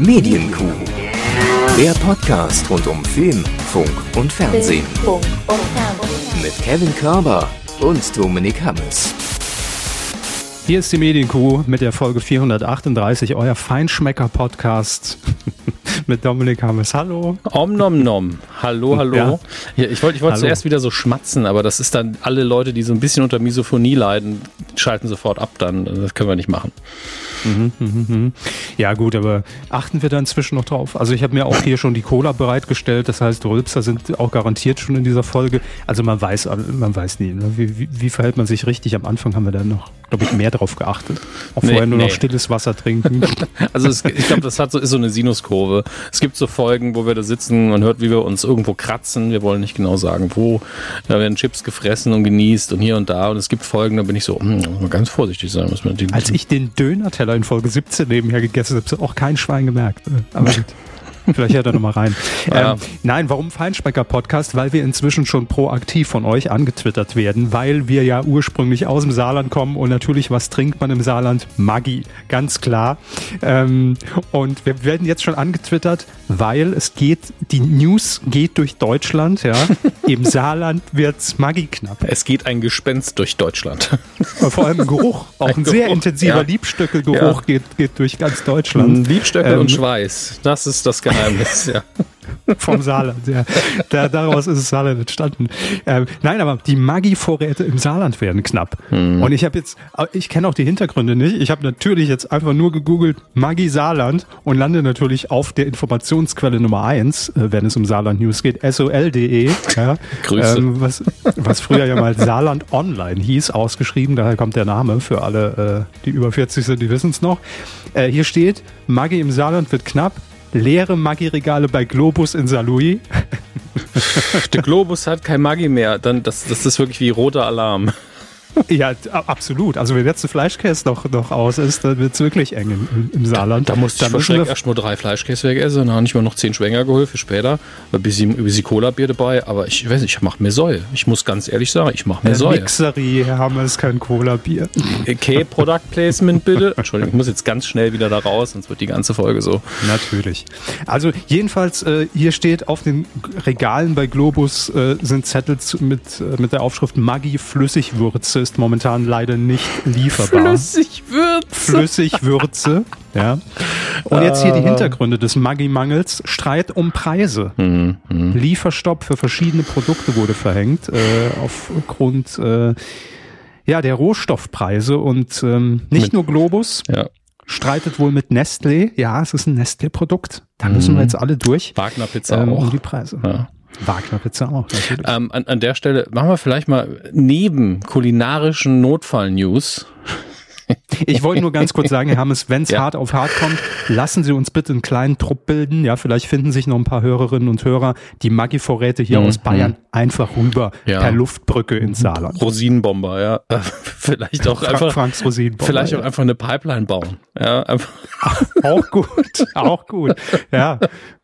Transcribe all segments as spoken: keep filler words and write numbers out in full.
Medienkuh. Der Podcast rund um Film, Funk und Fernsehen. Mit Kevin Körber und Dominik Hammes. Hier ist die Medienkuh mit der Folge vierhundertachtunddreißig, euer Feinschmecker-Podcast mit Dominik Hammes. Hallo. Om nom nom. Hallo, hallo. Ja. Ja, ich wollte ich wollt zuerst wieder so schmatzen, aber das ist dann, alle Leute, die so ein bisschen unter Misophonie leiden, schalten sofort ab dann. Das können wir nicht machen. Mhm, mhm, mhm. Ja gut, aber achten wir da inzwischen noch drauf? Also ich habe mir auch hier schon die Cola bereitgestellt, das heißt, Rülpser sind auch garantiert schon in dieser Folge. Also man weiß, man weiß nie, ne? wie, wie, wie verhält man sich richtig? Am Anfang haben wir da noch, glaube ich, mehr drauf geachtet. Auch nee, vorher nur nee. noch stilles Wasser trinken. Also es, ich glaube, das hat so, ist so eine Sinuskurve. Es gibt so Folgen, wo wir da sitzen, man hört, wie wir uns irgendwo kratzen. Wir wollen nicht genau sagen, wo. Da werden Chips gefressen und genießt und hier und da. Und es gibt Folgen, da bin ich so, hm, muss man ganz vorsichtig sein. Muss man die, Als ich den Döner-Teller in Folge siebzehn nebenher gegessen habe, hat auch kein Schwein gemerkt. Aber gut. Vielleicht hört er nochmal rein. Ja. Ähm, nein, warum Feinschmecker-Podcast? Weil wir inzwischen schon proaktiv von euch angetwittert werden, weil wir ja ursprünglich aus dem Saarland kommen und natürlich, was trinkt man im Saarland? Maggi, ganz klar. Ähm, und wir werden jetzt schon angetwittert, weil es geht, die News geht durch Deutschland, ja. Im Saarland wird's Maggi knapp. Es geht ein Gespenst durch Deutschland. Vor allem Geruch, auch ein, ein sehr Geruch, intensiver ja. Liebstöckel-Geruch ja. geht, geht durch ganz Deutschland. Liebstöckel ähm, und Schweiß, das ist das Geheimnis, ja. Vom Saarland, ja. Da, daraus ist das Saarland entstanden. Ähm, nein, aber die Maggi-Vorräte im Saarland werden knapp. Hm. Und ich habe jetzt, ich kenne auch die Hintergründe nicht. Ich habe natürlich jetzt einfach nur gegoogelt Maggi Saarland und lande natürlich auf der Informationsquelle Nummer eins, äh, wenn es um Saarland News geht, S O L Punkt D E. Ja, Grüße. Ähm, was, was früher ja mal Saarland Online hieß, ausgeschrieben. Daher kommt der Name für alle, äh, die über vierzig sind, die wissen es noch. Äh, hier steht, Maggi im Saarland wird knapp. Leere Maggi-Regale bei Globus in Saarlouis. Der Globus hat kein Maggi mehr. Dann, das, das ist wirklich wie roter Alarm. Ja, absolut. Also wenn jetzt der Fleischkäse noch, noch aus ist, dann wird es wirklich eng im, im Saarland. Da, da musste ich verschreckt erst nur drei Fleischkäse wegessen und dann habe ich mir noch zehn Schwenger geholt für später. Ein bisschen, ein bisschen Cola-Bier dabei, aber ich weiß nicht, ich mache mir Säue. Ich muss ganz ehrlich sagen, ich mache mir Säue. Mixerie, Herr Hammes, kein Cola-Bier. Okay, Product Placement bitte. Entschuldigung, ich muss jetzt ganz schnell wieder da raus, sonst wird die ganze Folge so. Natürlich. Also jedenfalls, äh, hier steht auf den Regalen bei Globus äh, sind Zettel zu, mit, äh, mit der Aufschrift Maggi Flüssigwürze ist momentan leider nicht lieferbar. Flüssigwürze. Flüssigwürze, ja. Und jetzt hier die Hintergründe des Maggi-Mangels. Streit um Preise. Mhm, mh. Lieferstopp für verschiedene Produkte wurde verhängt, äh, aufgrund äh, ja, der Rohstoffpreise. Und ähm, nicht mit, nur Globus ja. streitet wohl mit Nestlé. Ja, es ist ein Nestlé-Produkt. Da mhm. müssen wir jetzt alle durch. Wagner Pizza ähm, auch. Um die Preise. Ja. Wagner Pizza auch, natürlich. Ähm, an, an der Stelle machen wir vielleicht mal neben kulinarischen Notfall-News. Ich wollte nur ganz kurz sagen, Herr Hammes, wenn es ja. hart auf hart kommt, lassen Sie uns bitte einen kleinen Trupp bilden. Ja, vielleicht finden sich noch ein paar Hörerinnen und Hörer, die Maggi-Vorräte hier mhm. aus Bayern einfach rüber ja. per Luftbrücke ins Saarland. Rosinenbomber, ja. Vielleicht auch Frank, einfach, Franks Rosinenbomber, vielleicht auch ja. einfach eine Pipeline bauen. Ja, einfach. Auch gut, auch gut. Ja.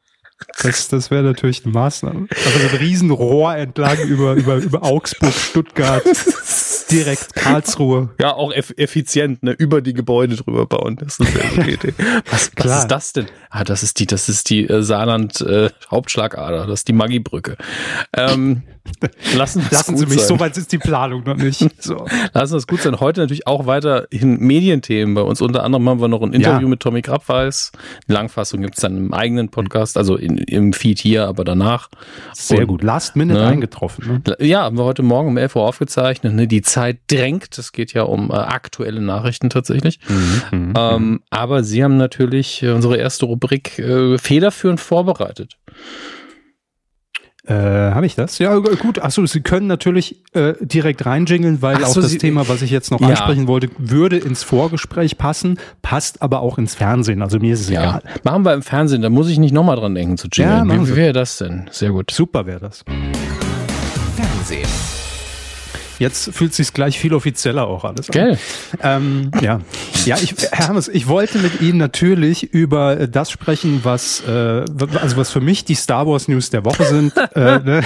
Das, das wäre natürlich eine Maßnahme. Also so ein Riesenrohr entlang über, über, über Augsburg, Stuttgart, direkt Karlsruhe. Ja, auch eff- effizient, ne, über die Gebäude drüber bauen. Das ist eine gute Idee. Was, was ist das denn? Ah, das ist die, das ist die äh, Saarland äh, Hauptschlagader, das ist die Maggi-Brücke. Ähm, lassen lassen Sie mich, sein. So weit ist die Planung noch nicht. So. Lassen wir es gut sein. Heute natürlich auch weiterhin Medienthemen bei uns. Unter anderem haben wir noch ein Interview ja. mit Tommy Krabweis. Die Langfassung gibt es dann im eigenen Podcast, also in, im Feed hier, aber danach. Sehr Und, gut. Last Minute ne, eingetroffen. Ne? Ja, haben wir heute Morgen um elf Uhr aufgezeichnet. Ne? Die Zeit drängt. Es geht ja um äh, aktuelle Nachrichten tatsächlich. Mhm, ähm, aber Sie haben natürlich äh, unsere erste Rubrik äh, federführend vorbereitet. Äh, habe ich das? Ja, gut. Achso, Sie können natürlich äh, direkt reinjingeln, weil Ach auch so, das Sie, Thema, was ich jetzt noch ja. ansprechen wollte, würde ins Vorgespräch passen, passt aber auch ins Fernsehen. Also mir ist es ja. egal. Machen wir im Fernsehen, da muss ich nicht nochmal dran denken zu jingeln. Ja, Wie wäre das denn? Sehr gut. Super wäre das. Fernsehen. Jetzt fühlt es sich gleich viel offizieller auch alles an. Gell? Ähm, ja, ja ich, Herr Hammes, ich wollte mit Ihnen natürlich über das sprechen, was äh, also was für mich die Star Wars News der Woche sind. äh, ne?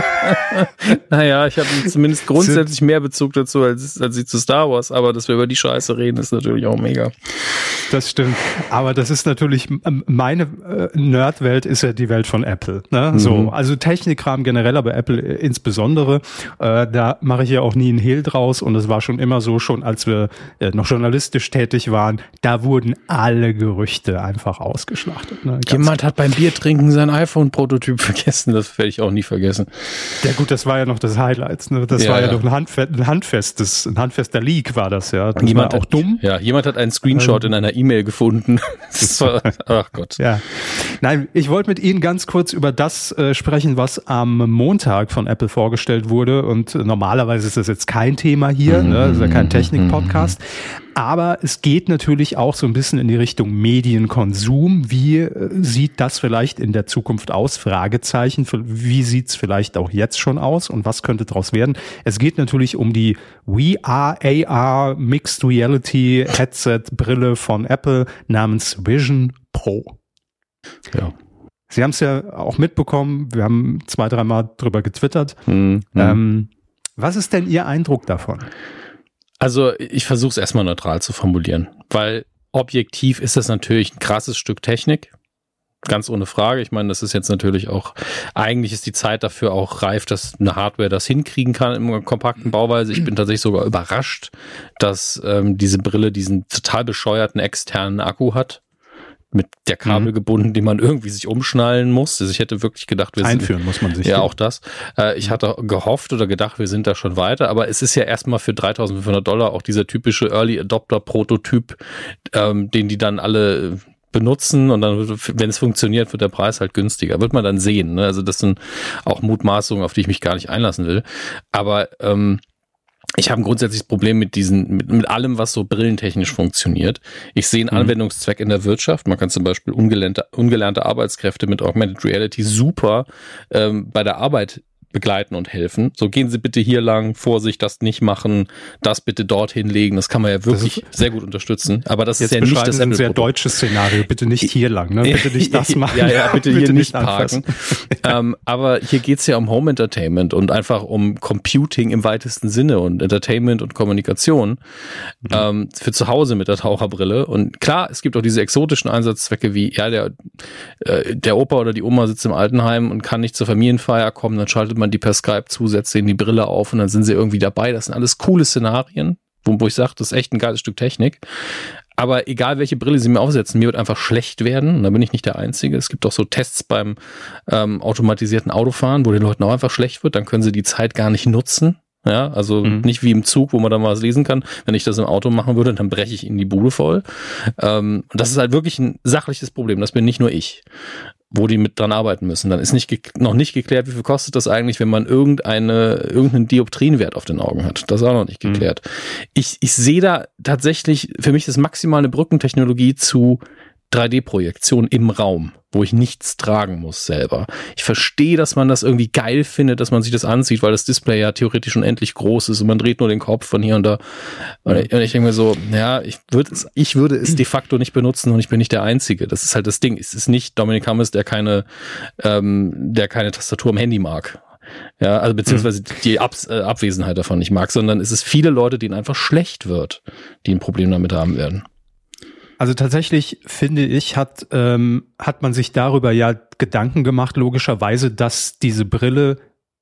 Naja, ich habe zumindest grundsätzlich mehr Bezug dazu als, als Sie zu Star Wars, aber dass wir über die Scheiße reden, ist natürlich auch mega. Das stimmt. Aber das ist natürlich, meine äh, Nerdwelt ist ja die Welt von Apple. Ne? Mhm. So, also Technikkram generell, aber Apple insbesondere. Äh, da mache ich ja auch nie einen Hehl draus. Und es war schon immer so, schon als wir äh, noch journalistisch tätig waren, da wurden alle Gerüchte einfach ausgeschlachtet. Ne? Jemand hat beim Biertrinken sein iPhone-Prototyp vergessen. Das werde ich auch nie vergessen. Ja gut, das war ja noch das Highlight. Ne? Das ja, war ja, ja noch ein, Handfe- ein handfestes, ein handfester Leak war das ja. Das jemand war auch hat, dumm. Ja, jemand hat einen Screenshot ähm, in einer E-Mail gefunden. Das war, ach Gott. Ja. Nein, ich wollte mit Ihnen ganz kurz über das äh, sprechen, was am Montag von Apple vorgestellt wurde. Und normalerweise ist das jetzt kein Thema hier, ne? Das ist ja kein Technik-Podcast. Aber es geht natürlich auch so ein bisschen in die Richtung Medienkonsum. Wie äh, sieht das vielleicht in der Zukunft aus? Fragezeichen. Wie sieht's vielleicht auch jetzt schon aus? Und was könnte daraus werden? Es geht natürlich um die V R, A R, Mixed Reality Headset Brille von Apple namens Vision Pro. Ja. Sie haben es ja auch mitbekommen. Wir haben zwei, dreimal drüber getwittert. Mhm. Ähm, was ist denn Ihr Eindruck davon? Also ich versuche es erstmal neutral zu formulieren, weil objektiv ist das natürlich ein krasses Stück Technik, ganz ohne Frage. Ich meine, das ist jetzt natürlich auch, eigentlich ist die Zeit dafür auch reif, dass eine Hardware das hinkriegen kann in einer kompakten Bauweise. Ich bin tatsächlich sogar überrascht, dass ähm, diese Brille diesen total bescheuerten externen Akku hat. Mit der Kabel mhm. gebunden, die man irgendwie sich umschnallen muss. Also ich hätte wirklich gedacht, wir Einführen sind, muss man sich. Ja, auch das. Äh, ich hatte gehofft oder gedacht, wir sind da schon weiter, aber es ist ja erstmal für dreitausendfünfhundert Dollar auch dieser typische Early Adopter Prototyp, ähm, den die dann alle benutzen und dann, wenn es funktioniert, wird der Preis halt günstiger. Wird man dann sehen. Ne? Also das sind auch Mutmaßungen, auf die ich mich gar nicht einlassen will. Aber ähm, ich habe ein grundsätzliches Problem mit diesen, mit, mit allem, was so brillentechnisch funktioniert. Ich sehe einen Anwendungszweck in der Wirtschaft. Man kann zum Beispiel ungelernte, ungelernte Arbeitskräfte mit Augmented Reality super ähm, bei der Arbeit begleiten und helfen. So, gehen Sie bitte hier lang, Vorsicht, das nicht machen, das bitte dorthin legen. Das kann man ja wirklich ist, sehr gut unterstützen. Aber das ist ja nicht das ein sehr deutsches Szenario. Bitte nicht hier lang, ne? Bitte nicht das machen. Ja, ja, bitte, bitte hier nicht parken. ähm, aber hier geht's ja um Home Entertainment und einfach um Computing im weitesten Sinne und Entertainment und Kommunikation mhm. ähm, für zu Hause mit der Taucherbrille. Und klar, es gibt auch diese exotischen Einsatzzwecke wie, ja, der, äh, der Opa oder die Oma sitzt im Altenheim und kann nicht zur Familienfeier kommen, dann schaltet man die per Skype zusetzt, sehen die Brille auf und dann sind sie irgendwie dabei. Das sind alles coole Szenarien, wo, wo ich sage, das ist echt ein geiles Stück Technik. Aber egal, welche Brille sie mir aufsetzen, mir wird einfach schlecht werden. Und da bin ich nicht der Einzige. Es gibt auch so Tests beim ähm, automatisierten Autofahren, wo den Leuten auch einfach schlecht wird. Dann können sie die Zeit gar nicht nutzen. Ja, also mhm. nicht wie im Zug, wo man dann mal was lesen kann. Wenn ich das im Auto machen würde, dann breche ich ihnen die Bude voll. Ähm, und das ist halt wirklich ein sachliches Problem. Das bin nicht nur ich, wo die mit dran arbeiten müssen. Dann ist nicht ge- noch nicht geklärt, wie viel kostet das eigentlich, wenn man irgendeine irgendeinen Dioptrienwert auf den Augen hat. Das ist auch noch nicht geklärt. Mhm. Ich, ich sehe da tatsächlich, für mich ist maximal eine Brückentechnologie zu drei D-Projektion im Raum, wo ich nichts tragen muss selber. Ich verstehe, dass man das irgendwie geil findet, dass man sich das anzieht, weil das Display ja theoretisch unendlich groß ist und man dreht nur den Kopf von hier und da. Und ich, und ich denke mir so, ja, ich würde es, ich würde es de facto nicht benutzen und ich bin nicht der Einzige. Das ist halt das Ding. Es ist nicht Dominik Hammes, der keine, ähm, der keine Tastatur am Handy mag. Ja, also beziehungsweise die Ab- äh, Abwesenheit davon nicht mag, sondern es ist viele Leute, denen einfach schlecht wird, die ein Problem damit haben werden. Also tatsächlich finde ich, hat ähm, hat man sich darüber ja Gedanken gemacht, logischerweise, dass diese Brille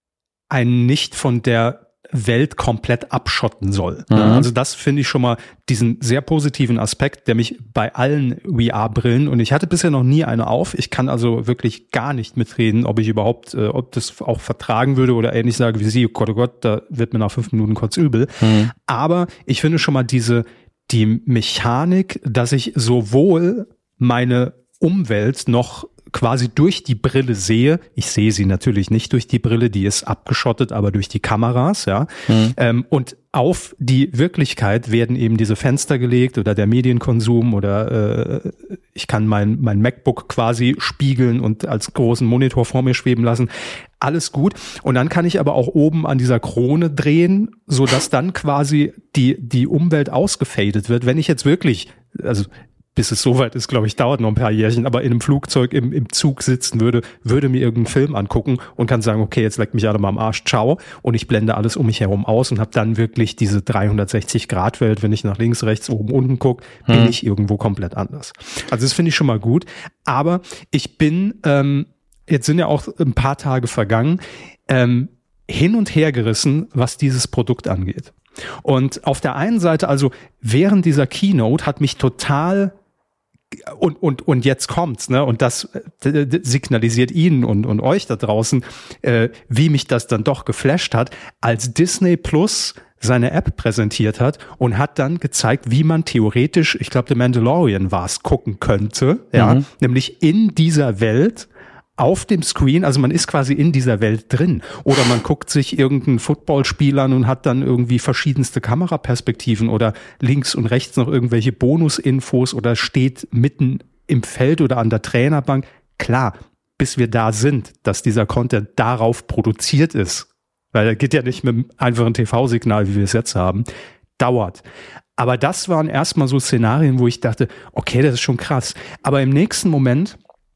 einen nicht von der Welt komplett abschotten soll. Mhm. Also das finde ich schon mal diesen sehr positiven Aspekt, der mich bei allen V R-Brillen, und ich hatte bisher noch nie eine auf, ich kann also wirklich gar nicht mitreden, ob ich überhaupt, äh, ob das auch vertragen würde oder ähnlich sage wie Sie, oh Gott, oh Gott, da wird mir nach fünf Minuten kurz übel. Mhm. Aber ich finde schon mal diese die Mechanik, dass ich sowohl meine Umwelt noch quasi durch die Brille sehe. Ich sehe sie natürlich nicht durch die Brille, die ist abgeschottet, aber durch die Kameras, ja. Mhm. Ähm, und auf die Wirklichkeit werden eben diese Fenster gelegt oder der Medienkonsum oder äh, ich kann mein mein MacBook quasi spiegeln und als großen Monitor vor mir schweben lassen. Alles gut. Und dann kann ich aber auch oben an dieser Krone drehen, so dass dann quasi die die Umwelt ausgefadet wird. Wenn ich jetzt wirklich, also bis es soweit ist, glaube ich, dauert noch ein paar Jährchen, aber in einem Flugzeug im, im Zug sitzen würde, würde mir irgendeinen Film angucken und kann sagen, okay, jetzt leckt mich alle mal am Arsch, ciao, und ich blende alles um mich herum aus und habe dann wirklich diese dreihundertsechzig Grad Welt, wenn ich nach links, rechts, oben, unten gucke, hm. bin ich irgendwo komplett anders. Also das finde ich schon mal gut, aber ich bin, ähm, jetzt sind ja auch ein paar Tage vergangen, ähm, hin und her gerissen, was dieses Produkt angeht. Und auf der einen Seite, also während dieser Keynote hat mich total Und, und, und jetzt kommt's, ne? Und das äh, signalisiert Ihnen und, und euch da draußen, äh, wie mich das dann doch geflasht hat, als Disney Plus seine App präsentiert hat und hat dann gezeigt, wie man theoretisch, ich glaube, The Mandalorian war es, gucken könnte, ja, mhm. nämlich in dieser Welt auf dem Screen, also man ist quasi in dieser Welt drin. Oder man guckt sich irgendein Footballspiel an und hat dann irgendwie verschiedenste Kameraperspektiven oder links und rechts noch irgendwelche Bonusinfos oder steht mitten im Feld oder an der Trainerbank. Klar, bis wir da sind, dass dieser Content darauf produziert ist, weil er geht ja nicht mit einem einfachen T V-Signal, wie wir es jetzt haben, dauert. Aber das waren erstmal so Szenarien, wo ich dachte, okay, das ist schon krass. Aber im nächsten Moment,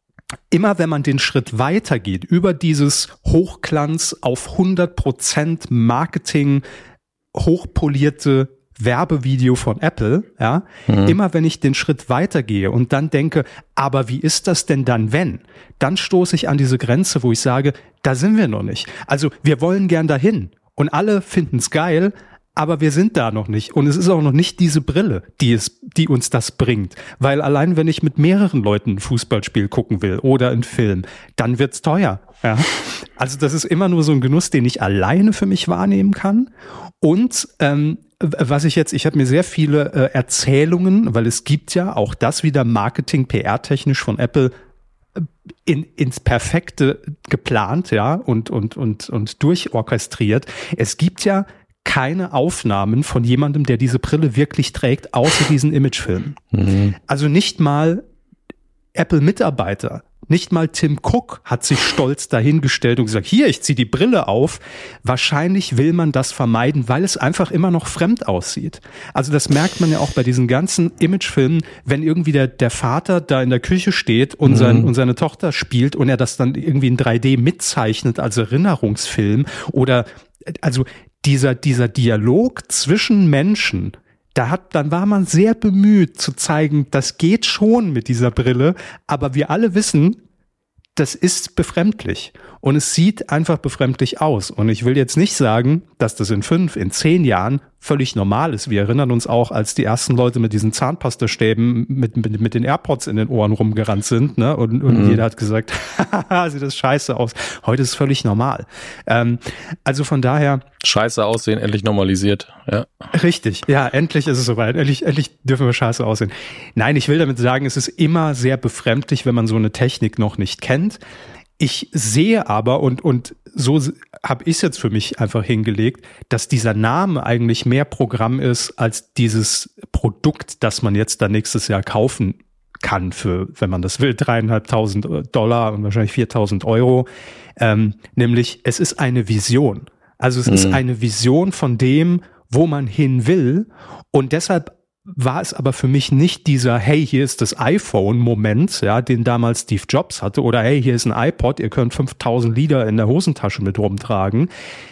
immer wenn man den Schritt weitergeht, über dieses Hochglanz auf hundert Prozent Marketing, hochpolierte Werbevideo von Apple, ja, mhm. immer wenn ich den Schritt weitergehe und dann denke, aber wie ist das denn dann, wenn? Dann stoße ich an diese Grenze, wo ich sage, da sind wir noch nicht. Also wir wollen gern dahin und alle finden es geil, aber wir sind da noch nicht. Und es ist auch noch nicht diese Brille, die es, die uns das bringt. Weil allein wenn ich mit mehreren Leuten ein Fußballspiel gucken will oder einen Film, dann wird's teuer. Ja? Also das ist immer nur so ein Genuss, den ich alleine für mich wahrnehmen kann. Und ähm, was ich jetzt, ich habe mir sehr viele äh, Erzählungen, weil es gibt ja auch das wieder Marketing, P R-technisch von Apple in, ins Perfekte geplant, ja, und, und, und, und durchorchestriert. Es gibt ja keine Aufnahmen von jemandem, der diese Brille wirklich trägt, außer diesen Imagefilmen. Mhm. Also nicht mal Apple-Mitarbeiter, nicht mal Tim Cook hat sich stolz dahingestellt und gesagt, hier, ich ziehe die Brille auf. Wahrscheinlich will man das vermeiden, weil es einfach immer noch fremd aussieht. Also das merkt man ja auch bei diesen ganzen Imagefilmen, wenn irgendwie der, der Vater da in der Küche steht und, mhm. sein, und seine Tochter spielt und er das dann irgendwie in drei D mitzeichnet als Erinnerungsfilm oder also Dieser, dieser Dialog zwischen Menschen, da hat, dann war man sehr bemüht zu zeigen, das geht schon mit dieser Brille, aber wir alle wissen, das ist befremdlich und es sieht einfach befremdlich aus. Und ich will jetzt nicht sagen, dass das in fünf, in zehn Jahren völlig normal ist. Wir erinnern uns auch, als die ersten Leute mit diesen Zahnpastastäben mit, mit, mit den AirPods in den Ohren rumgerannt sind, ne? Und, und mhm. jeder hat gesagt, haha, sieht das scheiße aus. Heute ist es völlig normal. Ähm, also von daher. Scheiße aussehen, endlich normalisiert, ja. Richtig, ja, endlich ist es soweit. Endlich, endlich dürfen wir scheiße aussehen. Nein, ich will damit sagen, es ist immer sehr befremdlich, wenn man so eine Technik noch nicht kennt. Ich sehe aber, und, und so habe ich es jetzt für mich einfach hingelegt, dass dieser Name eigentlich mehr Programm ist als dieses Produkt, das man jetzt dann nächstes Jahr kaufen kann für, wenn man das will, dreieinhalbtausend Dollar und wahrscheinlich viertausend Euro. Ähm, nämlich, es ist eine Vision. Also es mhm. ist eine Vision von dem, wo man hin will. Und deshalb war es aber für mich nicht dieser, hey, hier ist das iPhone-Moment, ja, den damals Steve Jobs hatte, oder hey, hier ist ein iPod, ihr könnt fünftausend Lieder in der Hosentasche mit rumtragen,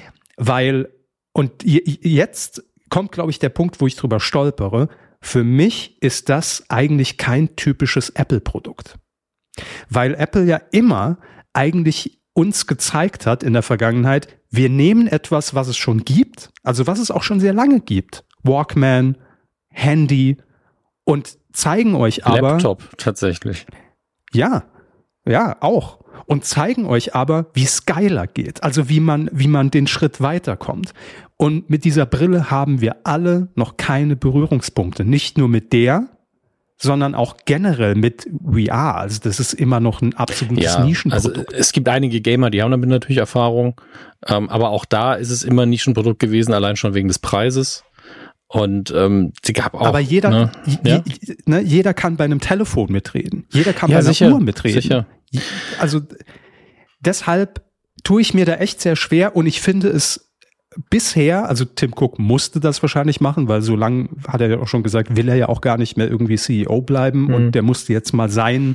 weil, und jetzt kommt, glaube ich, der Punkt, wo ich drüber stolpere, für mich ist das eigentlich kein typisches Apple-Produkt, weil Apple ja immer eigentlich uns gezeigt hat in der Vergangenheit, wir nehmen etwas, was es schon gibt, also was es auch schon sehr lange gibt, Walkman, Handy, und zeigen euch aber... Laptop, tatsächlich. Ja, ja, auch. Und zeigen euch aber, wie es geiler geht. Also wie man, wie man den Schritt weiterkommt. Und mit dieser Brille haben wir alle noch keine Berührungspunkte. Nicht nur mit der, sondern auch generell mit V R. Also das ist immer noch ein absolutes ja, Nischenprodukt. Also es gibt einige Gamer, die haben damit natürlich Erfahrung. Ähm, aber auch da ist es immer ein Nischenprodukt gewesen, allein schon wegen des Preises. Und ähm, sie gab auch. Aber jeder, ne? Ja? je, ne, jeder kann bei einem Telefon mitreden. Jeder kann ja, bei einer sicher, Uhr mitreden. Sicher. Also deshalb tue ich mir da echt sehr schwer und ich finde es bisher, also Tim Cook musste das wahrscheinlich machen, weil so lange, hat er ja auch schon gesagt, will er ja auch gar nicht mehr irgendwie C E O bleiben mhm. und der musste jetzt mal sein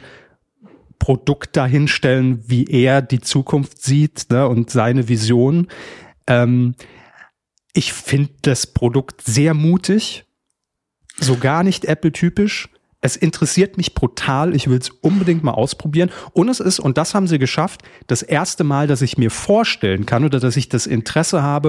Produkt dahinstellen, wie er die Zukunft sieht, ne, und seine Vision. Ähm, ich finde das Produkt sehr mutig, so gar nicht Apple-typisch. Es interessiert mich brutal, ich will es unbedingt mal ausprobieren. Und es ist, und das haben sie geschafft, das erste Mal, dass ich mir vorstellen kann oder dass ich das Interesse habe,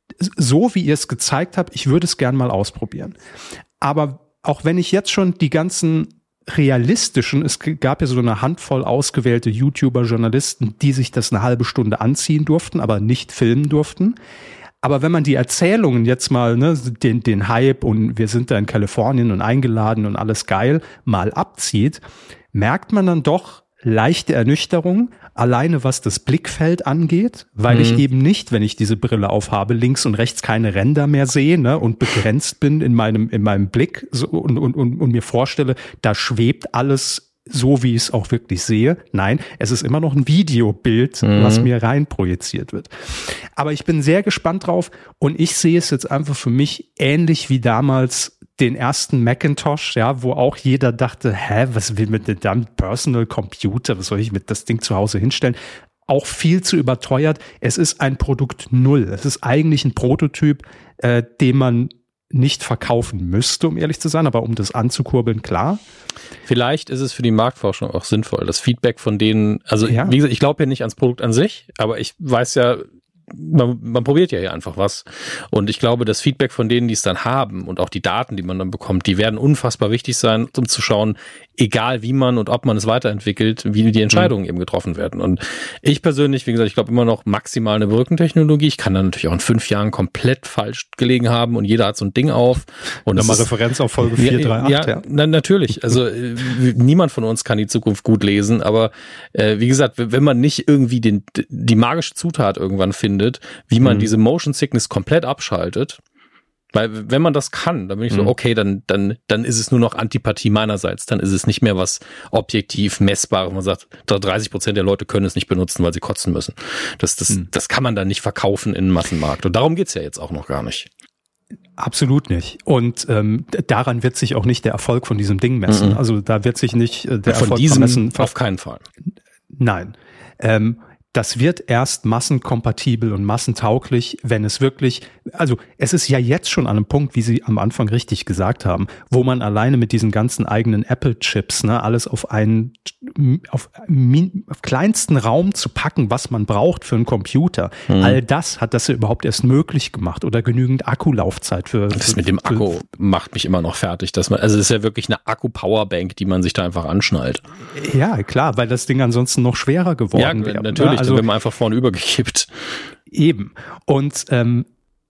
so wie ihr es gezeigt habt, ich würde es gern mal ausprobieren. Aber auch wenn ich jetzt schon die ganzen realistischen, es gab ja so eine Handvoll ausgewählte YouTuber, Journalisten, die sich das eine halbe Stunde anziehen durften, aber nicht filmen durften. Aber wenn man die Erzählungen jetzt mal, ne, den, den Hype und wir sind da in Kalifornien und eingeladen und alles geil, mal abzieht, merkt man dann doch leichte Ernüchterung, alleine was das Blickfeld angeht, weil mhm. ich eben nicht, wenn ich diese Brille aufhabe, links und rechts keine Ränder mehr sehe, ne, und begrenzt bin in meinem, in meinem Blick so, und, und, und, und mir vorstelle, da schwebt alles so, wie ich es auch wirklich sehe. Nein, es ist immer noch ein Videobild, mhm. was mir rein projiziert wird. Aber ich bin sehr gespannt drauf und ich sehe es jetzt einfach für mich ähnlich wie damals den ersten Macintosh, ja, wo auch jeder dachte, hä, was will mit dem Personal Computer, was soll ich mit das Ding zu Hause hinstellen? Auch viel zu überteuert. Es ist ein Produkt Null. Es ist eigentlich ein Prototyp, äh, den man nicht verkaufen müsste, um ehrlich zu sein, aber um das anzukurbeln, klar. Vielleicht ist es für die Marktforschung auch sinnvoll, das Feedback von denen, also ja. wie gesagt, ich glaube ja nicht ans Produkt an sich, aber ich weiß ja, man, man probiert ja hier einfach was und ich glaube, das Feedback von denen, die es dann haben und auch die Daten, die man dann bekommt, die werden unfassbar wichtig sein, um zu schauen, egal wie man und ob man es weiterentwickelt, wie die Entscheidungen mhm. eben getroffen werden. Und ich persönlich, wie gesagt, ich glaube immer noch maximal eine Brückentechnologie. Ich kann dann natürlich auch in fünf Jahren komplett falsch gelegen haben und jeder hat so ein Ding auf. Und dann mal ist, Referenz auf Folge vier drei acht. Ja, ja. Na, natürlich. Also äh, niemand von uns kann die Zukunft gut lesen, aber äh, wie gesagt, wenn man nicht irgendwie den, die magische Zutat irgendwann findet, wie man mhm. diese Motion Sickness komplett abschaltet, weil wenn man das kann, dann bin ich so, okay, dann dann dann ist es nur noch Antipathie meinerseits. Dann ist es nicht mehr was objektiv Messbares. Man sagt, dreißig Prozent der Leute können es nicht benutzen, weil sie kotzen müssen. Das das hm. das kann man dann nicht verkaufen in den Massenmarkt. Und darum geht's ja jetzt auch noch gar nicht. Absolut nicht. Und ähm, daran wird sich auch nicht der Erfolg von diesem Ding messen. Mhm. Also da wird sich nicht äh, der von Erfolg diesem messen. Auf keinen Fall. Nein. Ähm, Das wird erst massenkompatibel und massentauglich, wenn es wirklich, also es ist ja jetzt schon an einem Punkt, wie Sie am Anfang richtig gesagt haben, wo man alleine mit diesen ganzen eigenen Apple-Chips, ne, alles auf einen, auf, auf kleinsten Raum zu packen, was man braucht für einen Computer. Mhm. All das hat das ja überhaupt erst möglich gemacht oder genügend Akkulaufzeit für. Das mit dem Akku für, macht mich immer noch fertig, dass man, also es ist ja wirklich eine Akku-Powerbank, die man sich da einfach anschnallt. Ja, klar, weil das Ding ansonsten noch schwerer geworden wäre. Ja, natürlich. Also, dann wird man einfach vorne übergekippt. Eben. Und ähm,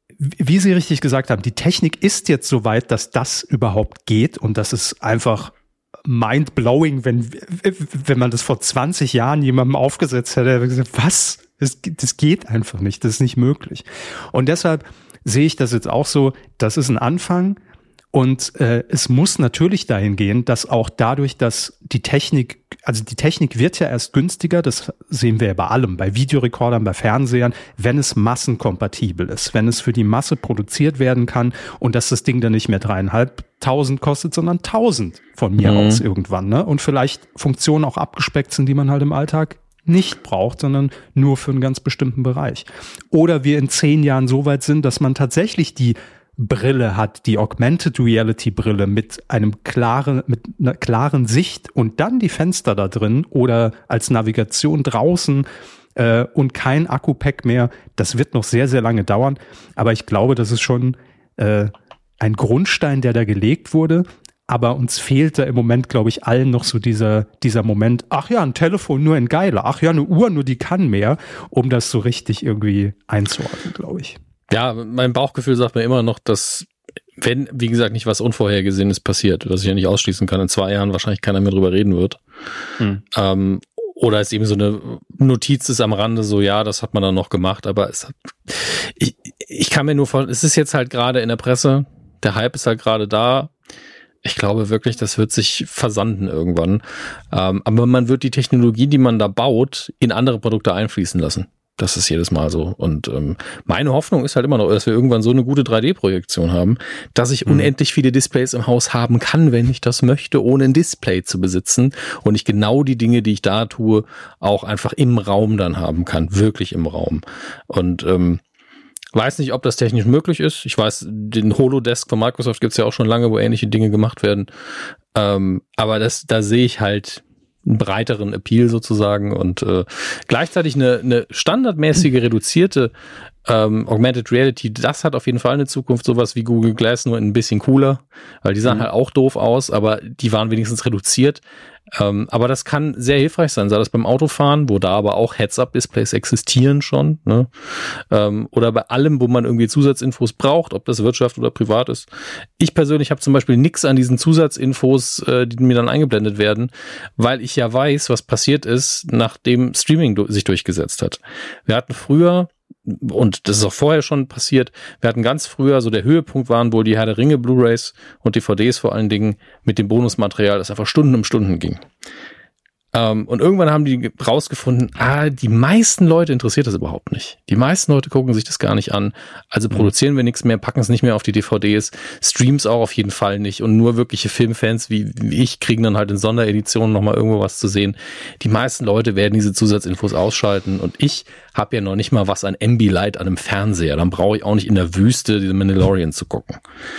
wie Sie richtig gesagt haben, die Technik ist jetzt so weit, dass das überhaupt geht und das ist einfach mind-blowing, wenn, wenn man das vor zwanzig Jahren jemandem aufgesetzt hätte, der gesagt, was? Das, das geht einfach nicht, das ist nicht möglich. Und deshalb sehe ich das jetzt auch so, das ist ein Anfang. Und äh, es muss natürlich dahin gehen, dass auch dadurch, dass die Technik, also die Technik wird ja erst günstiger, das sehen wir ja bei allem, bei Videorekordern, bei Fernsehern, wenn es massenkompatibel ist, wenn es für die Masse produziert werden kann und dass das Ding dann nicht mehr dreieinhalbtausend kostet, sondern tausend von mir mhm. aus irgendwann, ne? Und vielleicht Funktionen auch abgespeckt sind, die man halt im Alltag nicht braucht, sondern nur für einen ganz bestimmten Bereich. Oder wir in zehn Jahren so weit sind, dass man tatsächlich die Brille hat, die Augmented Reality Brille mit einem klaren, mit einer klaren Sicht und dann die Fenster da drin oder als Navigation draußen äh, und kein Akku-Pack mehr. Das wird noch sehr, sehr lange dauern. Aber ich glaube, das ist schon äh, ein Grundstein, der da gelegt wurde. Aber uns fehlt da im Moment, glaube ich, allen noch so dieser, dieser Moment, ach ja, ein Telefon nur ein geiler, ach ja, eine Uhr nur die kann mehr, um das so richtig irgendwie einzuordnen, glaube ich. Ja, mein Bauchgefühl sagt mir immer noch, dass, wenn, wie gesagt, nicht was Unvorhergesehenes passiert, was ich ja nicht ausschließen kann, in zwei Jahren wahrscheinlich keiner mehr drüber reden wird. Hm. Ähm, oder es eben so eine Notiz ist am Rande, so ja, das hat man dann noch gemacht, aber es hat, ich, ich kann mir nur vorstellen, es ist jetzt halt gerade in der Presse, der Hype ist halt gerade da. Ich glaube wirklich, das wird sich versanden irgendwann. Ähm, aber man wird die Technologie, die man da baut, in andere Produkte einfließen lassen. Das ist jedes Mal so. Und ähm, meine Hoffnung ist halt immer noch, dass wir irgendwann so eine gute drei D-Projektion haben, dass ich mhm. unendlich viele Displays im Haus haben kann, wenn ich das möchte, ohne ein Display zu besitzen. Und ich genau die Dinge, die ich da tue, auch einfach im Raum dann haben kann. Wirklich im Raum. Und ähm, weiß nicht, ob das technisch möglich ist. Ich weiß, den Holodesk von Microsoft gibt's ja auch schon lange, wo ähnliche Dinge gemacht werden. Ähm, aber das, da sehe ich halt einen breiteren Appeal sozusagen und äh, gleichzeitig eine, eine standardmäßige reduzierte ähm, Augmented Reality, das hat auf jeden Fall eine Zukunft, sowas wie Google Glass, nur ein bisschen cooler, weil die sahen mhm. halt auch doof aus, aber die waren wenigstens reduziert. Ähm, aber das kann sehr hilfreich sein, sei das beim Autofahren, wo da aber auch Heads-Up-Displays existieren schon, ne? Ähm, oder bei allem, wo man irgendwie Zusatzinfos braucht, ob das Wirtschaft oder privat ist. Ich persönlich habe zum Beispiel nichts an diesen Zusatzinfos, äh, die mir dann eingeblendet werden, weil ich ja weiß, was passiert ist, nachdem Streaming do- sich durchgesetzt hat. Wir hatten früher, und das ist auch vorher schon passiert, wir hatten ganz früher, so der Höhepunkt waren wohl die Herr der Ringe Blu-rays und D V Ds vor allen Dingen mit dem Bonusmaterial, das einfach Stunden um Stunden ging. Ähm, und irgendwann haben die rausgefunden, ah, die meisten Leute interessiert das überhaupt nicht. Die meisten Leute gucken sich das gar nicht an. Also produzieren wir nichts mehr, packen es nicht mehr auf die D V Ds, Streams auch auf jeden Fall nicht. Und nur wirkliche Filmfans wie ich kriegen dann halt in Sondereditionen nochmal irgendwo was zu sehen. Die meisten Leute werden diese Zusatzinfos ausschalten. Und ich habe ja noch nicht mal was an Ambilight an einem Fernseher. Dann brauche ich auch nicht in der Wüste diese Mandalorian zu gucken.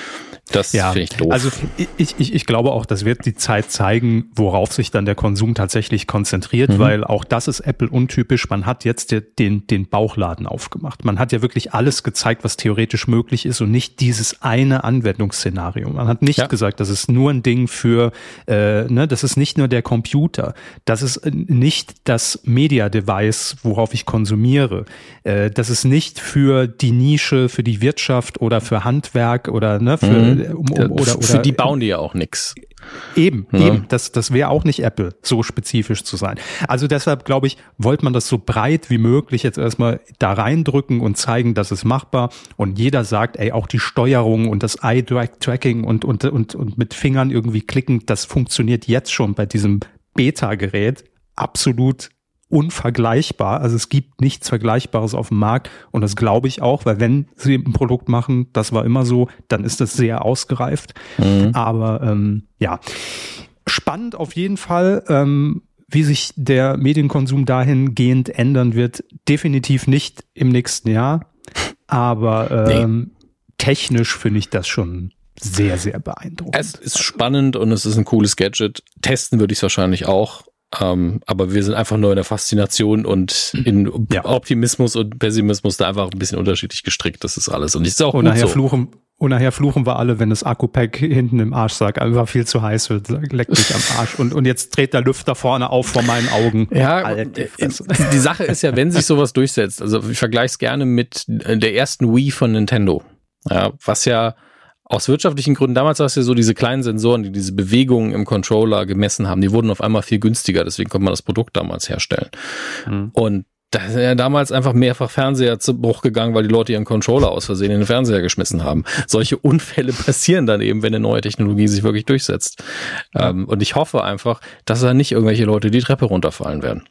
Das ja, finde ich doof. Also ich, ich, ich glaube auch, das wird die Zeit zeigen, worauf sich dann der Konsum tatsächlich konzentriert, mhm. weil auch das ist Apple untypisch. Man hat jetzt den, den Bauchladen aufgemacht. Man hat ja wirklich alles gezeigt, was theoretisch möglich ist und nicht dieses eine Anwendungsszenario. Man hat nicht ja. gesagt, das ist nur ein Ding für, äh, ne, das ist nicht nur der Computer, das ist nicht das Media-Device, worauf ich konsumiere. Äh, das ist nicht für die Nische, für die Wirtschaft oder für Handwerk oder ne, für mhm. Um, um, oder, oder, für die bauen die ja auch nix. Eben, ja. eben. Das, das wäre auch nicht Apple, so spezifisch zu sein. Also deshalb, glaube ich, wollte man das so breit wie möglich jetzt erstmal da reindrücken und zeigen, dass es machbar. Und jeder sagt, ey, auch die Steuerung und das Eye-Tracking und, und, und, und mit Fingern irgendwie klicken, das funktioniert jetzt schon bei diesem Beta-Gerät absolut unvergleichbar. Also es gibt nichts Vergleichbares auf dem Markt und das glaube ich auch, weil wenn sie ein Produkt machen, das war immer so, dann ist das sehr ausgereift. Mhm. Aber ähm, ja, spannend auf jeden Fall, ähm, wie sich der Medienkonsum dahingehend ändern wird. Definitiv nicht im nächsten Jahr, aber ähm, nee. technisch finde ich das schon sehr, sehr beeindruckend. Es ist spannend und es ist ein cooles Gadget. Testen würde ich es wahrscheinlich auch. Um, aber wir sind einfach nur in der Faszination und in ja. Optimismus und Pessimismus da einfach ein bisschen unterschiedlich gestrickt. Das ist alles. Und ich ist auch und gut nachher so. fluchen Und nachher fluchen wir alle, wenn das Akku-Pack hinten im Arschsack einfach viel zu heiß wird, leckt mich am Arsch. Und, und jetzt dreht der Lüfter vorne auf vor meinen Augen. Ja, Alter, die Sache ist ja, wenn sich sowas durchsetzt, also ich vergleiche es gerne mit der ersten Wii von Nintendo, ja, was ja aus wirtschaftlichen Gründen, damals war es ja so, diese kleinen Sensoren, die diese Bewegungen im Controller gemessen haben, die wurden auf einmal viel günstiger, deswegen konnte man das Produkt damals herstellen. Mhm. Und da ist ja damals einfach mehrfach Fernseher zu Bruch gegangen, weil die Leute ihren Controller aus Versehen in den Fernseher geschmissen haben. Solche Unfälle passieren dann eben, wenn eine neue Technologie sich wirklich durchsetzt. Ja. Ähm, und ich hoffe einfach, dass da nicht irgendwelche Leute die Treppe runterfallen werden.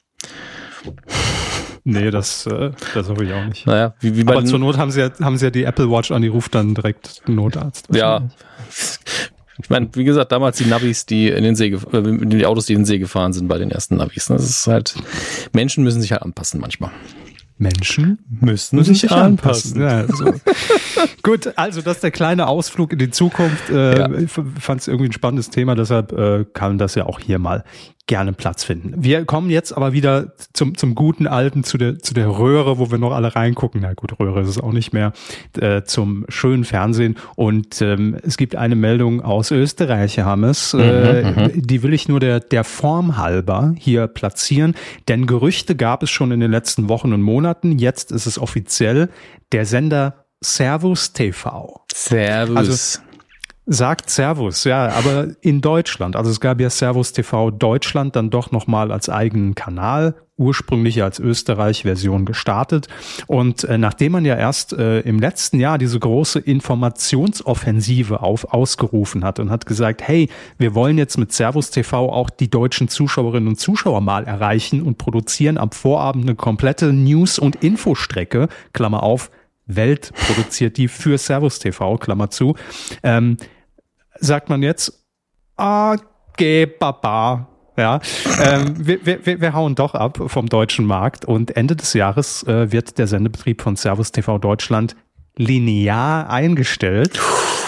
Nee, das, äh, das hoffe ich auch nicht. Naja, wie, wie bei Aber zur Not haben sie ja, haben sie ja die Apple Watch an, die ruft dann direkt den Notarzt. Ja. Ich meine, wie gesagt, damals die Navis, die in den See, äh, die Autos, die in den See gefahren sind bei den ersten Navis. Das ist halt, Menschen müssen sich halt anpassen manchmal. Menschen müssen, müssen sich anpassen. anpassen. Ja, so. Gut, also das ist der kleine Ausflug in die Zukunft. Äh, ja. Ich fand es irgendwie ein spannendes Thema, deshalb äh, kann das ja auch hier mal gerne Platz finden. Wir kommen jetzt aber wieder zum zum guten Alten, zu der zu der Röhre, wo wir noch alle reingucken. Na gut, Röhre ist es auch nicht mehr, äh, zum schönen Fernsehen. Und ähm, es gibt eine Meldung aus Österreich, Hermes. Äh, mhm, die will ich nur der der Form halber hier platzieren, denn Gerüchte gab es schon in den letzten Wochen und Monaten. Jetzt ist es offiziell, der Sender Servus T V. Servus. Also, Sagt Servus, ja, aber in Deutschland. Also es gab ja Servus T V Deutschland dann doch nochmal als eigenen Kanal, ursprünglich als Österreich-Version gestartet. Und äh, nachdem man ja erst äh, im letzten Jahr diese große Informationsoffensive auf, ausgerufen hat und hat gesagt, hey, wir wollen jetzt mit Servus T V auch die deutschen Zuschauerinnen und Zuschauer mal erreichen und produzieren am Vorabend eine komplette News- und Infostrecke, Klammer auf, Welt produziert die für Servus T V, Klammer zu, ähm, sagt man jetzt, okay, Baba, ja, ähm, wir, wir, wir hauen doch ab vom deutschen Markt und Ende des Jahres äh, wird der Sendebetrieb von Servus T V Deutschland linear eingestellt.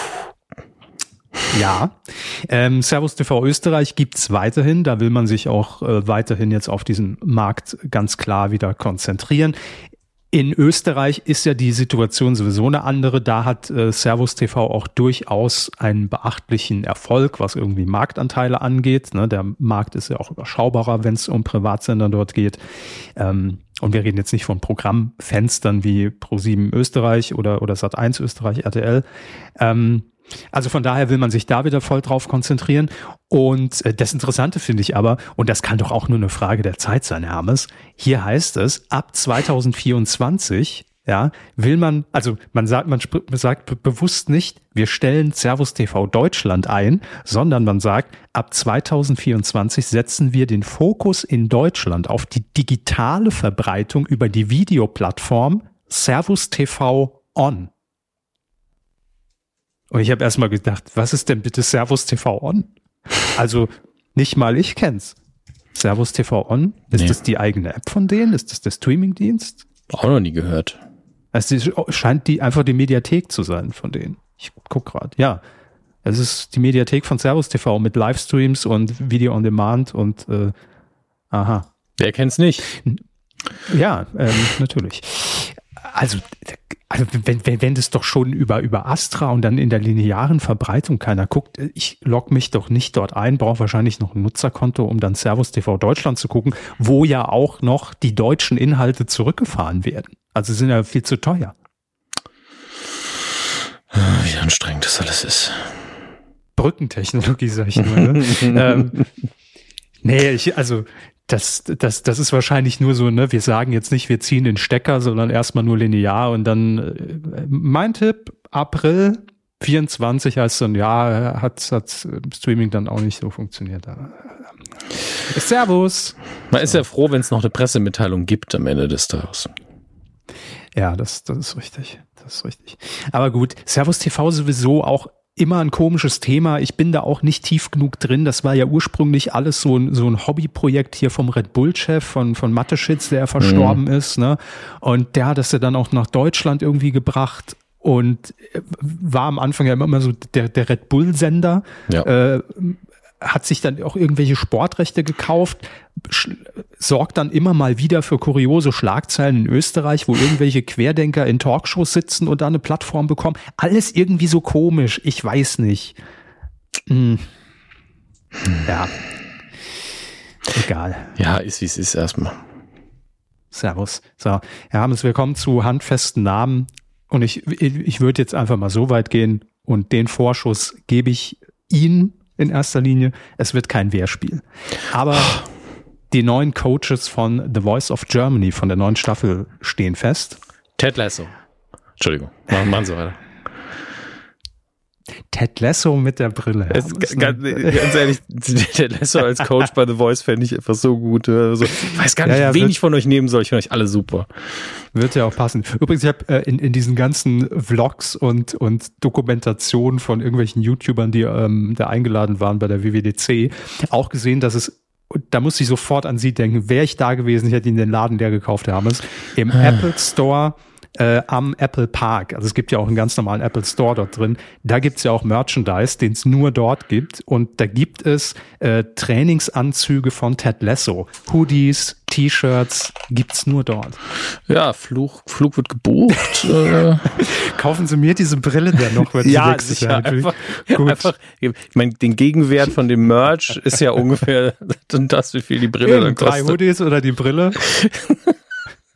Ja, ähm, Servus T V Österreich gibt's weiterhin, da will man sich auch äh, weiterhin jetzt auf diesen Markt ganz klar wieder konzentrieren. In Österreich ist ja die Situation sowieso eine andere. Da hat äh, Servus T V auch durchaus einen beachtlichen Erfolg, was irgendwie Marktanteile angeht. Ne, der Markt ist ja auch überschaubarer, wenn es um Privatsender dort geht. Ähm, und wir reden jetzt nicht von Programmfenstern wie ProSieben Österreich oder, oder Sat eins Österreich, R T L. Ähm, Also von daher will man sich da wieder voll drauf konzentrieren. Und äh, das Interessante finde ich aber, und das kann doch auch nur eine Frage der Zeit sein, Hermes, hier heißt es, ab zwanzig vierundzwanzig, ja, will man, also man sagt, man sp- sagt be- bewusst nicht, wir stellen Servus T V Deutschland ein, sondern man sagt, ab zwanzig vierundzwanzig setzen wir den Fokus in Deutschland auf die digitale Verbreitung über die Videoplattform Servus T V On. Und ich habe erstmal gedacht, was ist denn bitte Servus T V On? Also nicht mal ich kenn's. Servus T V On, ist nee. das die eigene App von denen? Ist das der Streamingdienst? Auch noch nie gehört. Also es scheint die einfach die Mediathek zu sein von denen. Ich guck gerade. Ja, es ist die Mediathek von Servus T V mit Livestreams und Video on Demand und äh, aha. Wer kennt's nicht? Ja, ähm, natürlich. Also, also wenn, wenn, wenn das doch schon über, über Astra und dann in der linearen Verbreitung keiner guckt, ich logge mich doch nicht dort ein, brauche wahrscheinlich noch ein Nutzerkonto, um dann Servus T V Deutschland zu gucken, wo ja auch noch die deutschen Inhalte zurückgefahren werden. Also sind ja viel zu teuer. Wie anstrengend das alles ist. Brückentechnologie, sag ich nur. Ne? ähm, nee, ich, also Das, das, das ist wahrscheinlich nur so, ne, wir sagen jetzt nicht, wir ziehen den Stecker, sondern erstmal nur linear und dann, äh, mein Tipp, April vierundzwanzig heißt dann, ja, hat, hat Streaming dann auch nicht so funktioniert. Äh, Servus! Man ist ja froh, wenn es noch eine Pressemitteilung gibt am Ende des Tages. Ja, das, das ist richtig. Das ist richtig. Aber gut, Servus T V sowieso auch immer ein komisches Thema. Ich bin da auch nicht tief genug drin. Das war ja ursprünglich alles so ein, so ein Hobbyprojekt hier vom Red Bull-Chef, von, von Mateschitz, der verstorben mhm. ist, ne? Und der hat das ja dann auch nach Deutschland irgendwie gebracht und war am Anfang ja immer so der, der Red Bull-Sender. Ja. Äh, hat sich dann auch irgendwelche Sportrechte gekauft, sch- sorgt dann immer mal wieder für kuriose Schlagzeilen in Österreich, wo irgendwelche Querdenker in Talkshows sitzen und da eine Plattform bekommen. Alles irgendwie so komisch, ich weiß nicht. Hm. Ja. Egal. Ja, ist wie es ist erstmal. Servus. So, Herr Hammes, wir kommen zu handfesten Namen und ich, ich würde jetzt einfach mal so weit gehen und den Vorschuss gebe ich Ihnen in erster Linie, es wird kein Wehrspiel. Aber die neuen Coaches von The Voice of Germany, von der neuen Staffel, stehen fest. Ted Lasso. Entschuldigung, machen, machen Sie weiter. Ted Lasso mit der Brille. Es, ganz, ganz ehrlich, Ted Lasso als Coach bei The Voice fände ich einfach so gut. Also, ich weiß gar nicht, ja, ja, wen ich von euch nehmen soll. Ich finde euch alle super. Wird ja auch passen. Übrigens, ich habe äh, in, in diesen ganzen Vlogs und, und Dokumentationen von irgendwelchen YouTubern, die ähm, da eingeladen waren bei der W W D C, auch gesehen, dass es, da musste ich sofort an Sie denken, wäre ich da gewesen, ich hätte Ihnen den Laden leer gekauft, Herr Hammes, im ah. Apple Store Äh, am Apple Park. Also es gibt ja auch einen ganz normalen Apple Store dort drin. Da gibt's ja auch Merchandise, den es nur dort gibt. Und da gibt es äh, Trainingsanzüge von Ted Lasso. Hoodies, T-Shirts, gibt's nur dort. Ja, Flug, Flug wird gebucht. äh. Kaufen Sie mir diese Brille dann noch, wenn Sie ja, nächstes sicher, Jahr einfach, einfach, ich meine, den Gegenwert von dem Merch ist ja ungefähr das, wie viel die Brille Eben, dann kostet. Drei Hoodies oder die Brille.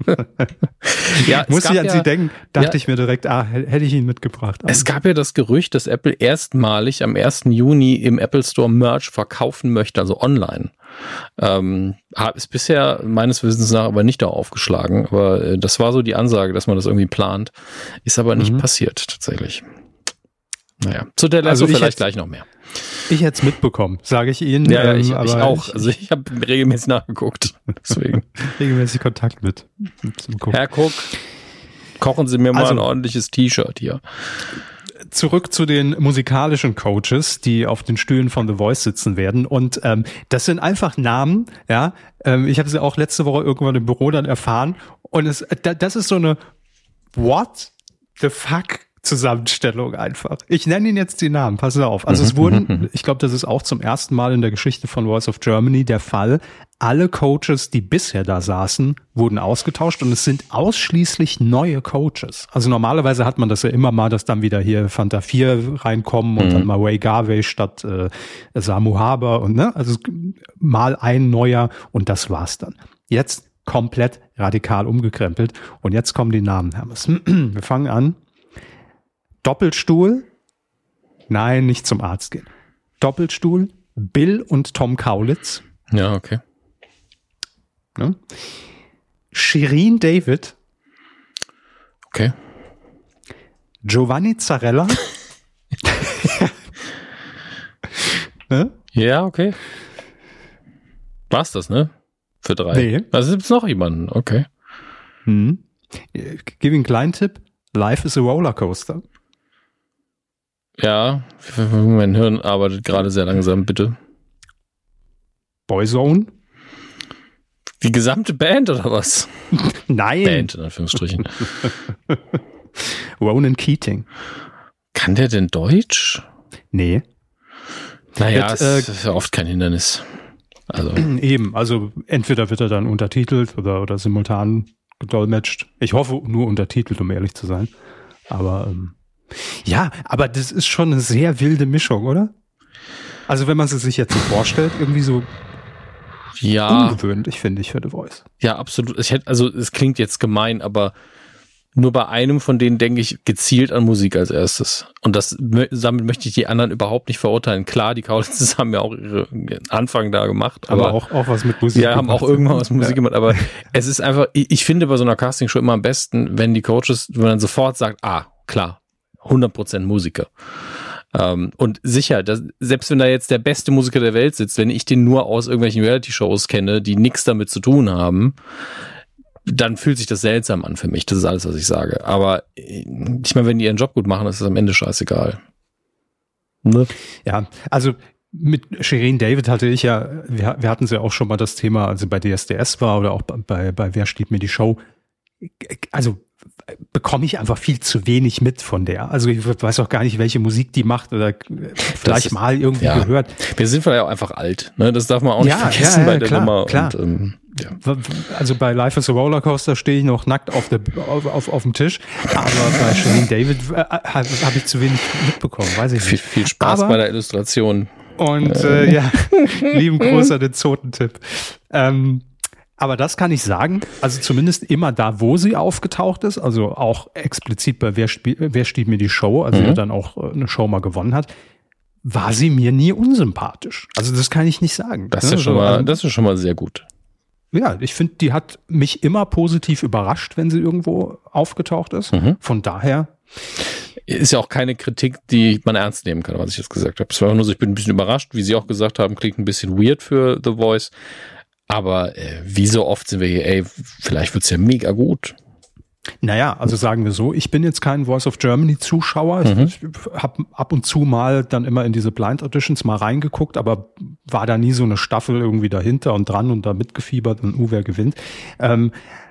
ja, Muss ich an ja, Sie denken, dachte ja, ich mir direkt, ah, hätte ich ihn mitgebracht. Es gab ja das Gerücht, dass Apple erstmalig am ersten Juni im Apple Store Merch verkaufen möchte, also online. Ähm, ist bisher meines Wissens nach aber nicht da aufgeschlagen, aber äh, das war so die Ansage, dass man das irgendwie plant. Ist aber nicht mhm. passiert, tatsächlich. Naja, zu der also vielleicht hätte, gleich noch mehr. Ich hätte es mitbekommen, sage ich Ihnen. Ja, ähm, ich, aber ich auch. Also ich habe regelmäßig nachgeguckt. Deswegen. regelmäßig Kontakt mit. Herr Cook, kochen Sie mir mal also, ein ordentliches T-Shirt hier. Zurück zu den musikalischen Coaches, die auf den Stühlen von The Voice sitzen werden. Und ähm, das sind einfach Namen, ja. Ähm, ich habe sie auch letzte Woche irgendwann im Büro dann erfahren. Und es, das ist so eine What the fuck Zusammenstellung einfach. Ich nenne Ihnen jetzt die Namen, passen Sie auf. Also es wurden, ich glaube, das ist auch zum ersten Mal in der Geschichte von Voice of Germany der Fall, alle Coaches, die bisher da saßen, wurden ausgetauscht und es sind ausschließlich neue Coaches. Also normalerweise hat man das ja immer mal, dass dann wieder hier Fanta vier reinkommen und mhm. dann mal Ray Garvey statt äh, Samu Haber und ne, also mal ein neuer und das war's dann. Jetzt komplett radikal umgekrempelt und jetzt kommen die Namen, Hermes. Wir fangen an. Doppelstuhl, nein, nicht zum Arzt gehen. Doppelstuhl, Bill und Tom Kaulitz. Ja, okay. Ne? Shirin David. Okay. Giovanni Zarella. Ne? Ja, okay. War's das, ne? Für drei. Nee. Also gibt's noch jemanden, okay. Hm. Ich gebe Ihnen einen kleinen Tipp. Life is a Rollercoaster. Ja, mein Hirn arbeitet gerade sehr langsam, bitte. Boyzone? Die gesamte Band oder was? Nein. Band in Anführungsstrichen. Ronan Keating. Kann der denn Deutsch? Nee. Naja, es äh, ist ja oft kein Hindernis. Also. Eben, also entweder wird er dann untertitelt oder, oder simultan gedolmetscht. Ich hoffe nur untertitelt, um ehrlich zu sein. Aber ähm, ja, aber das ist schon eine sehr wilde Mischung, oder? Also wenn man sie sich jetzt so vorstellt, irgendwie so ja, ungewöhnlich, finde ich, für The Voice. Ja, absolut. Ich hätte, also es klingt jetzt gemein, aber nur bei einem von denen denke ich gezielt an Musik als erstes. Und das, damit möchte ich die anderen überhaupt nicht verurteilen. Klar, die Kaulitzes haben ja auch ihren Anfang da gemacht. Aber, aber auch, auch was mit Musik ja, gemacht. Ja, haben auch irgendwann was mit Musik ja. gemacht. Aber es ist einfach, ich finde bei so einer Castingshow immer am besten, wenn die Coaches, wenn man sofort sagt, ah, klar, hundert Prozent Musiker. Um, und sicher, dass, selbst wenn da jetzt der beste Musiker der Welt sitzt, wenn ich den nur aus irgendwelchen Reality-Shows kenne, die nichts damit zu tun haben, dann fühlt sich das seltsam an für mich. Das ist alles, was ich sage. Aber ich meine, wenn die ihren Job gut machen, ist es am Ende scheißegal. Ne? Ja, also mit Shirin David hatte ich ja, wir, wir hatten es ja auch schon mal das Thema, also bei D S D S war oder auch bei, bei Wer steht mir die Show. Also bekomme ich einfach viel zu wenig mit von der. Also ich weiß auch gar nicht, welche Musik die macht oder vielleicht ist, mal irgendwie ja. gehört. Wir sind vielleicht auch einfach alt, ne? Das darf man auch nicht ja, vergessen ja, ja, bei der klar, Nummer. Klar. Und, ähm, ja. Also bei Life is a Rollercoaster stehe ich noch nackt auf, der, auf, auf, auf dem Tisch, aber bei Shirin David äh, habe hab ich zu wenig mitbekommen, weiß ich nicht. Viel, viel Spaß aber, bei der Illustration. Und äh, ja, lieben Gruß an den Zotentipp. Ähm, Aber das kann ich sagen, also zumindest immer da, wo sie aufgetaucht ist, also auch explizit bei Wer, spiel, wer stiehlt mir die Show, also mhm. die dann auch eine Show mal gewonnen hat, war sie mir nie unsympathisch. Also das kann ich nicht sagen. Das ist, ja schon mal, das ist schon mal sehr gut. Ja, ich finde, die hat mich immer positiv überrascht, wenn sie irgendwo aufgetaucht ist. Mhm. Von daher ist ja auch keine Kritik, die man ernst nehmen kann, was ich jetzt gesagt habe. Es war nur so, ich bin ein bisschen überrascht, wie Sie auch gesagt haben, klingt ein bisschen weird für The Voice. Aber äh, wie so oft sind wir hier, ey, vielleicht wird's ja mega gut. Naja, also sagen wir so, ich bin jetzt kein Voice of Germany Zuschauer. Mhm. Ich, ich habe ab und zu mal dann immer in diese Blind Auditions mal reingeguckt, aber war da nie so eine Staffel irgendwie dahinter und dran und da mitgefiebert und uh, wer gewinnt. Ähm,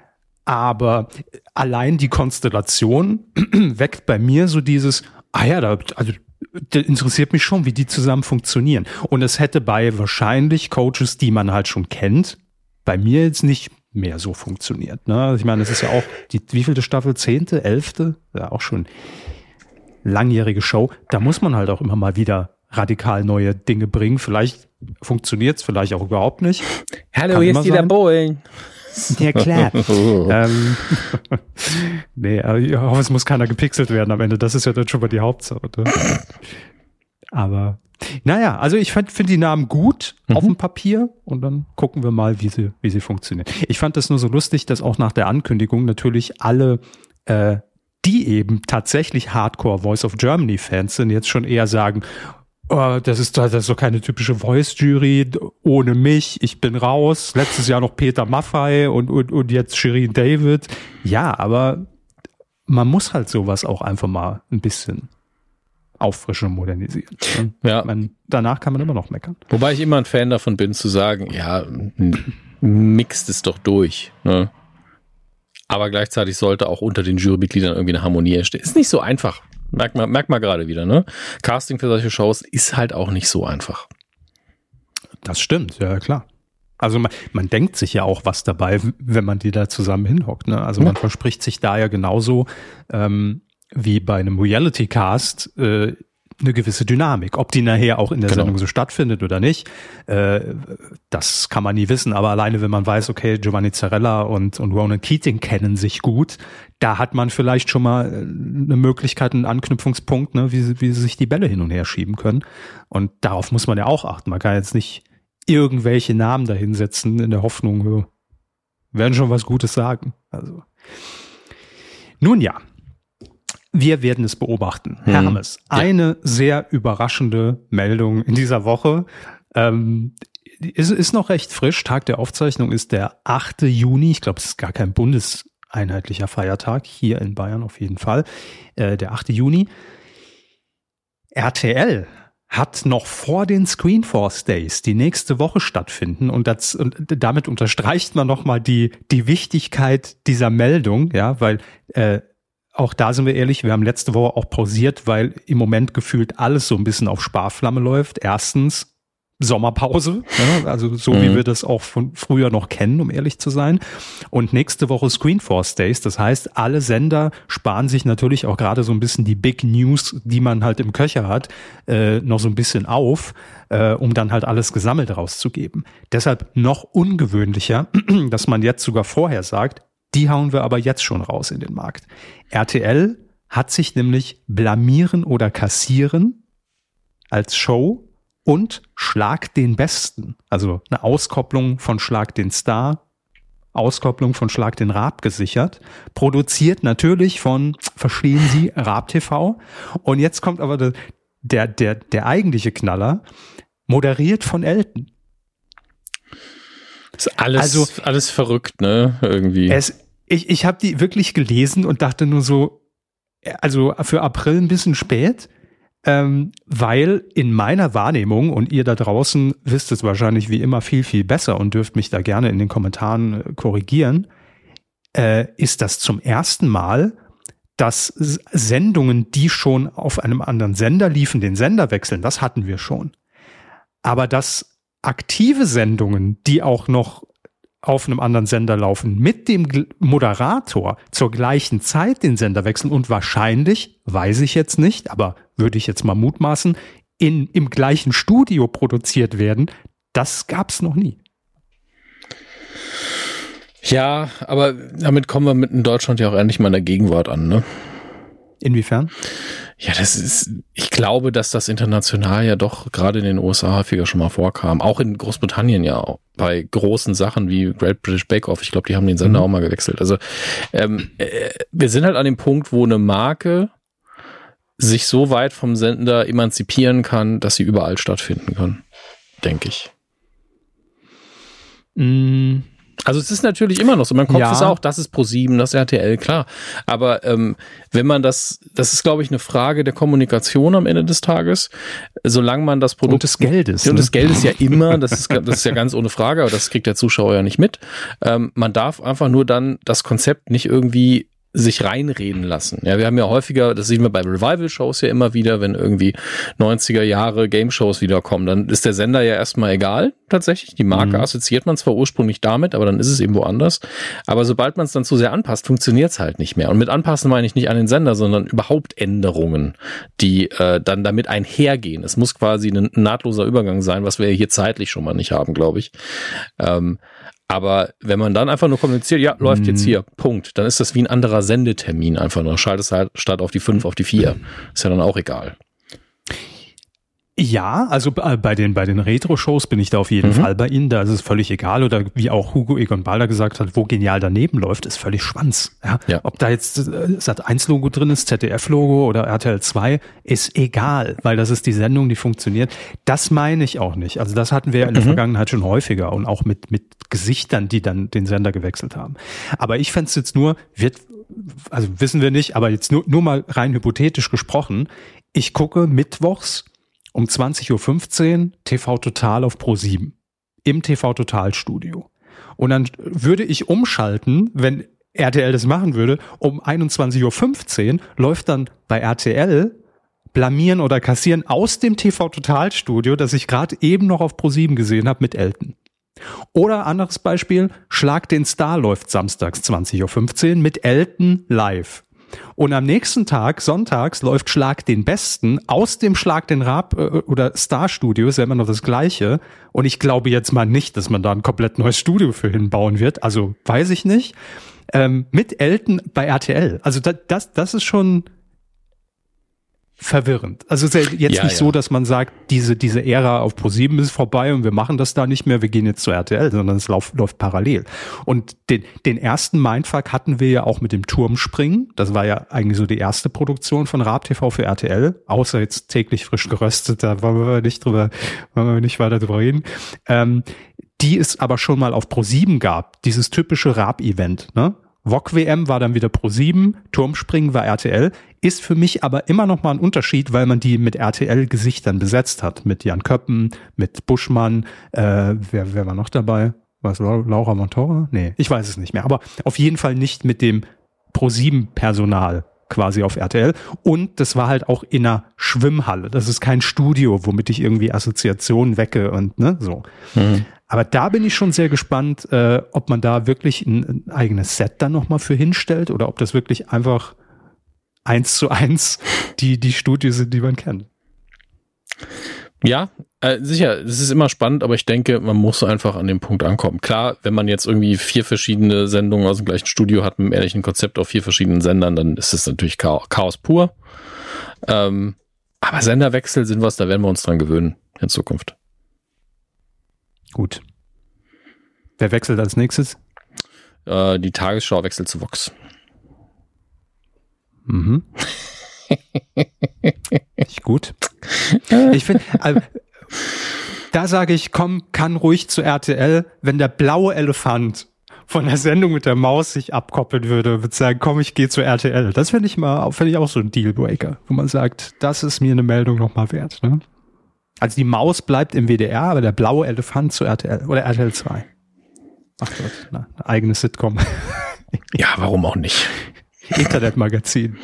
aber allein die Konstellation weckt bei mir so dieses, ah ja, da, also das interessiert mich schon, wie die zusammen funktionieren. Und es hätte bei wahrscheinlich Coaches, die man halt schon kennt, bei mir jetzt nicht mehr so funktioniert. Ne? Ich meine, das ist ja auch die wievielte Staffel? Zehnte, elfte? Ja, auch schon langjährige Show. Da muss man halt auch immer mal wieder radikal neue Dinge bringen. Vielleicht funktioniert es, vielleicht auch überhaupt nicht. Hallo, hier ist wieder Bohlen. Ja, klar. Oh. Ähm, nee, ich hoffe, es muss keiner gepixelt werden am Ende. Das ist ja dann schon mal die Hauptsache. Ne? Aber naja, also ich finde die Namen gut mhm. auf dem Papier und dann gucken wir mal, wie sie, wie sie funktionieren. Ich fand das nur so lustig, dass auch nach der Ankündigung natürlich alle, äh, die eben tatsächlich Hardcore Voice of Germany Fans sind, jetzt schon eher sagen, oh, das ist, das ist doch keine typische Voice-Jury, ohne mich, ich bin raus. Letztes Jahr noch Peter Maffay und, und, und jetzt Shirin David. Ja, aber man muss halt sowas auch einfach mal ein bisschen auffrischen und modernisieren. Ja. Man, danach kann man immer noch meckern. Wobei ich immer ein Fan davon bin, zu sagen, ja, mixt es doch durch. Ne? Aber gleichzeitig sollte auch unter den Jurymitgliedern irgendwie eine Harmonie entstehen. Ist nicht so einfach. Merkt man, merkt man gerade wieder, ne? Casting für solche Shows ist halt auch nicht so einfach. Das stimmt, ja klar. Also man, man denkt sich ja auch was dabei, wenn man die da zusammen hinhockt. Ne? Also man ja. verspricht sich da ja genauso ähm, wie bei einem Reality-Cast äh, eine gewisse Dynamik. Ob die nachher auch in der genau. Sendung so stattfindet oder nicht, äh, das kann man nie wissen. Aber alleine, wenn man weiß, okay, Giovanni Zarella und, und Ronan Keating kennen sich gut, da hat man vielleicht schon mal eine Möglichkeit, einen Anknüpfungspunkt, ne, wie, wie sie sich die Bälle hin und her schieben können. Und darauf muss man ja auch achten. Man kann jetzt nicht irgendwelche Namen da hinsetzen in der Hoffnung, wir werden schon was Gutes sagen. Also nun ja. Wir werden es beobachten. Hm. Hermes, ja. eine sehr überraschende Meldung in dieser Woche. Ähm, ist, ist noch recht frisch. Tag der Aufzeichnung ist der achte Juni. Ich glaube, es ist gar kein bundeseinheitlicher Feiertag. Hier in Bayern auf jeden Fall. Äh, der achte Juni. R T L hat noch vor den Screenforce Days, die nächste Woche stattfinden. Und, das, und damit unterstreicht man nochmal die, die Wichtigkeit dieser Meldung. Ja, weil äh, auch da sind wir ehrlich, wir haben letzte Woche auch pausiert, weil im Moment gefühlt alles so ein bisschen auf Sparflamme läuft. Erstens Sommerpause, ja, also so mhm. wie wir das auch von früher noch kennen, um ehrlich zu sein. Und nächste Woche Screenforce Days, das heißt, alle Sender sparen sich natürlich auch gerade so ein bisschen die Big News, die man halt im Köcher hat, äh, noch so ein bisschen auf, äh, um dann halt alles gesammelt rauszugeben. Deshalb noch ungewöhnlicher, dass man jetzt sogar vorher sagt, die hauen wir aber jetzt schon raus in den Markt. R T L hat sich nämlich Blamieren oder Kassieren als Show und Schlag den Besten, also eine Auskopplung von Schlag den Star, Auskopplung von Schlag den Raab gesichert, produziert natürlich von, verstehen Sie, Raab T V. Und jetzt kommt aber der, der, der, der eigentliche Knaller, moderiert von Elton. Ist alles, also, alles verrückt, ne? Irgendwie. Es, ich ich habe die wirklich gelesen und dachte nur so, also für April ein bisschen spät, ähm, weil in meiner Wahrnehmung, und ihr da draußen wisst es wahrscheinlich wie immer viel, viel besser und dürft mich da gerne in den Kommentaren äh, korrigieren, äh, ist das zum ersten Mal, dass Sendungen, die schon auf einem anderen Sender liefen, den Sender wechseln. Das hatten wir schon. Aber dass aktive Sendungen, die auch noch auf einem anderen Sender laufen, mit dem Moderator zur gleichen Zeit den Sender wechseln und wahrscheinlich, weiß ich jetzt nicht, aber würde ich jetzt mal mutmaßen, in, im gleichen Studio produziert werden, das gab's noch nie. Ja, aber damit kommen wir mit in Deutschland ja auch endlich mal in der Gegenwart an, ne? Inwiefern? Ja, das ist, ich glaube, dass das international ja doch gerade in den U S A häufiger schon mal vorkam. Auch in Großbritannien ja auch. Bei großen Sachen wie Great British Bake Off. Ich glaube, die haben den Sender mhm. auch mal gewechselt. Also ähm, äh, wir sind halt an dem Punkt, wo eine Marke sich so weit vom Sender emanzipieren kann, dass sie überall stattfinden kann. Denke ich. Mhm. Also es ist natürlich immer noch so, mein Kopf ja. ist auch, das ist ProSieben, das ist R T L, klar. Aber ähm, wenn man das, das ist, glaube ich, eine Frage der Kommunikation am Ende des Tages. Solange man das Produkt... Und des Geldes. Und ne? des Geldes ja immer, das ist, das ist ja ganz ohne Frage, aber das kriegt der Zuschauer ja nicht mit. Ähm, man darf einfach nur dann das Konzept nicht irgendwie sich reinreden lassen. Ja, wir haben ja häufiger, das sehen wir bei Revival-Shows ja immer wieder, wenn irgendwie neunziger Jahre Game-Shows wiederkommen, dann ist der Sender ja erstmal egal, tatsächlich. Die Marke mhm. assoziiert man zwar ursprünglich damit, aber dann ist es eben woanders. Aber sobald man es dann zu sehr anpasst, funktioniert es halt nicht mehr. Und mit anpassen meine ich nicht an den Sender, sondern überhaupt Änderungen, die äh, dann damit einhergehen. Es muss quasi ein nahtloser Übergang sein, was wir hier zeitlich schon mal nicht haben, glaube ich. Ähm, Aber wenn man dann einfach nur kommuniziert, ja, läuft mhm. jetzt hier, Punkt, dann ist das wie ein anderer Sendetermin einfach nur. Schaltest halt statt auf die fünf auf die vier. Ist ja dann auch egal. Ja, also bei den bei den Retro-Shows bin ich da auf jeden mhm. Fall bei Ihnen. Da ist es völlig egal. Oder wie auch Hugo Egon Balder gesagt hat, wo genial daneben läuft, ist völlig Schwanz. Ja? Ja. Ob da jetzt Sat eins Logo drin ist, Z D F-Logo oder R T L zwei, ist egal, weil das ist die Sendung, die funktioniert. Das meine ich auch nicht. Also das hatten wir in der mhm. Vergangenheit schon häufiger und auch mit mit Gesichtern, die dann den Sender gewechselt haben. Aber ich fände es jetzt nur, wird, also wissen wir nicht, aber jetzt nur, nur mal rein hypothetisch gesprochen, ich gucke mittwochs um zwanzig Uhr fünfzehn T V Total auf Pro sieben im T V Total Studio. Und dann würde ich umschalten, wenn R T L das machen würde, um einundzwanzig Uhr fünfzehn läuft dann bei R T L Blamieren oder Kassieren aus dem T V Total Studio, das ich gerade eben noch auf Pro sieben gesehen habe mit Elton. Oder anderes Beispiel, Schlag den Star läuft samstags zwanzig Uhr fünfzehn mit Elton live. Und am nächsten Tag, sonntags, läuft Schlag den Besten aus dem Schlag den Raab äh, oder Star Studio, ist ja immer noch das Gleiche. Und ich glaube jetzt mal nicht, dass man da ein komplett neues Studio für hinbauen wird. Also weiß ich nicht. Ähm, mit Elton bei R T L. Also das, das, das ist schon verwirrend. Also es ist ja jetzt ja, nicht ja. so, dass man sagt, diese diese Ära auf Pro sieben ist vorbei und wir machen das da nicht mehr, wir gehen jetzt zu R T L, sondern es lauf, läuft parallel. Und den den ersten Mindfuck hatten wir ja auch mit dem Turmspringen. Das war ja eigentlich so die erste Produktion von Raab T V für R T L, außer jetzt täglich frisch geröstet, da wollen wir nicht drüber, wollen wir nicht weiter drüber reden. Ähm, die es aber schon mal auf Pro sieben gab, dieses typische Raab-Event, ne? V O G W M war dann wieder Pro sieben, Turmspringen war R T L, ist für mich aber immer noch mal ein Unterschied, weil man die mit R T L-Gesichtern besetzt hat. Mit Jan Köppen, mit Buschmann, äh, wer, wer war noch dabei? War es Laura Montora? Nee, ich weiß es nicht mehr. Aber auf jeden Fall nicht mit dem Pro sieben Personal quasi auf R T L. Und das war halt auch in einer Schwimmhalle. Das ist kein Studio, womit ich irgendwie Assoziationen wecke und ne, so. Mhm. Aber da bin ich schon sehr gespannt, äh, ob man da wirklich ein, ein eigenes Set dann nochmal für hinstellt oder ob das wirklich einfach eins zu eins die, die Studios sind, die man kennt. Ja, äh, sicher, es ist immer spannend, aber ich denke, man muss einfach an dem Punkt ankommen. Klar, wenn man jetzt irgendwie vier verschiedene Sendungen aus dem gleichen Studio hat, mit einem ähnlichen Konzept auf vier verschiedenen Sendern, dann ist es natürlich Chaos, Chaos pur. Ähm, aber Senderwechsel sind was, da werden wir uns dran gewöhnen in Zukunft. Gut. Wer wechselt als nächstes? Äh, die Tagesschau wechselt zu Vox. Mhm. Nicht gut. Ich finde, also, da sage ich, komm, kann ruhig zu R T L, wenn der blaue Elefant von der Sendung mit der Maus sich abkoppeln würde, würde sagen, komm, ich gehe zu R T L. Das finde ich mal, finde ich auch so ein Dealbreaker, wo man sagt, das ist mir eine Meldung nochmal wert, ne? Also die Maus bleibt im W D R, aber der blaue Elefant zu R T L oder R T L zwei. Ach Gott, na, eine eigene Sitcom. Ja, warum auch nicht? Internetmagazin.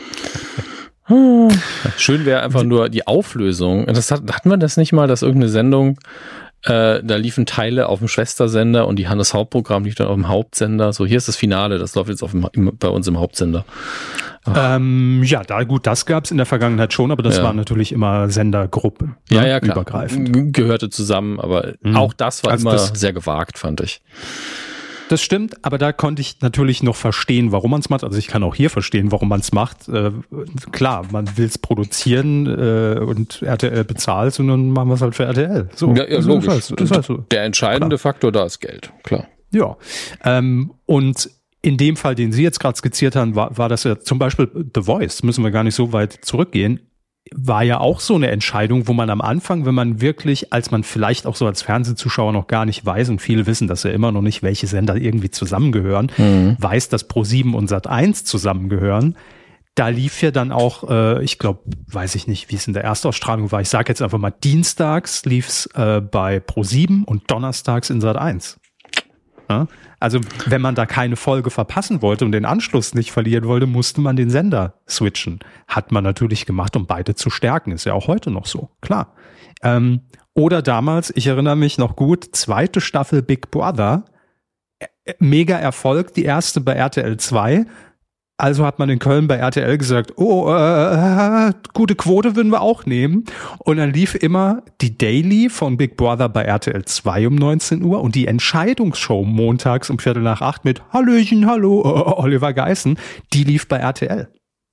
Schön wäre einfach nur die Auflösung. Das hat, hatten wir das nicht mal, dass irgendeine Sendung, äh, da liefen Teile auf dem Schwestersender und die Hannes Hauptprogramm lief dann auf dem Hauptsender. So, hier ist das Finale, das läuft jetzt auf dem, bei uns im Hauptsender. Ähm, ja, da gut, das gab's in der Vergangenheit schon, aber das ja. waren natürlich immer Sendergruppen. Ja, ja, klar. Übergreifend. Gehörte zusammen, aber mhm. auch das war also immer das, sehr gewagt, fand ich. Das stimmt, aber da konnte ich natürlich noch verstehen, warum man es macht. Also ich kann auch hier verstehen, warum man es macht. Äh, klar, man will es produzieren äh, und R T L bezahlt und dann machen wir es halt für R T L. So, ja, ja, also logisch. Ist halt, ist halt so. Der entscheidende klar. Faktor da ist Geld, klar. Ja, ähm, und in dem Fall, den Sie jetzt gerade skizziert haben, war, war das ja zum Beispiel The Voice, müssen wir gar nicht so weit zurückgehen, war ja auch so eine Entscheidung, wo man am Anfang, wenn man wirklich, als man vielleicht auch so als Fernsehzuschauer noch gar nicht weiß, und viele wissen das ja immer noch nicht, welche Sender irgendwie zusammengehören, mhm. weiß, dass Pro sieben und Sat eins zusammengehören. Da lief ja dann auch, äh, ich glaube, weiß ich nicht, wie es in der Erstausstrahlung war, ich sage jetzt einfach mal, dienstags lief's äh, bei Pro sieben und donnerstags in Sat eins. Ja? Also wenn man da keine Folge verpassen wollte und den Anschluss nicht verlieren wollte, musste man den Sender switchen. Hat man natürlich gemacht, um beide zu stärken. Ist ja auch heute noch so, klar. Ähm, oder damals, ich erinnere mich noch gut, zweite Staffel Big Brother, mega Erfolg, die erste bei R T L zwei, Also hat man in Köln bei R T L gesagt, oh, äh, gute Quote würden wir auch nehmen. Und dann lief immer die Daily von Big Brother bei R T L zwei um neunzehn Uhr und die Entscheidungsshow montags um Viertel nach acht mit Hallöchen, hallo, Oliver Geißen, die lief bei R T L.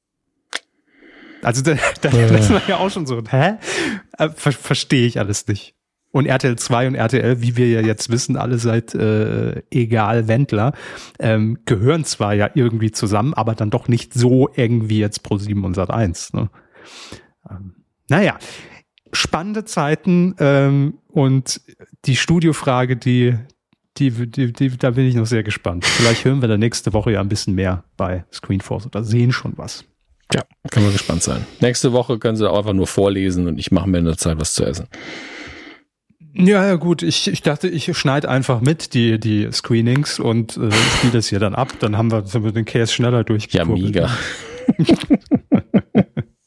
Also da, da ja. ist man ja auch schon so, hä? Ver, verstehe ich alles nicht. Und R T L zwei und R T L, wie wir ja jetzt wissen, alle seit äh, egal Wendler, ähm, gehören zwar ja irgendwie zusammen, aber dann doch nicht so eng wie jetzt ProSieben und Sat eins. Ne? Ähm, naja, spannende Zeiten ähm, und die Studiofrage, die, die, die, die, da bin ich noch sehr gespannt. Vielleicht hören wir da nächste Woche ja ein bisschen mehr bei Screenforce oder sehen schon was. Ja, können wir gespannt sein. Nächste Woche können sie auch einfach nur vorlesen und ich mache mir in der Zeit was zu essen. Ja, ja gut, ich, ich dachte, ich schneide einfach mit die, die Screenings und äh, spiele das hier dann ab. Dann haben wir, sind wir den Case schneller durchgeguckt. Ja, mega.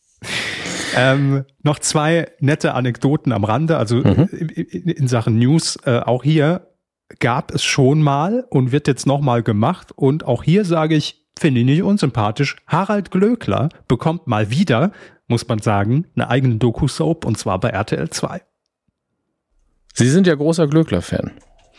ähm, noch zwei nette Anekdoten am Rande, also mhm. in, in Sachen News. Äh, auch hier gab es schon mal und wird jetzt nochmal gemacht. Und auch hier sage ich, finde ich nicht unsympathisch, Harald Glöckler bekommt mal wieder, muss man sagen, eine eigene Doku-Soap und zwar bei R T L zwei. Sie sind ja großer Glöckler-Fan.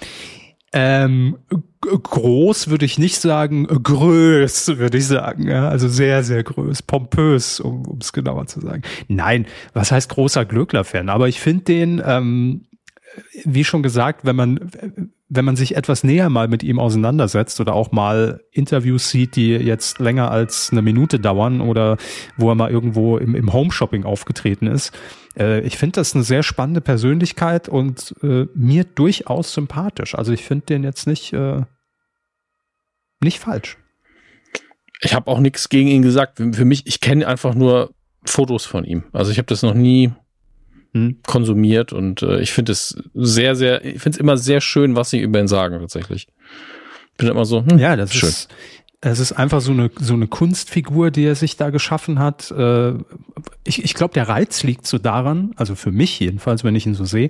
Ähm, g- groß würde ich nicht sagen, größ würde ich sagen. Ja? Also sehr, sehr groß, pompös, um es genauer zu sagen. Nein, was heißt großer Glöckler-Fan? Aber ich finde den, ähm, wie schon gesagt, wenn man wenn man sich etwas näher mal mit ihm auseinandersetzt oder auch mal Interviews sieht, die jetzt länger als eine Minute dauern oder wo er mal irgendwo im, im Home-Shopping aufgetreten ist. Äh, ich finde das eine sehr spannende Persönlichkeit und äh, mir durchaus sympathisch. Also ich finde den jetzt nicht, äh, nicht falsch. Ich habe auch nichts gegen ihn gesagt. Für, für mich, ich kenne einfach nur Fotos von ihm. Also ich habe das noch nie Hm. konsumiert und äh, ich finde es sehr, sehr, ich finde es immer sehr schön, was sie über ihn sagen tatsächlich. Bin immer so, hm, ja, das schön. ist, es ist einfach so eine, so eine Kunstfigur, die er sich da geschaffen hat. Äh, ich ich glaube, der Reiz liegt so daran, also für mich jedenfalls, wenn ich ihn so sehe,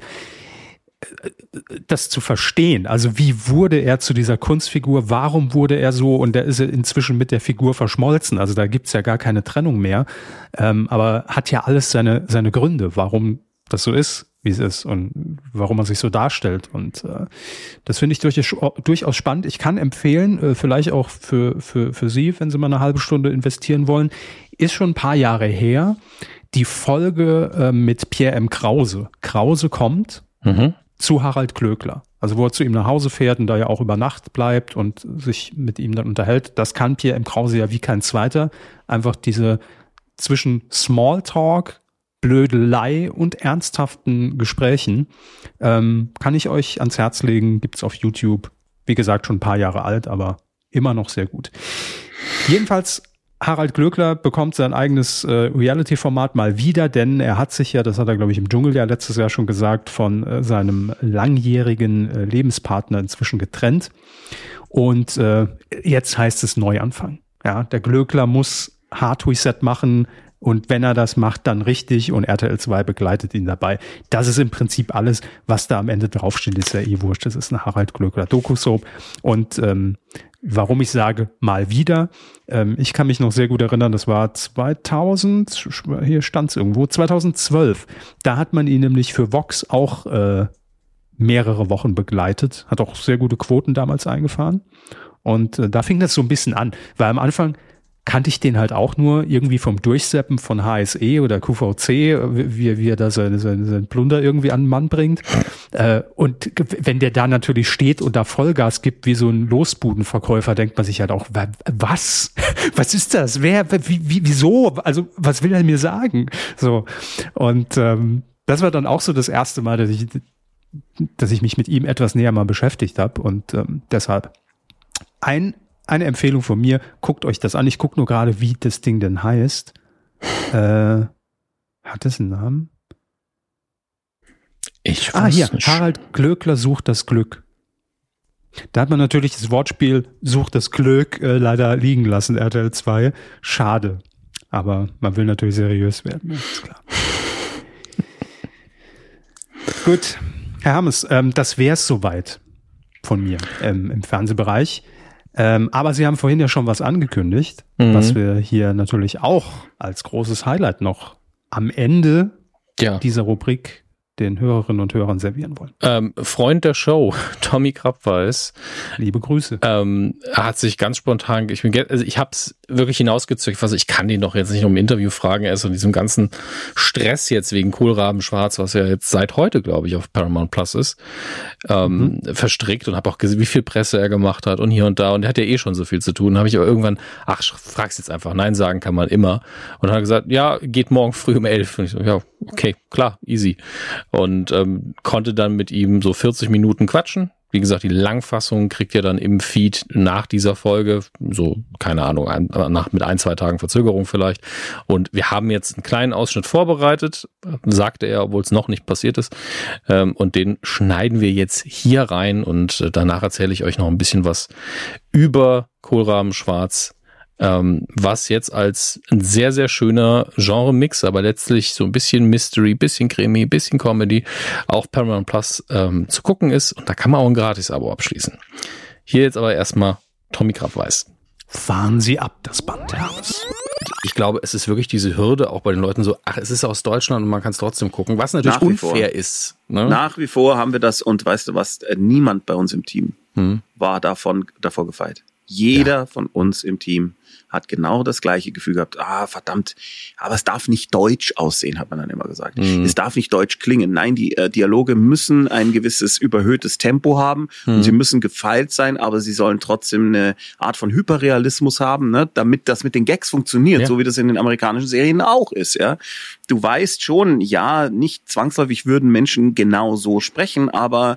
das zu verstehen. Also wie wurde er zu dieser Kunstfigur? Warum wurde er so? Und der ist inzwischen mit der Figur verschmolzen. Also da gibt's ja gar keine Trennung mehr. Ähm, aber hat ja alles seine, seine Gründe, warum das so ist, wie es ist und warum man sich so darstellt. Und äh, das finde ich durchaus, durchaus spannend. Ich kann empfehlen, äh, vielleicht auch für, für, für Sie, wenn Sie mal eine halbe Stunde investieren wollen, ist schon ein paar Jahre her, die Folge äh, mit Pierre M. Krause. Krause kommt mhm. zu Harald Glöckler. Also wo er zu ihm nach Hause fährt und da ja auch über Nacht bleibt und sich mit ihm dann unterhält. Das kann Pierre M. Krause ja wie kein zweiter. Einfach diese zwischen Smalltalk, Blödelei und ernsthaften Gesprächen ähm, kann ich euch ans Herz legen. Gibt's auf YouTube. Wie gesagt, schon ein paar Jahre alt, aber immer noch sehr gut. Jedenfalls Harald Glöckler bekommt sein eigenes äh, Reality-Format mal wieder, denn er hat sich ja, das hat er, glaube ich, im Dschungel ja letztes Jahr schon gesagt, von äh, seinem langjährigen äh, Lebenspartner inzwischen getrennt. Und äh, jetzt heißt es Neuanfang. Ja, der Glöckler muss Hard-Reset machen und wenn er das macht, dann richtig und R T L zwei begleitet ihn dabei. Das ist im Prinzip alles, was da am Ende draufsteht, ist ja eh wurscht. Das ist eine Harald Glöckler Doku-Soap und ähm, warum ich sage, mal wieder. Ähm, ich kann mich noch sehr gut erinnern, das war zweitausend, hier stand es irgendwo, zweitausendzwölf. Da hat man ihn nämlich für Vox auch äh, mehrere Wochen begleitet, hat auch sehr gute Quoten damals eingefahren. Und äh, da fing das so ein bisschen an, weil am Anfang kannte ich den halt auch nur irgendwie vom Durchseppen von H S E oder Q V C, wie, wie er da seinen seine, seine Plunder irgendwie an den Mann bringt. Äh, und wenn der da natürlich steht und da Vollgas gibt wie so ein Losbudenverkäufer, denkt man sich halt auch, was? Was ist das? Wer? Wie, wie, wieso? Also was will er mir sagen? So. Und ähm, das war dann auch so das erste Mal, dass ich, dass ich mich mit ihm etwas näher mal beschäftigt habe. Und ähm, deshalb ein Eine Empfehlung von mir, guckt euch das an. Ich gucke nur gerade, wie das Ding denn heißt. Äh, hat das einen Namen? Ich ah, hier, nicht. Harald Glöckler sucht das Glück. Da hat man natürlich das Wortspiel sucht das Glück äh, leider liegen lassen, R T L zwei. Schade. Aber man will natürlich seriös werden, ist klar. Gut, Herr Hammes, ähm, das wär's soweit von mir ähm, im Fernsehbereich. Ähm, aber Sie haben vorhin ja schon was angekündigt, mhm. was wir hier natürlich auch als großes Highlight noch am Ende ja. dieser Rubrik den Hörerinnen und Hörern servieren wollen. Ähm, Freund der Show, Tommy Krabweis. Liebe Grüße. Ähm, hat sich ganz spontan, ich bin, also ich habe es wirklich hinausgezögert, also ich kann ihn doch jetzt nicht um ein Interview fragen, er ist in diesem ganzen Stress jetzt wegen Kohlraben Schwarz, was ja jetzt seit heute, glaube ich, auf Paramount Plus ist, ähm, mhm. verstrickt und habe auch gesehen, wie viel Presse er gemacht hat und hier und da und er hat ja eh schon so viel zu tun, habe ich aber irgendwann, ach, frag's jetzt einfach, nein sagen kann man immer und dann hat er gesagt, ja, geht morgen früh um elf und ich so, ja, okay, klar, easy. Und ähm, konnte dann mit ihm so vierzig Minuten quatschen. Wie gesagt, die Langfassung kriegt ihr dann im Feed nach dieser Folge, so, keine Ahnung, ein, nach, mit ein, zwei Tagen Verzögerung vielleicht. Und wir haben jetzt einen kleinen Ausschnitt vorbereitet, sagte er, obwohl es noch nicht passiert ist. Ähm, und den schneiden wir jetzt hier rein und äh, danach erzähle ich euch noch ein bisschen was über Kohlraben Schwarz. Ähm, was jetzt als ein sehr, sehr schöner Genre-Mix, aber letztlich so ein bisschen Mystery, bisschen Krimi, bisschen Comedy, auf Paramount Plus ähm, zu gucken ist. Und da kann man auch ein Gratis-Abo abschließen. Hier jetzt aber erstmal Tommy Krabweis. Fahren Sie ab, das Band, Hermes. Ich glaube, es ist wirklich diese Hürde auch bei den Leuten so, ach, es ist aus Deutschland und man kann es trotzdem gucken, was natürlich unfair vor. ist. Ne? Nach wie vor haben wir das und weißt du was, niemand bei uns im Team hm. war davon davor gefeit. Jeder ja. von uns im Team hat genau das gleiche Gefühl gehabt. Ah, verdammt, aber es darf nicht deutsch aussehen, hat man dann immer gesagt. Mhm. Es darf nicht deutsch klingen. Nein, die äh, Dialoge müssen ein gewisses überhöhtes Tempo haben mhm. und sie müssen gefeilt sein, aber sie sollen trotzdem eine Art von Hyperrealismus haben, ne, damit das mit den Gags funktioniert, ja. so wie das in den amerikanischen Serien auch ist. Ja, du weißt schon, ja, nicht zwangsläufig würden Menschen genau so sprechen, aber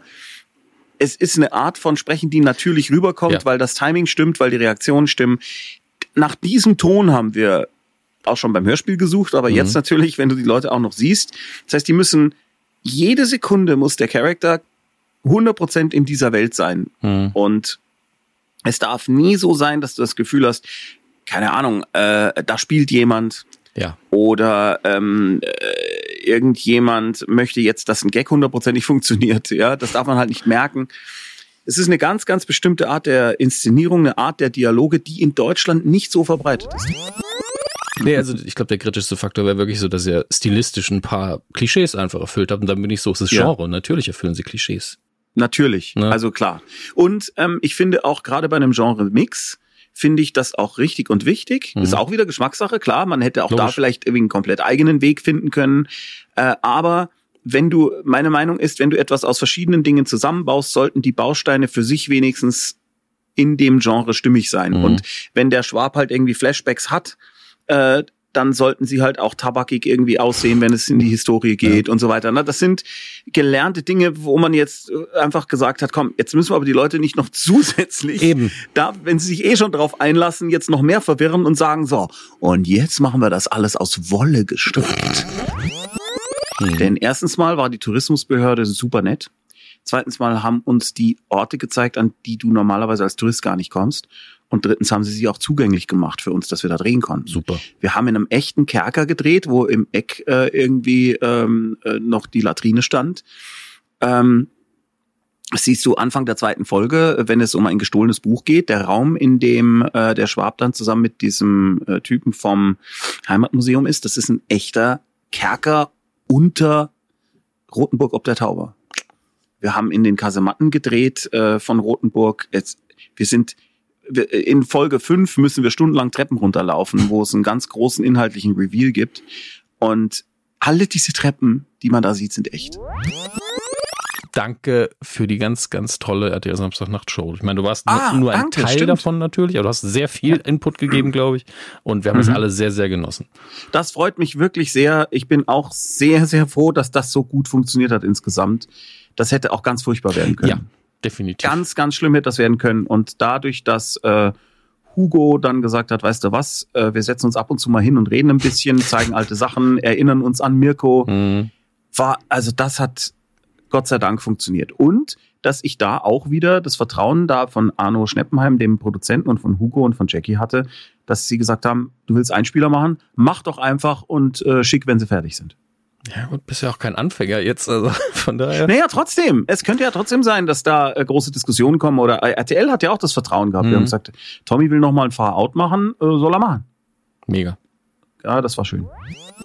es ist eine Art von Sprechen, die natürlich rüberkommt, ja. weil das Timing stimmt, weil die Reaktionen stimmen. Nach diesem Ton haben wir auch schon beim Hörspiel gesucht, aber mhm. jetzt natürlich, wenn du die Leute auch noch siehst. Das heißt, die müssen, jede Sekunde muss der Charakter hundert Prozent in dieser Welt sein. Mhm. Und es darf nie so sein, dass du das Gefühl hast, keine Ahnung, äh, da spielt jemand. Ja. Oder ähm, äh, irgendjemand möchte jetzt, dass ein Gag hundertprozentig funktioniert. Ja, das darf man halt nicht merken. Es ist eine ganz, ganz bestimmte Art der Inszenierung, eine Art der Dialoge, die in Deutschland nicht so verbreitet ist. Nee, also ich glaube, der kritischste Faktor wäre wirklich so, dass er stilistisch ein paar Klischees einfach erfüllt hat. Und dann bin ich so, es ist Genre. Ja. Natürlich erfüllen sie Klischees. Natürlich, ne? Also klar. Und ähm, ich finde auch gerade bei einem Genre-Mix, finde ich das auch richtig und wichtig. Mhm. Ist auch wieder Geschmackssache, klar. Man hätte auch Logisch. da vielleicht irgendwie einen komplett eigenen Weg finden können. Äh, aber wenn du, meine Meinung ist, wenn du etwas aus verschiedenen Dingen zusammenbaust, sollten die Bausteine für sich wenigstens in dem Genre stimmig sein. Mhm. Und wenn der Schwab halt irgendwie Flashbacks hat, äh, dann sollten sie halt auch tabakig irgendwie aussehen, wenn es in die Historie geht ja. und so weiter. Das sind gelernte Dinge, wo man jetzt einfach gesagt hat, komm, jetzt müssen wir aber die Leute nicht noch zusätzlich, Eben. da, wenn sie sich eh schon drauf einlassen, jetzt noch mehr verwirren und sagen, so, und jetzt machen wir das alles aus Wolle gestrickt. Mhm. Denn erstens mal war die Tourismusbehörde super nett. Zweitens mal haben uns die Orte gezeigt, an die du normalerweise als Tourist gar nicht kommst. Und drittens haben sie sie auch zugänglich gemacht für uns, dass wir da drehen konnten. Super. Wir haben in einem echten Kerker gedreht, wo im Eck äh, irgendwie ähm, äh, noch die Latrine stand. Ähm, das siehst du Anfang der zweiten Folge, wenn es um ein gestohlenes Buch geht. Der Raum, in dem äh, der Schwab dann zusammen mit diesem äh, Typen vom Heimatmuseum ist, das ist ein echter Kerker unter Rothenburg ob der Tauber. Wir haben in den Kasematten gedreht äh, von Rothenburg. Jetzt, wir sind in Folge fünf müssen wir stundenlang Treppen runterlaufen, wo es einen ganz großen inhaltlichen Reveal gibt. Und alle diese Treppen, die man da sieht, sind echt. Danke für die ganz, ganz tolle R T L Samstagnacht-Show. Ich meine, du warst ah, nur ein danke, Teil stimmt. davon natürlich, aber du hast sehr viel Input gegeben, glaube ich. Und wir haben es mhm. alle sehr, sehr genossen. Das freut mich wirklich sehr. Ich bin auch sehr, sehr froh, dass das so gut funktioniert hat insgesamt. Das hätte auch ganz furchtbar werden können. Ja. Definitiv. Ganz, ganz schlimm hätte das werden können. Und dadurch, dass äh, Hugo dann gesagt hat, weißt du was, äh, wir setzen uns ab und zu mal hin und reden ein bisschen, zeigen alte Sachen, erinnern uns an Mirko, mhm. war, also das hat Gott sei Dank funktioniert. Und dass ich da auch wieder das Vertrauen da von Arno Schneppenheim, dem Produzenten, und von Hugo und von Jackie hatte, dass sie gesagt haben, du willst Einspieler machen, mach doch einfach und äh, schick, wenn sie fertig sind. Ja gut, bist ja auch kein Anfänger jetzt, also von daher. Naja, trotzdem. Es könnte ja trotzdem sein, dass da äh, große Diskussionen kommen. Oder äh, R T L hat ja auch das Vertrauen gehabt. Mhm. Wir haben gesagt, Tommy will noch mal ein Far-Out machen, äh, soll er machen. Mega. Ja, das war schön.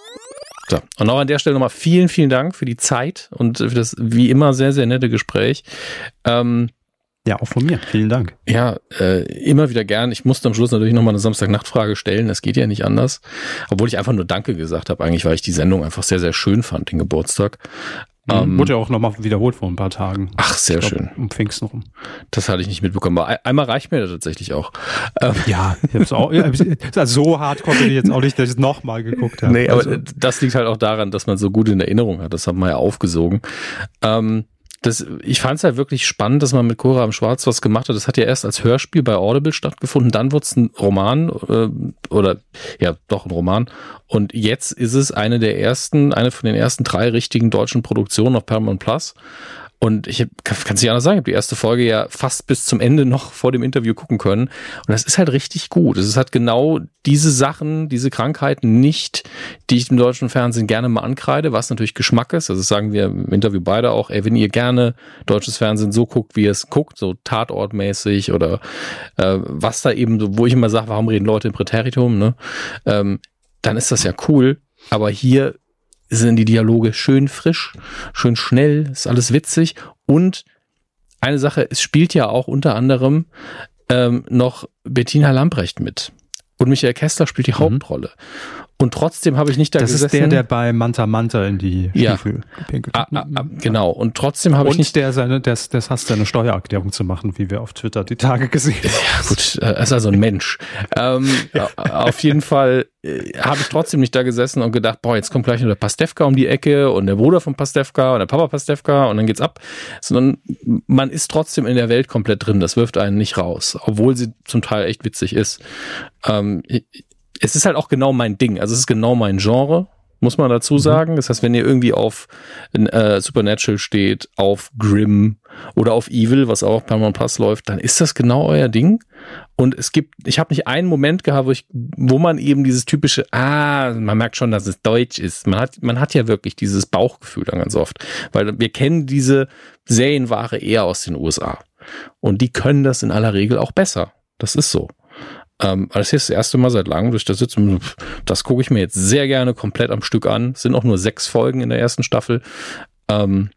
So, und auch an der Stelle nochmal vielen, vielen Dank für die Zeit und für das wie immer sehr, sehr nette Gespräch. Ähm, Ja, auch von mir. Vielen Dank. Ja, äh, immer wieder gern. Ich musste am Schluss natürlich nochmal eine Samstagnachtfrage stellen. Das geht ja nicht anders. Obwohl ich einfach nur Danke gesagt habe, eigentlich, weil ich die Sendung einfach sehr, sehr schön fand, den Geburtstag. Mhm. Ähm, Wurde ja auch nochmal wiederholt vor ein paar Tagen. Ach, sehr glaub, schön. Um Pfingsten rum. Das hatte ich nicht mitbekommen. Aber einmal reicht mir das tatsächlich auch. Ähm, ja, ich hab's auch. Also so hardcore bin ich jetzt auch nicht, dass ich es nochmal geguckt habe. Nee, aber also. Das liegt halt auch daran, dass man so gut in Erinnerung hat. Das haben wir ja aufgesogen. Ähm, Das, ich fand es halt wirklich spannend, dass man mit Cora im Schwarz was gemacht hat. Das hat ja erst als Hörspiel bei Audible stattgefunden, dann wurde es ein Roman äh, oder ja doch ein Roman und jetzt ist es eine der ersten, eine von den ersten drei richtigen deutschen Produktionen auf Paramount Plus. Und ich kann es nicht anders sagen, ich habe die erste Folge ja fast bis zum Ende noch vor dem Interview gucken können. Und das ist halt richtig gut. Es hat genau diese Sachen, diese Krankheiten nicht, die ich im deutschen Fernsehen gerne mal ankreide, was natürlich Geschmack ist. Also das sagen wir im Interview beide auch, ey, wenn ihr gerne deutsches Fernsehen so guckt, wie ihr es guckt, so tatortmäßig oder äh, was da eben, wo ich immer sage, warum reden Leute im Präteritum, ne? Ähm, dann ist das ja cool. Aber hier sind die Dialoge schön frisch, schön schnell, ist alles witzig. Und eine Sache, es spielt ja auch unter anderem ähm, noch Bettina Lamprecht mit. Und Michael Kessler spielt die mhm. Hauptrolle. Und trotzdem habe ich nicht da das gesessen. Das ist der, der bei Manta Manta in die ja. Stiefel gepinkelt hat. Ah, ah, genau. Und trotzdem habe ich nicht... Und der seine, das, das hasst seine Steuererklärung zu machen, wie wir auf Twitter die Tage gesehen haben. Ja gut, er ist also ein Mensch. ähm, auf jeden Fall äh, habe ich trotzdem nicht da gesessen und gedacht, boah, jetzt kommt gleich noch der Pastewka um die Ecke und der Bruder von Pastewka und der Papa Pastewka und dann geht's ab. Sondern man ist trotzdem in der Welt komplett drin. Das wirft einen nicht raus. Obwohl sie zum Teil echt witzig ist. Ähm, ich, Es ist halt auch genau mein Ding. Also es ist genau mein Genre, muss man dazu sagen. Das heißt, wenn ihr irgendwie auf äh, Supernatural steht, auf Grimm oder auf Evil, was auch auf Paramount Plus läuft, dann ist das genau euer Ding. Und es gibt, ich habe nicht einen Moment gehabt, wo ich, wo man eben dieses typische, ah, man merkt schon, dass es deutsch ist. Man hat, man hat ja wirklich dieses Bauchgefühl dann ganz oft. Weil wir kennen diese Serienware eher aus den U S A. Und die können das in aller Regel auch besser. Das ist so. Ähm, das ist das erste Mal seit langem, dass ich da sitze. Das gucke ich mir jetzt sehr gerne komplett am Stück an. Es sind auch nur sechs Folgen in der ersten Staffel. Ähm,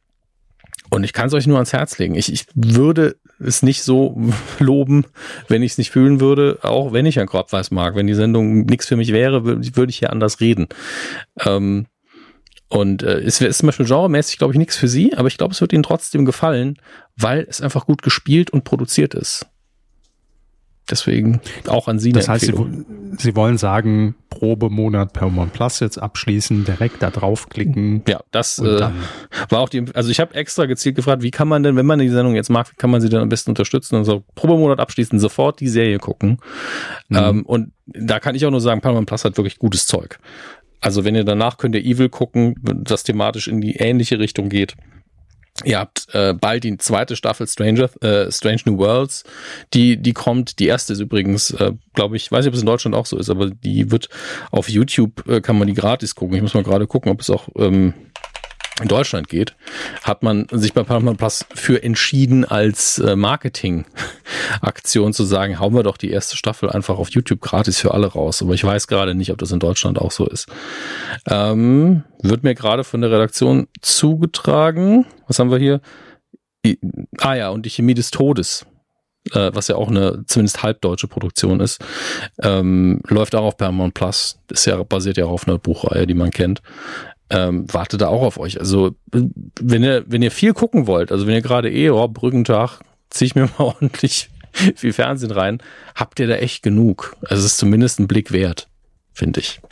und ich kann es euch nur ans Herz legen. Ich, ich würde es nicht so loben, wenn ich es nicht fühlen würde, auch wenn ich Herrn Korbweiß mag. Wenn die Sendung nichts für mich wäre, würde ich hier anders reden. Ähm, und äh, es ist zum Beispiel genremäßig, glaube ich, nichts für Sie, aber ich glaube, es wird Ihnen trotzdem gefallen, weil es einfach gut gespielt und produziert ist. Deswegen auch an Sie eine Das heißt, Sie, Empfehlung. Sie wollen sagen, Probemonat Paramount Plus jetzt abschließen, direkt da draufklicken. Ja, das äh, war auch die, also ich habe extra gezielt gefragt, wie kann man denn, wenn man die Sendung jetzt mag, wie kann man sie denn am besten unterstützen? Und so, Probemonat abschließen, sofort die Serie gucken. Mhm. Ähm, und da kann ich auch nur sagen, Paramount Plus hat wirklich gutes Zeug. Also wenn ihr danach könnt ihr Evil gucken, das thematisch in die ähnliche Richtung geht. Ihr habt äh, bald die zweite Staffel Stranger, äh, Strange New Worlds, die die kommt. Die erste ist übrigens, äh, glaube ich, weiß nicht, ob es in Deutschland auch so ist, aber die wird auf YouTube, äh, kann man die gratis gucken. Ich muss mal gerade gucken, ob es auch ähm, in Deutschland geht. Hat man sich bei Paramount Plus für entschieden, als äh, Marketing-Aktion zu sagen, hauen wir doch die erste Staffel einfach auf YouTube gratis für alle raus. Aber ich weiß gerade nicht, ob das in Deutschland auch so ist. Ähm, wird mir gerade von der Redaktion zugetragen. Was haben wir hier? I- ah ja, und die Chemie des Todes, äh, was ja auch eine zumindest halbdeutsche Produktion ist, ähm, läuft auch auf Paramount Plus. Das ist ja, basiert ja auch auf einer Buchreihe, die man kennt. Ähm, warte da auch auf euch. Also wenn ihr wenn ihr viel gucken wollt, also wenn ihr gerade eh, oh, Brückentag, zieh ich mir mal ordentlich viel Fernsehen rein, habt ihr da echt genug. Also es ist zumindest ein Blick wert, finde ich.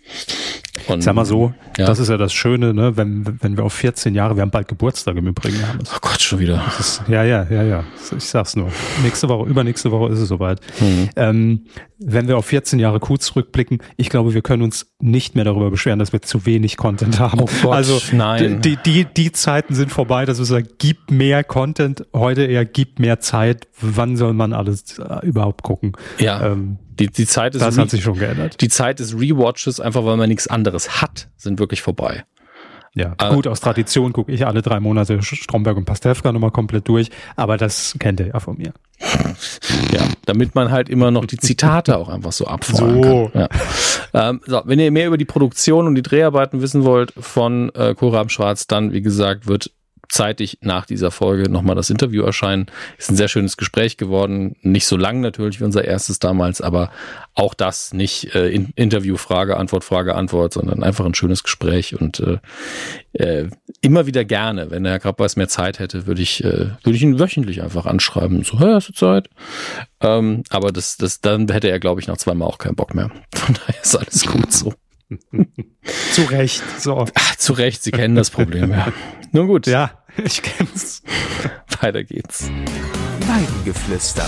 Und, Sag mal so, ja. Das ist ja das Schöne, ne, wenn, wenn wir auf vierzehn Jahre, wir haben bald Geburtstag im Übrigen. Haben oh Gott, schon wieder. Das ist, ja, ja, ja, ja. Ich sag's nur. Nächste Woche, übernächste Woche ist es soweit. Mhm. Ähm, wenn wir auf vierzehn Jahre Q zurückblicken, ich glaube, wir können uns nicht mehr darüber beschweren, dass wir zu wenig Content haben. Oh Gott, also nein. Die, die, die Zeiten sind vorbei, dass wir sagen, gib mehr Content, heute eher gib mehr Zeit. Wann soll man alles äh, überhaupt gucken? Ja. Ähm, Die, die Zeit ist das Re- hat sich schon geändert. Die Zeit des Rewatches, einfach weil man nichts anderes hat, sind wirklich vorbei. Ja, gut, aus Tradition gucke ich alle drei Monate Stromberg und Pastewka nochmal komplett durch, aber das kennt ihr ja von mir. Ja, damit man halt immer noch die Zitate auch einfach so abfeuern so. kann. Ja. Ähm, so, wenn ihr mehr über die Produktion und die Dreharbeiten wissen wollt von äh, Kohlraben Schwarz, dann, wie gesagt, wird zeitig nach dieser Folge nochmal das Interview erscheinen. Ist ein sehr schönes Gespräch geworden. Nicht so lang natürlich wie unser erstes damals, aber auch das nicht äh, in, Interview, Frage, Antwort, Frage, Antwort, sondern einfach ein schönes Gespräch und äh, äh, immer wieder gerne, wenn der Herr Krabbeis mehr Zeit hätte, würde ich, äh, würde ich ihn wöchentlich einfach anschreiben. So, hey, hast du Zeit? Ähm, aber das, das, dann hätte er, glaube ich, nach zweimal auch keinen Bock mehr. Von daher ist alles gut so. Zu Recht. So. Ach, zu Recht, Sie kennen das Problem, ja. Nun gut. Ja, ich kenn's. Weiter geht's. Weidengeflüster.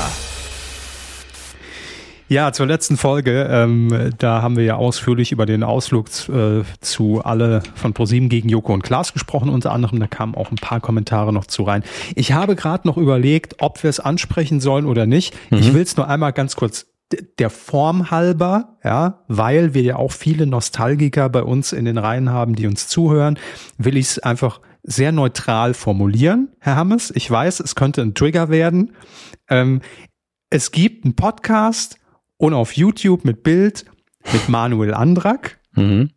Ja, zur letzten Folge, ähm, da haben wir ja ausführlich über den Ausflug äh, zu Alle von ProSieben gegen Joko und Klaas gesprochen, unter anderem, da kamen auch ein paar Kommentare noch zu rein. Ich habe gerade noch überlegt, ob wir es ansprechen sollen oder nicht. Mhm. Ich will es nur einmal ganz kurz der Form halber, ja, weil wir ja auch viele Nostalgiker bei uns in den Reihen haben, die uns zuhören, will ich es einfach sehr neutral formulieren, Herr Hammes. Ich weiß, es könnte ein Trigger werden. Ähm, es gibt einen Podcast und auf YouTube mit Bild mit Manuel Andrak, mhm.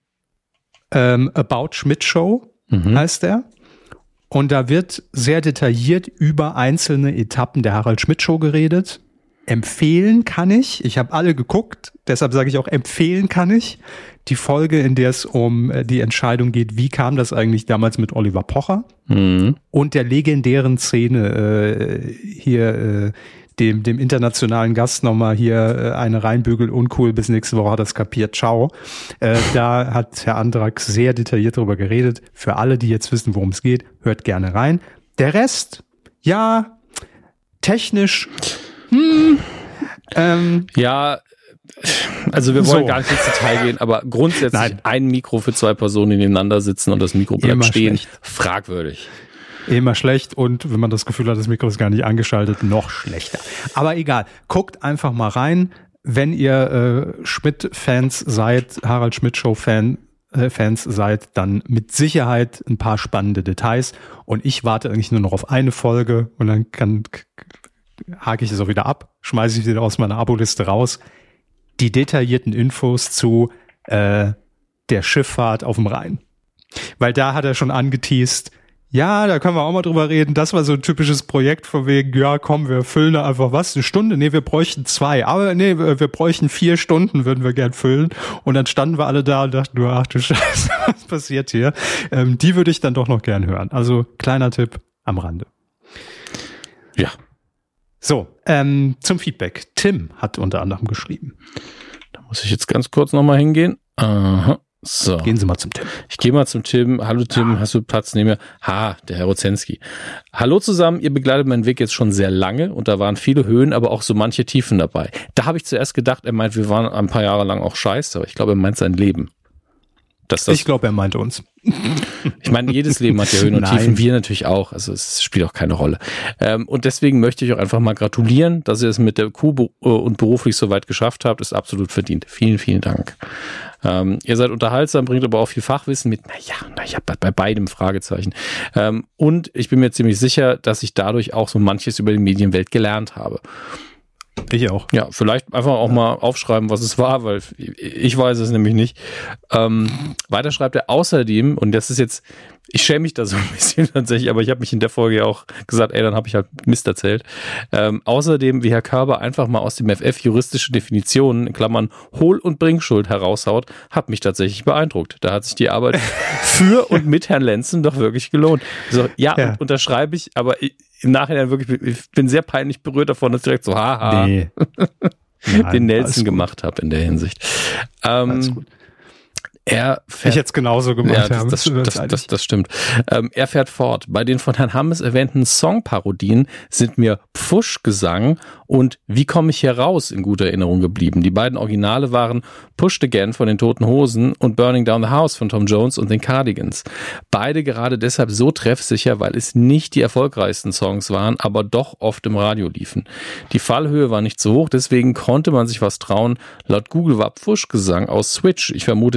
ähm, About Schmidt Show mhm. heißt er. Und da wird sehr detailliert über einzelne Etappen der Harald Schmidt Show geredet. Empfehlen kann ich, ich habe alle geguckt, deshalb sage ich auch, empfehlen kann ich, die Folge, in der es um die Entscheidung geht, wie kam das eigentlich damals mit Oliver Pocher mhm. und der legendären Szene äh, hier, äh, dem, dem internationalen Gast nochmal hier äh, eine reinbügel, uncool, bis nächste Woche hat er es kapiert, ciao. Äh, da hat Herr Andrak sehr detailliert drüber geredet. Für alle, die jetzt wissen, worum es geht, hört gerne rein. Der Rest, ja, technisch Hm. Ähm, ja, also wir wollen so. gar nicht ins Detail gehen, aber grundsätzlich Nein. ein Mikro für zwei Personen, die nebeneinander sitzen und das Mikro bleibt Immer stehen, schlecht. fragwürdig. Immer schlecht und wenn man das Gefühl hat, das Mikro ist gar nicht angeschaltet, noch schlechter. Aber egal, guckt einfach mal rein, wenn ihr äh, Schmidt-Fans seid, Harald Schmidt-Show-Fan, äh, Fans seid, dann mit Sicherheit ein paar spannende Details und ich warte eigentlich nur noch auf eine Folge und dann kann hake ich es auch wieder ab, schmeiße ich wieder aus meiner Aboliste raus. Die detaillierten Infos zu äh, der Schifffahrt auf dem Rhein. Weil da hat er schon angeteast, ja, da können wir auch mal drüber reden, das war so ein typisches Projekt von wegen, ja komm, wir füllen da einfach was, eine Stunde, nee, wir bräuchten zwei, aber nee, wir bräuchten vier Stunden, würden wir gern füllen. Und dann standen wir alle da und dachten nur, ach du Scheiße, was passiert hier? Ähm, die würde ich dann doch noch gern hören. Also kleiner Tipp am Rande. Ja. So, ähm, zum Feedback. Tim hat unter anderem geschrieben. Da muss ich jetzt ganz kurz nochmal hingehen. Aha. So. Gehen Sie mal zum Tim. Ich gehe mal zum Tim. Hallo Tim, ja. Hast du Platz neben mir? Ha, der Herr Rozensky. Hallo zusammen, ihr begleitet meinen Weg jetzt schon sehr lange und da waren viele Höhen, aber auch so manche Tiefen dabei. Da habe ich zuerst gedacht, er meint, wir waren ein paar Jahre lang auch scheiße, aber ich glaube, er meint sein Leben. Dass das ich glaube, er meinte uns. Ich meine, jedes Leben hat ja Höhen und Nein. Tiefen, wir natürlich auch. Also es spielt auch keine Rolle. Ähm, und deswegen möchte ich euch einfach mal gratulieren, dass ihr es mit der Kuh be- und beruflich so weit geschafft habt. Ist absolut verdient. Vielen, vielen Dank. Ähm, ihr seid unterhaltsam, bringt aber auch viel Fachwissen mit. Naja, naja, bei, bei beidem Fragezeichen. Ähm, und ich bin mir ziemlich sicher, dass ich dadurch auch so manches über die Medienwelt gelernt habe. Ich auch. Ja, vielleicht einfach auch mal aufschreiben, was es war, weil ich weiß es nämlich nicht. Ähm, weiter schreibt er außerdem, und das ist jetzt, ich schäme mich da so ein bisschen tatsächlich, aber ich habe mich in der Folge ja auch gesagt, ey, dann habe ich halt Mist erzählt. Ähm, außerdem, wie Herr Körber einfach mal aus dem F F juristische Definitionen, in Klammern Hohl- und Bringschuld heraushaut, hat mich tatsächlich beeindruckt. Da hat sich die Arbeit für und mit Herrn Lenzen doch wirklich gelohnt. So, ja, ja. Und, unterschreibe ich, aber ich, im Nachhinein wirklich, ich bin sehr peinlich berührt davon, dass ich direkt so, haha, nee. Nein, den Nelson gemacht habe in der Hinsicht. Ähm, alles gut. Er fährt, ich hätte es genauso gemacht. ja, das, das, das, das, das, das stimmt. Ähm, er fährt fort. Bei den von Herrn Hammes erwähnten Songparodien sind mir Pfusch-Gesang und Wie komme ich hier raus in guter Erinnerung geblieben. Die beiden Originale waren Pushed Again von den Toten Hosen und Burning Down the House von Tom Jones und den Cardigans. Beide gerade deshalb so treffsicher, weil es nicht die erfolgreichsten Songs waren, aber doch oft im Radio liefen. Die Fallhöhe war nicht so hoch, deswegen konnte man sich was trauen. Laut Google war Pfusch-Gesang aus Switch. Ich vermute deshalb,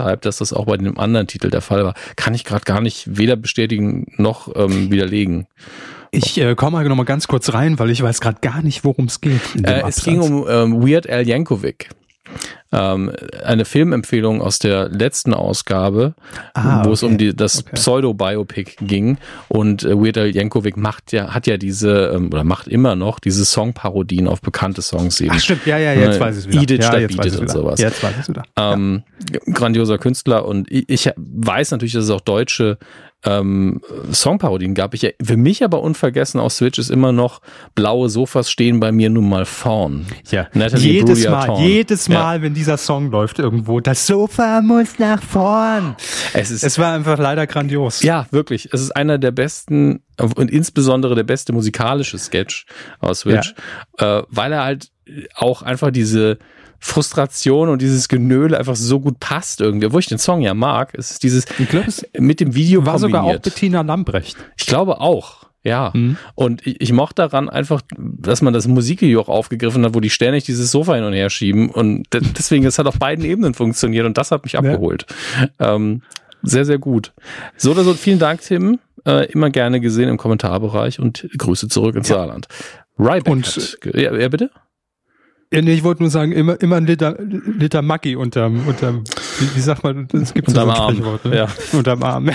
deshalb, dass das auch bei dem anderen Titel der Fall war. Kann ich gerade gar nicht weder bestätigen noch ähm, widerlegen. Ich äh, komme mal noch mal ganz kurz rein, weil ich weiß gerade gar nicht, worum es geht. Äh, es ging um ähm, Weird Al Yankovic. Ähm, eine Filmempfehlung aus der letzten Ausgabe, ah, wo okay. es um die, das okay. Pseudo-Biopic ging. Und äh, Weird Al Yankovic macht ja, hat ja diese, ähm, oder macht immer noch diese Songparodien auf bekannte Songs eben. Ach stimmt, ja, ja, jetzt äh, weiß ich es wieder. Eat It ja, statt jetzt Beat It und sowas. Jetzt weiß ich es wieder. Ähm, ja. Grandioser Künstler und ich, ich weiß natürlich, dass es auch deutsche ähm, Songparodien gab. Ich, für mich aber unvergessen auf Switch ist immer noch Blaue Sofas stehen bei mir nun mal vorn. Ja. Natalie jedes Imbruglia Mal, Thorne. jedes Mal, ja. wenn dieser Song läuft irgendwo, das Sofa muss nach vorn. Es, ist, es war einfach leider grandios. Ja, wirklich. Es ist einer der besten und insbesondere der beste musikalische Sketch aus Switch, ja. äh, weil er halt auch einfach diese Frustration und dieses Genöle einfach so gut passt irgendwie, obwohl ich den Song ja mag. Es ist dieses ich glaub, es mit dem Video war kombiniert. sogar auch Bettina Lambrecht. Ich glaube auch. Ja, mhm. und ich, ich mochte daran einfach, dass man das Musikvideo auch aufgegriffen hat, wo die ständig dieses Sofa hin und her schieben und deswegen, es hat auf beiden Ebenen funktioniert und das hat mich abgeholt. Ja. Ähm, sehr, sehr gut. So oder so, vielen Dank, Tim. Äh, immer gerne gesehen im Kommentarbereich und Grüße zurück ins ja. Saarland. Ryback und hat, ja, ja, bitte? Ja, nee, ich wollte nur sagen, immer, immer ein Liter, Liter Maggi unterm, unterm, wie, wie sagt man, es gibt so ein Sprichwort, ne? Ja. Unterm Arm.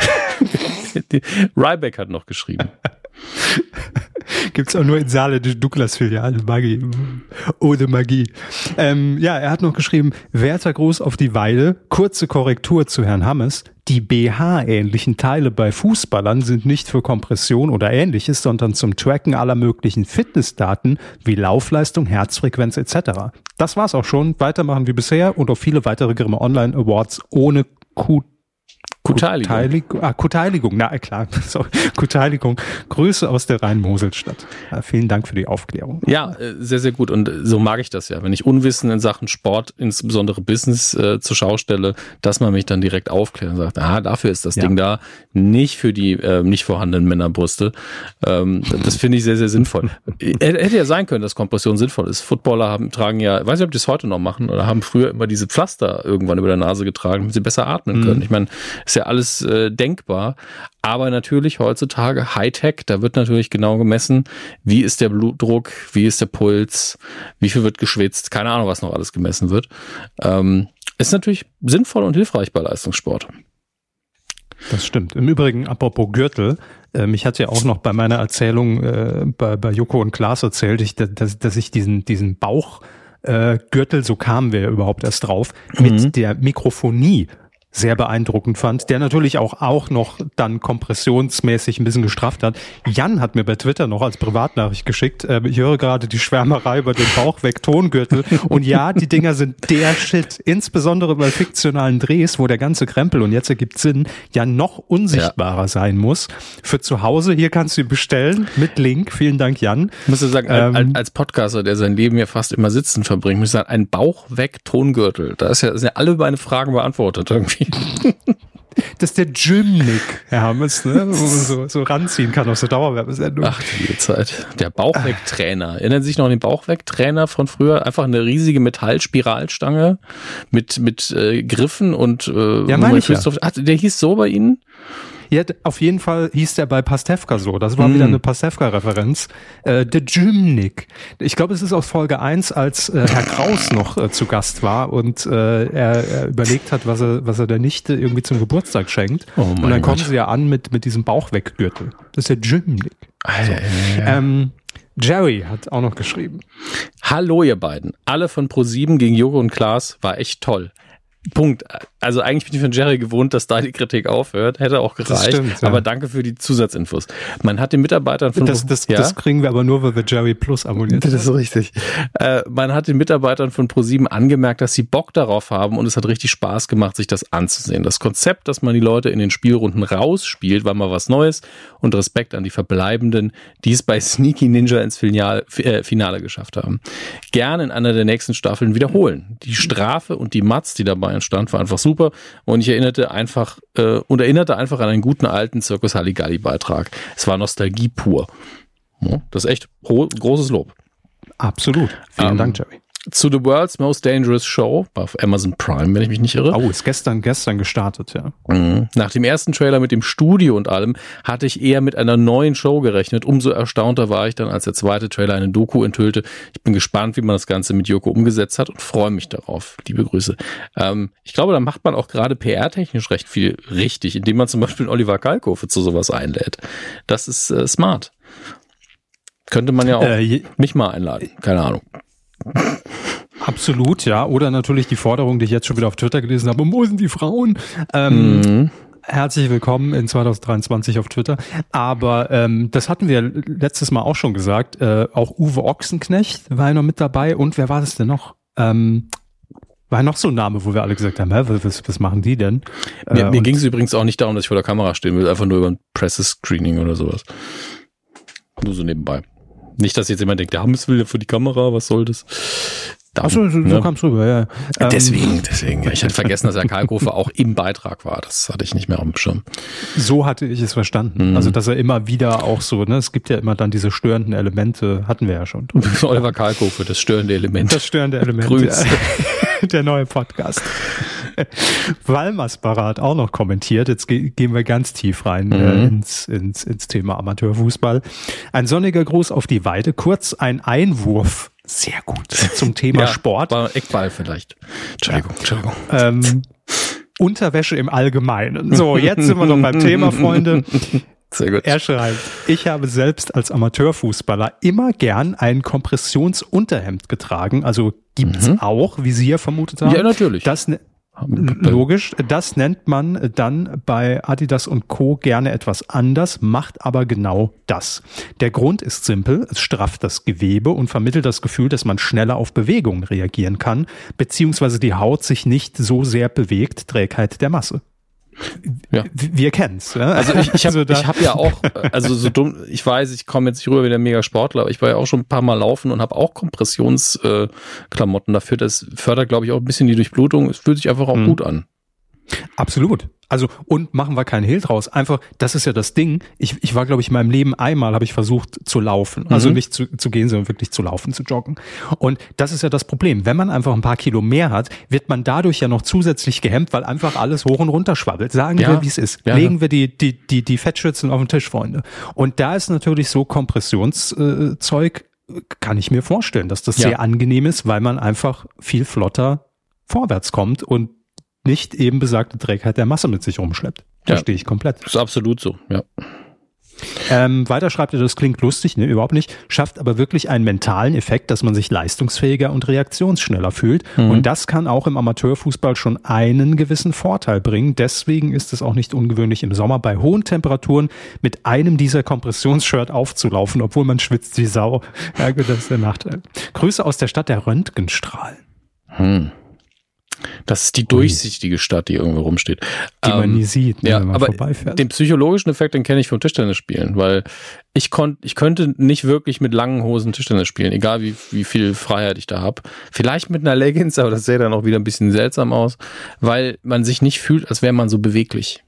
Ryback hat noch geschrieben. Gibt's auch nur in Saale, die Douglas-Filiale, Magie. Ohne Magie. Ähm, ja, er hat noch geschrieben, werter Gruß auf die Weide, kurze Korrektur zu Herrn Hammes. Die B H-ähnlichen Teile bei Fußballern sind nicht für Kompression oder Ähnliches, sondern zum Tracken aller möglichen Fitnessdaten wie Laufleistung, Herzfrequenz et cetera. Das war's auch schon. Weitermachen wie bisher und auf viele weitere Grimme Online Awards ohne Q Kuteiligung. Kuteiligung. Ah, Kuteiligung, na klar. Sorry. Kuteiligung. Grüße aus der Rhein-Mosel-Stadt. Ja, vielen Dank für die Aufklärung. Ja, sehr, sehr gut. Und so mag ich das ja. Wenn ich Unwissen in Sachen Sport, insbesondere Business, äh, zur Schau stelle, dass man mich dann direkt aufklärt und sagt, ah, dafür ist das ja. Ding da, nicht für die äh, nicht vorhandenen Männerbrüste. Ähm, das finde ich sehr, sehr sinnvoll. Hätte ja sein können, dass Kompression sinnvoll ist. Footballer haben, tragen ja, weiß nicht, ob die es heute noch machen, oder haben früher immer diese Pflaster irgendwann über der Nase getragen, damit sie besser atmen können. Mhm. Ich meine, ist ja alles äh, denkbar, aber natürlich heutzutage Hightech, da wird natürlich genau gemessen, wie ist der Blutdruck, wie ist der Puls, wie viel wird geschwitzt, keine Ahnung, was noch alles gemessen wird. Ähm, ist natürlich sinnvoll und hilfreich bei Leistungssport. Das stimmt. Im Übrigen, apropos Gürtel, äh, mich hat ja auch noch bei meiner Erzählung äh, bei, bei Joko und Klaas erzählt, ich, dass, dass ich diesen, diesen Bauch äh, Gürtel, so kamen wir überhaupt erst drauf, mhm. mit der Mikrofonie sehr beeindruckend fand, der natürlich auch, auch noch dann kompressionsmäßig ein bisschen gestrafft hat. Jan hat mir bei Twitter noch als Privatnachricht geschickt, äh, ich höre gerade die Schwärmerei über den Bauchweg-Tongürtel und ja, die Dinger sind der Shit, insbesondere bei fiktionalen Drehs, wo der ganze Krempel, und jetzt ergibt Sinn, ja noch unsichtbarer ja. sein muss. Für zu Hause, hier kannst du ihn bestellen, mit Link, vielen Dank Jan. Ich muss ja sagen, ähm, als Podcaster, der sein Leben ja fast immer sitzen verbringt, muss ich sagen, ein Bauchweg-Tongürtel, da ist ja, sind ja alle meine Fragen beantwortet irgendwie. Das ist der Gymnick, Herr Hammes, ne? Wo man so, so ranziehen kann aus der Dauerwerbesendung. Ach, die Zeit. Der Bauchwegtrainer. Erinnern Sie sich noch an den Bauchwegtrainer von früher? Einfach eine riesige Metallspiralstange mit, mit äh, Griffen und äh, ja, meine ich ja. Drauf, ach, der hieß so bei Ihnen? Ja, auf jeden Fall hieß der bei Pastewka so. Das war mm. wieder eine Pastewka-Referenz. Äh, der Gymnick. Ich glaube, es ist aus Folge eins, als äh, Herr Kraus noch äh, zu Gast war und äh, er, er überlegt hat, was er, was er der Nichte irgendwie zum Geburtstag schenkt. Oh und dann kommen Gott. sie ja an mit, mit diesem Bauchweggürtel. Das ist der Gymnick. So. Ähm, Jerry hat auch noch geschrieben. Hallo ihr beiden. Alle von ProSieben gegen Joko und Klaas war echt toll. Punkt. Also eigentlich bin ich von Jerry gewohnt, dass da die Kritik aufhört. Hätte auch gereicht. Stimmt, ja. Aber danke für die Zusatzinfos. Man hat den Mitarbeitern von... Das, das, ja? das kriegen wir aber nur, weil wir Jerry Plus abonniert haben. Das ist richtig. Äh, man hat den Mitarbeitern von ProSieben angemerkt, dass sie Bock darauf haben und es hat richtig Spaß gemacht, sich das anzusehen. Das Konzept, dass man die Leute in den Spielrunden rausspielt, war mal was Neues und Respekt an die Verbleibenden, die es bei Sneaky Ninja ins Finale, äh, Finale geschafft haben. Gerne in einer der nächsten Staffeln wiederholen. Die Strafe und die Mats, die dabei entstand, war einfach super und ich erinnerte einfach äh, und erinnerte einfach an einen guten alten Circus Halligalli Beitrag. Es war Nostalgie pur. Ja, das ist echt ho- großes Lob. Absolut. Vielen ähm, Dank, Jerry. zu The World's Most Dangerous Show auf Amazon Prime, wenn ich mich nicht irre. Oh, ist gestern, gestern gestartet, ja. Mhm. Nach dem ersten Trailer mit dem Studio und allem hatte ich eher mit einer neuen Show gerechnet. Umso erstaunter war ich dann, als der zweite Trailer eine Doku enthüllte. Ich bin gespannt, wie man das Ganze mit Joko umgesetzt hat und freue mich darauf. Liebe Grüße. Ähm, ich glaube, da macht man auch gerade P R-technisch recht viel richtig, indem man zum Beispiel Oliver Kalkofe zu sowas einlädt. Das ist äh, smart. Könnte man ja auch äh, mich mal einladen. Keine Ahnung. Absolut, ja. Oder natürlich die Forderung, die ich jetzt schon wieder auf Twitter gelesen habe, wo sind die Frauen? Ähm, mhm. Herzlich willkommen in zwanzig dreiundzwanzig auf Twitter. Aber ähm, das hatten wir letztes Mal auch schon gesagt. Äh, auch Uwe Ochsenknecht war ja noch mit dabei. Und wer war das denn noch? Ähm, war noch so ein Name, wo wir alle gesagt haben, hä, was, was machen die denn? Mir, äh, mir ging es übrigens auch nicht darum, dass ich vor der Kamera stehen will, einfach nur über ein Presse-Screening oder sowas. Nur so nebenbei. Nicht, dass jetzt jemand denkt, der Hammes will ja für die Kamera, was soll das? Achso, so, ne? so kam es rüber, ja. ja deswegen, deswegen. Ich hatte vergessen, dass Herr Kalkofe auch im Beitrag war. Das hatte ich nicht mehr auf dem Schirm. So hatte ich es verstanden. Mhm. Also, dass er immer wieder auch so, ne, es gibt ja immer dann diese störenden Elemente, hatten wir ja schon. Oliver Kalkofe, das störende Element. Das störende Element. Grüß. Ja. Der neue Podcast. Walmersbacher hat auch noch kommentiert, jetzt ge- gehen wir ganz tief rein mhm. äh, ins, ins, ins Thema Amateurfußball. Ein sonniger Gruß auf die Weide, kurz ein Einwurf, sehr gut, zum Thema ja, Sport. War Eckball vielleicht. Entschuldigung, ja. Entschuldigung. Ähm, Unterwäsche im Allgemeinen. So, jetzt sind wir noch beim Thema, Freunde. Sehr gut. Er schreibt, ich habe selbst als Amateurfußballer immer gern ein Kompressionsunterhemd getragen, also gibt's mhm. auch, wie Sie ja vermutet haben. Ja, natürlich. Das Logisch, das nennt man dann bei Adidas und Co. gerne etwas anders, macht aber genau das. Der Grund ist simpel, es strafft das Gewebe und vermittelt das Gefühl, dass man schneller auf Bewegungen reagieren kann, beziehungsweise die Haut sich nicht so sehr bewegt, Trägheit der Masse. Ja. Wir kennen's. Ja? Also ich, ich habe also ich hab ja auch, also so dumm, ich weiß, ich komme jetzt nicht rüber wie der Mega-Sportler, aber ich war ja auch schon ein paar Mal laufen und habe auch Kompressionsklamotten äh, dafür. Das fördert, glaube ich, auch ein bisschen die Durchblutung. Es fühlt sich einfach auch mhm. gut an. Absolut. Also, und machen wir keinen Hehl draus. Einfach, das ist ja das Ding. Ich, ich war, glaube ich, in meinem Leben einmal habe ich versucht zu laufen. Also mhm. nicht zu, zu gehen, sondern wirklich zu laufen, zu joggen. Und das ist ja das Problem. Wenn man einfach ein paar Kilo mehr hat, wird man dadurch ja noch zusätzlich gehemmt, weil einfach alles hoch und runter schwabbelt. Sagen ja. wir, wie es ist. Ja. Legen wir die, die, die, die Fettschützen auf den Tisch, Freunde. Und da ist natürlich so Kompressionszeug, kann ich mir vorstellen, dass das ja. sehr angenehm ist, weil man einfach viel flotter vorwärts kommt und nicht eben besagte Trägheit der Masse mit sich rumschleppt. Verstehe ja. ich komplett. Das ist absolut so, ja. Ähm, weiter schreibt er, das klingt lustig, ne, überhaupt nicht, schafft aber wirklich einen mentalen Effekt, dass man sich leistungsfähiger und reaktionsschneller fühlt. Mhm. Und das kann auch im Amateurfußball schon einen gewissen Vorteil bringen. Deswegen ist es auch nicht ungewöhnlich, im Sommer bei hohen Temperaturen mit einem dieser Kompressionsshirt aufzulaufen, obwohl man schwitzt wie Sau. Ja gut, das ist der Nachteil. Grüße aus der Stadt der Röntgenstrahlen. Hm. Das ist die durchsichtige Stadt, die irgendwo rumsteht. Die man ähm, nie sieht, ja, wenn man aber vorbeifährt. Den psychologischen Effekt, den kenne ich vom Tischtennis spielen, weil ich konnte, ich könnte nicht wirklich mit langen Hosen Tischtennis spielen, egal wie, wie viel Freiheit ich da habe. Vielleicht mit einer Leggings, aber das sähe dann auch wieder ein bisschen seltsam aus, weil man sich nicht fühlt, als wäre man so beweglich.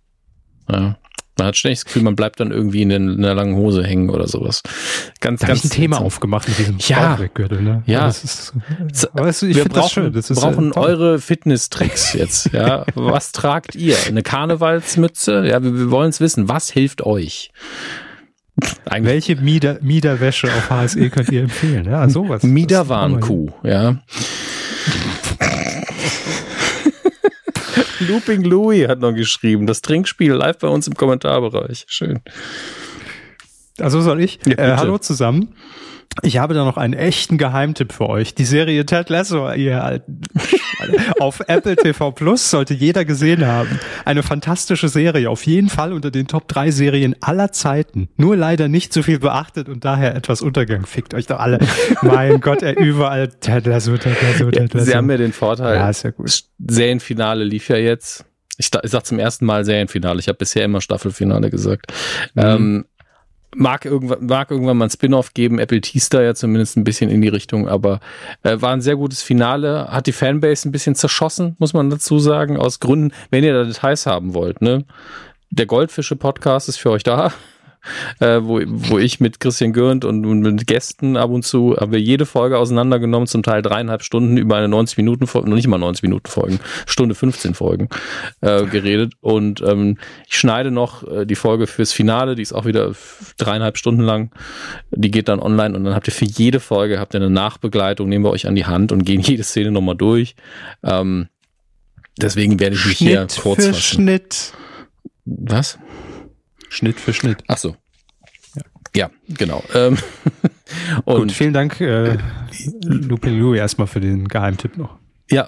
Ja. Man hat ständig das Gefühl, man bleibt dann irgendwie in, den, in einer langen Hose hängen oder sowas. Ganz, da ganz ich ein Thema aufgemacht mit diesem ja, Bauchweggürtel, ne? Ja. Das ist, aber das, ich wir brauchen, das schön. Das ist brauchen äh, eure Fitness-Tricks jetzt. Ja, was tragt ihr? Eine Karnevalsmütze? Ja, wir, wir wollen es wissen. Was hilft euch? Eigentlich. Welche Mieder, Miederwäsche auf H S E könnt ihr empfehlen? Ja, sowas. Miederwarnkuh, ja. Looping Louis hat noch geschrieben, das Trinkspiel live bei uns im Kommentarbereich. Schön. Also soll ich? Ja, äh, hallo zusammen. Ich habe da noch einen echten Geheimtipp für euch. Die Serie Ted Lasso, ihr alten, auf Apple T V Plus sollte jeder gesehen haben. Eine fantastische Serie, auf jeden Fall unter den Top drei Serien aller Zeiten. Nur leider nicht so viel beachtet und daher etwas Untergang. Fickt euch doch alle. Mein Gott, er überall Ted Lasso, Ted Lasso, Ted Lasso. Sie haben ja den Vorteil. Ja, ist ja gut. Serienfinale lief ja jetzt. Ich, ich sag zum ersten Mal Serienfinale. Ich habe bisher immer Staffelfinale gesagt. Mhm. Ähm, Mag irgendwann, mag irgendwann mal ein Spin-off geben, Apple teast da ja zumindest ein bisschen in die Richtung, aber äh, war ein sehr gutes Finale, hat die Fanbase ein bisschen zerschossen, muss man dazu sagen, aus Gründen, wenn ihr da Details haben wollt, ne? Der Goldfische-Podcast ist für euch da. äh, wo, wo ich mit Christian Gürnt und, und mit Gästen ab und zu, haben wir jede Folge auseinandergenommen, zum Teil dreieinhalb Stunden über eine neunzig Minuten Folge, noch nicht mal neunzig Minuten Folgen, Stunde fünfzehn Folgen äh, geredet. Und ähm, ich schneide noch äh, die Folge fürs Finale, die ist auch wieder dreieinhalb Stunden lang. Die geht dann online und dann habt ihr für jede Folge habt ihr eine Nachbegleitung, nehmen wir euch an die Hand und gehen jede Szene nochmal durch. Ähm, deswegen werde ich mich Schnitt hier kurz für fassen. Schnitt. Was? Schnitt für Schnitt. Ach so. Ja, ja genau. Ähm, und Gut, vielen Dank, äh, Looping Louie, erstmal für den Geheimtipp noch. ja,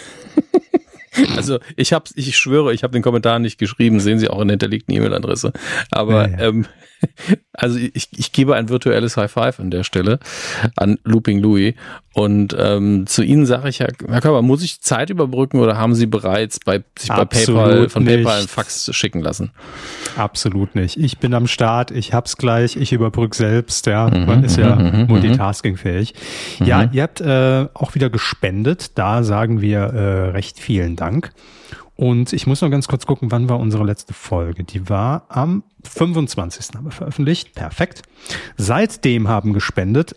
also ich hab's, ich schwöre, ich habe den Kommentar nicht geschrieben, sehen Sie auch in der hinterlegten E-Mail-Adresse. Aber Ja, ja. ähm, also ich, ich gebe ein virtuelles High Five an der Stelle an Looping Louie. Und ähm, zu Ihnen sage ich, Herr, Herr Körber, muss ich Zeit überbrücken oder haben Sie bereits bei sich bei Absolut PayPal von nicht. PayPal einen Fax schicken lassen? Absolut nicht. Ich bin am Start, ich hab's gleich, ich überbrück selbst, ja. Mhm, Man ist ja mhm, multitaskingfähig. Ja, ihr habt äh, auch wieder gespendet, da sagen wir äh, recht vielen Dank. Und ich muss noch ganz kurz gucken, wann war unsere letzte Folge? Die war am fünfundzwanzigsten haben wir veröffentlicht. Perfekt. Seitdem haben gespendet.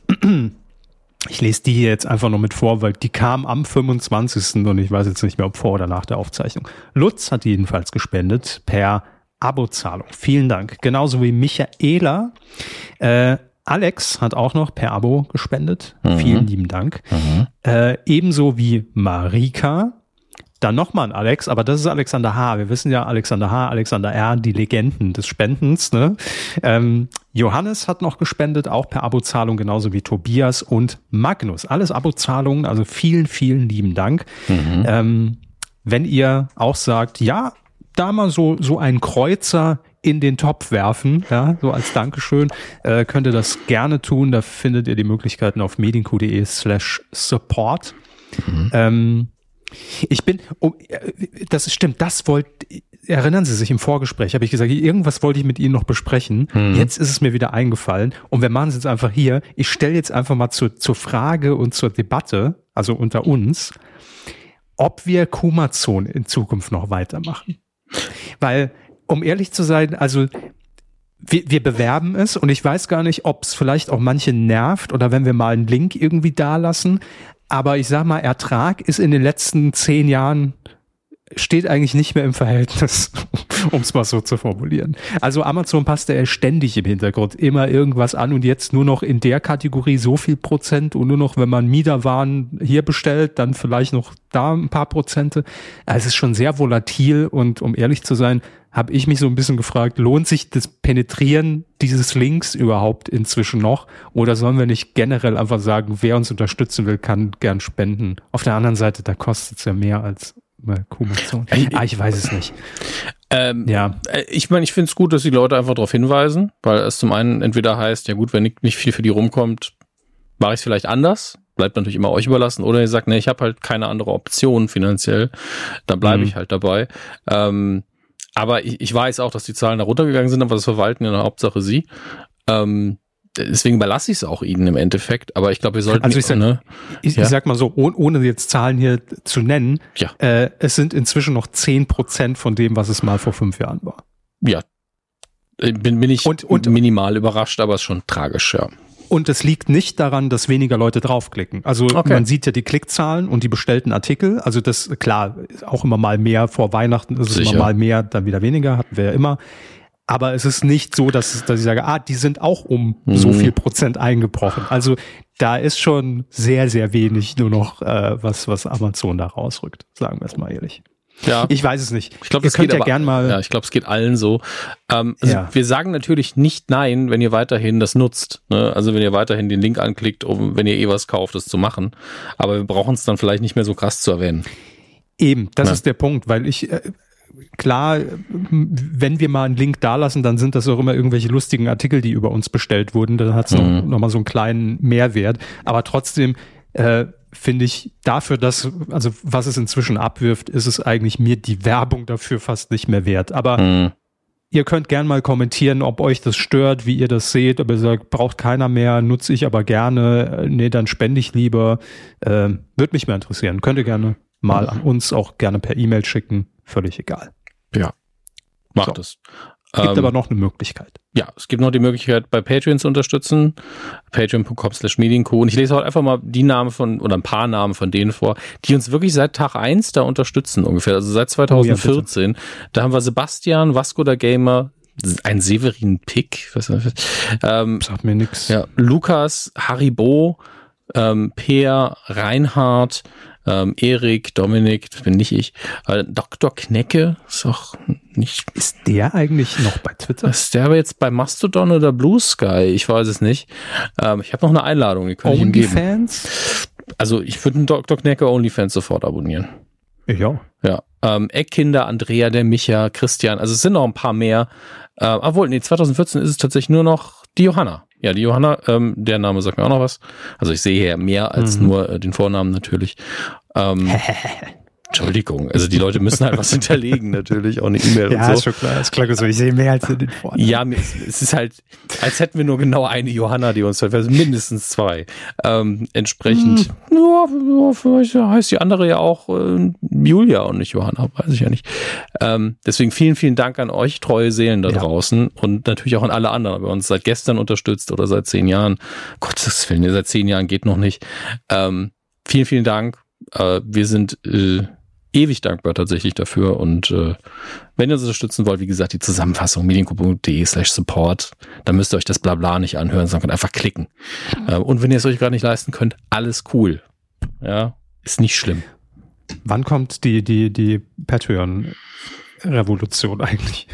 Ich lese die hier jetzt einfach noch mit vor, weil die kam am fünfundzwanzigsten und ich weiß jetzt nicht mehr, ob vor oder nach der Aufzeichnung. Lutz hat jedenfalls gespendet per Abozahlung. Vielen Dank. Genauso wie Michaela. Äh, Alex hat auch noch per Abo gespendet. Mhm. Vielen lieben Dank. Mhm. Äh, ebenso wie Marika. Dann nochmal ein Alex, aber das ist Alexander H. Wir wissen ja, Alexander H., Alexander R., die Legenden des Spendens. Ne? Ähm, Johannes hat noch gespendet, auch per Abozahlung, genauso wie Tobias und Magnus. Alles Abozahlungen, also vielen, vielen lieben Dank. Mhm. Ähm, wenn ihr auch sagt, ja, da mal so, so einen Kreuzer in den Topf werfen, ja, so als Dankeschön, äh, könnt ihr das gerne tun. Da findet ihr die Möglichkeiten auf medienq.de slash support. Mhm. Ähm, Ich bin, oh, das stimmt, das wollte, erinnern Sie sich, im Vorgespräch habe ich gesagt, irgendwas wollte ich mit Ihnen noch besprechen. Hm. Jetzt ist es mir wieder eingefallen und wir machen es jetzt einfach hier. Ich stelle jetzt einfach mal zur, zur Frage und zur Debatte, also unter uns, ob wir Kumazon in Zukunft noch weitermachen. Weil, um ehrlich zu sein, also wir, wir bewerben es und ich weiß gar nicht, ob es vielleicht auch manche nervt oder wenn wir mal einen Link irgendwie da lassen. Aber ich sag mal, Ertrag ist in den letzten zehn Jahren, steht eigentlich nicht mehr im Verhältnis, um es mal so zu formulieren. Also Amazon passt ja ständig im Hintergrund immer irgendwas an und jetzt nur noch in der Kategorie so viel Prozent und nur noch, wenn man Miederwaren hier bestellt, dann vielleicht noch da ein paar Prozente. Also es ist schon sehr volatil und um ehrlich zu sein, habe ich mich so ein bisschen gefragt, lohnt sich das Penetrieren dieses Links überhaupt inzwischen noch? Oder sollen wir nicht generell einfach sagen, wer uns unterstützen will, kann gern spenden? Auf der anderen Seite, da kostet es ja mehr als bei Kumazon. Ah, ich weiß es nicht. Ähm, ja. Ich meine, ich finde es gut, dass die Leute einfach darauf hinweisen, weil es zum einen entweder heißt, ja gut, wenn nicht, nicht viel für die rumkommt, mache ich es vielleicht anders. Bleibt natürlich immer euch überlassen. Oder ihr sagt, nee, ich habe halt keine andere Option finanziell. Dann bleibe mhm. ich halt dabei. Ähm, Aber ich, ich weiß auch, dass die Zahlen da runtergegangen sind, aber das verwalten ja in der Hauptsache Sie. Ähm, deswegen überlasse ich es auch Ihnen im Endeffekt. Aber ich glaube, wir sollten... Also ich sag, ne, ich, ja. ich sag mal so, ohne, ohne jetzt Zahlen hier zu nennen, ja. äh, es sind inzwischen noch zehn Prozent von dem, was es mal vor fünf Jahren war. Ja, bin, bin ich und, und, minimal überrascht, aber es ist schon tragisch, ja. Und es liegt nicht daran, dass weniger Leute draufklicken. Also okay. Man sieht ja die Klickzahlen und die bestellten Artikel. Also das, klar, auch immer mal mehr vor Weihnachten, ist es immer mal mehr, dann wieder weniger, hatten wir ja immer. Aber es ist nicht so, dass, dass ich sage, ah, die sind auch um mhm. so viel Prozent eingebrochen. Also da ist schon sehr, sehr wenig nur noch, äh, was, was Amazon da rausrückt. Sagen wir es mal ehrlich. Ja. Ich weiß es nicht. Ich glaube, das geht ja aber, gern mal. Ja, ich glaube, es geht allen so. Ähm, also ja. Wir sagen natürlich nicht nein, wenn ihr weiterhin das nutzt. Ne? Also wenn ihr weiterhin den Link anklickt, um, wenn ihr eh was kauft, das zu machen. Aber wir brauchen es dann vielleicht nicht mehr so krass zu erwähnen. Eben, das ja. ist der Punkt, weil ich äh, klar, wenn wir mal einen Link da lassen, dann sind das auch immer irgendwelche lustigen Artikel, die über uns bestellt wurden. Dann hat es mhm. noch, noch mal so einen kleinen Mehrwert. Aber trotzdem äh, finde ich dafür, dass, also was es inzwischen abwirft, ist es eigentlich mir die Werbung dafür fast nicht mehr wert. Aber mhm. ihr könnt gern mal kommentieren, ob euch das stört, wie ihr das seht, ob ihr sagt, braucht keiner mehr, nutze ich aber gerne, nee, dann spende ich lieber. Äh, würde mich mehr interessieren. Könnt ihr gerne mal an uns auch gerne per E-Mail schicken. Völlig egal. Ja, macht so. es. Es gibt ähm, aber noch eine Möglichkeit. Ja, es gibt noch die Möglichkeit, bei Patreon zu unterstützen. Patreon.com slash Medienkuh. Und ich lese heute einfach mal die Namen von, oder ein paar Namen von denen vor, die uns wirklich seit Tag eins da unterstützen ungefähr. Also seit zwanzig vierzehn. Oh ja, da haben wir Sebastian, Vasco da Gamer, ein Severin Pick, was ist das? Ähm, Sagt mir nix. Ja, Lukas, Haribo, ähm, Peer, Reinhard, ähm, Erik, Dominik, das bin nicht ich, äh, Doktor Knecke, ist auch nicht. Ist der eigentlich noch bei Twitter? Ist der aber jetzt bei Mastodon oder Blue Sky? Ich weiß es nicht. Ähm, ich habe noch eine Einladung, die kann ich ihm geben. OnlyFans? Also ich würde einen Doktor Knecke OnlyFans sofort abonnieren. Ja. Ja. Ähm, Eckkinder, Andrea, der Micha, Christian, also es sind noch ein paar mehr. Äh, obwohl, nee, zwanzig vierzehn ist es tatsächlich nur noch die Johanna. Ja, die Johanna, ähm, der Name sagt mir auch noch was. Also ich sehe hier mehr als mhm. nur äh, den Vornamen natürlich. Ähm, Entschuldigung, also die Leute müssen halt was hinterlegen natürlich, auch eine E-Mail ja, und so. Ja, ist schon klar, ist klar so. Ich sehe mehr als in den Vornamen. Ja, es ist halt, als hätten wir nur genau eine Johanna, die uns hört, also mindestens zwei. Ähm, entsprechend, hm. ja, ja, vielleicht heißt die andere ja auch äh, Julia und nicht Johanna, weiß ich ja nicht. Ähm, deswegen vielen, vielen Dank an euch, treue Seelen da ja. draußen und natürlich auch an alle anderen, wer uns seit gestern unterstützt oder seit zehn Jahren. Gottes Willen, seit zehn Jahren geht noch nicht. Ähm, vielen, vielen Dank. Äh, wir sind äh, ewig dankbar tatsächlich dafür und äh, wenn ihr uns unterstützen wollt, wie gesagt, die Zusammenfassung medienkuh.de slash support, dann müsst ihr euch das Blabla nicht anhören, sondern könnt einfach klicken. Äh, und wenn ihr es euch gerade nicht leisten könnt, alles cool. Ja, ist nicht schlimm. Wann kommt die, die, die Patreon-Revolution eigentlich?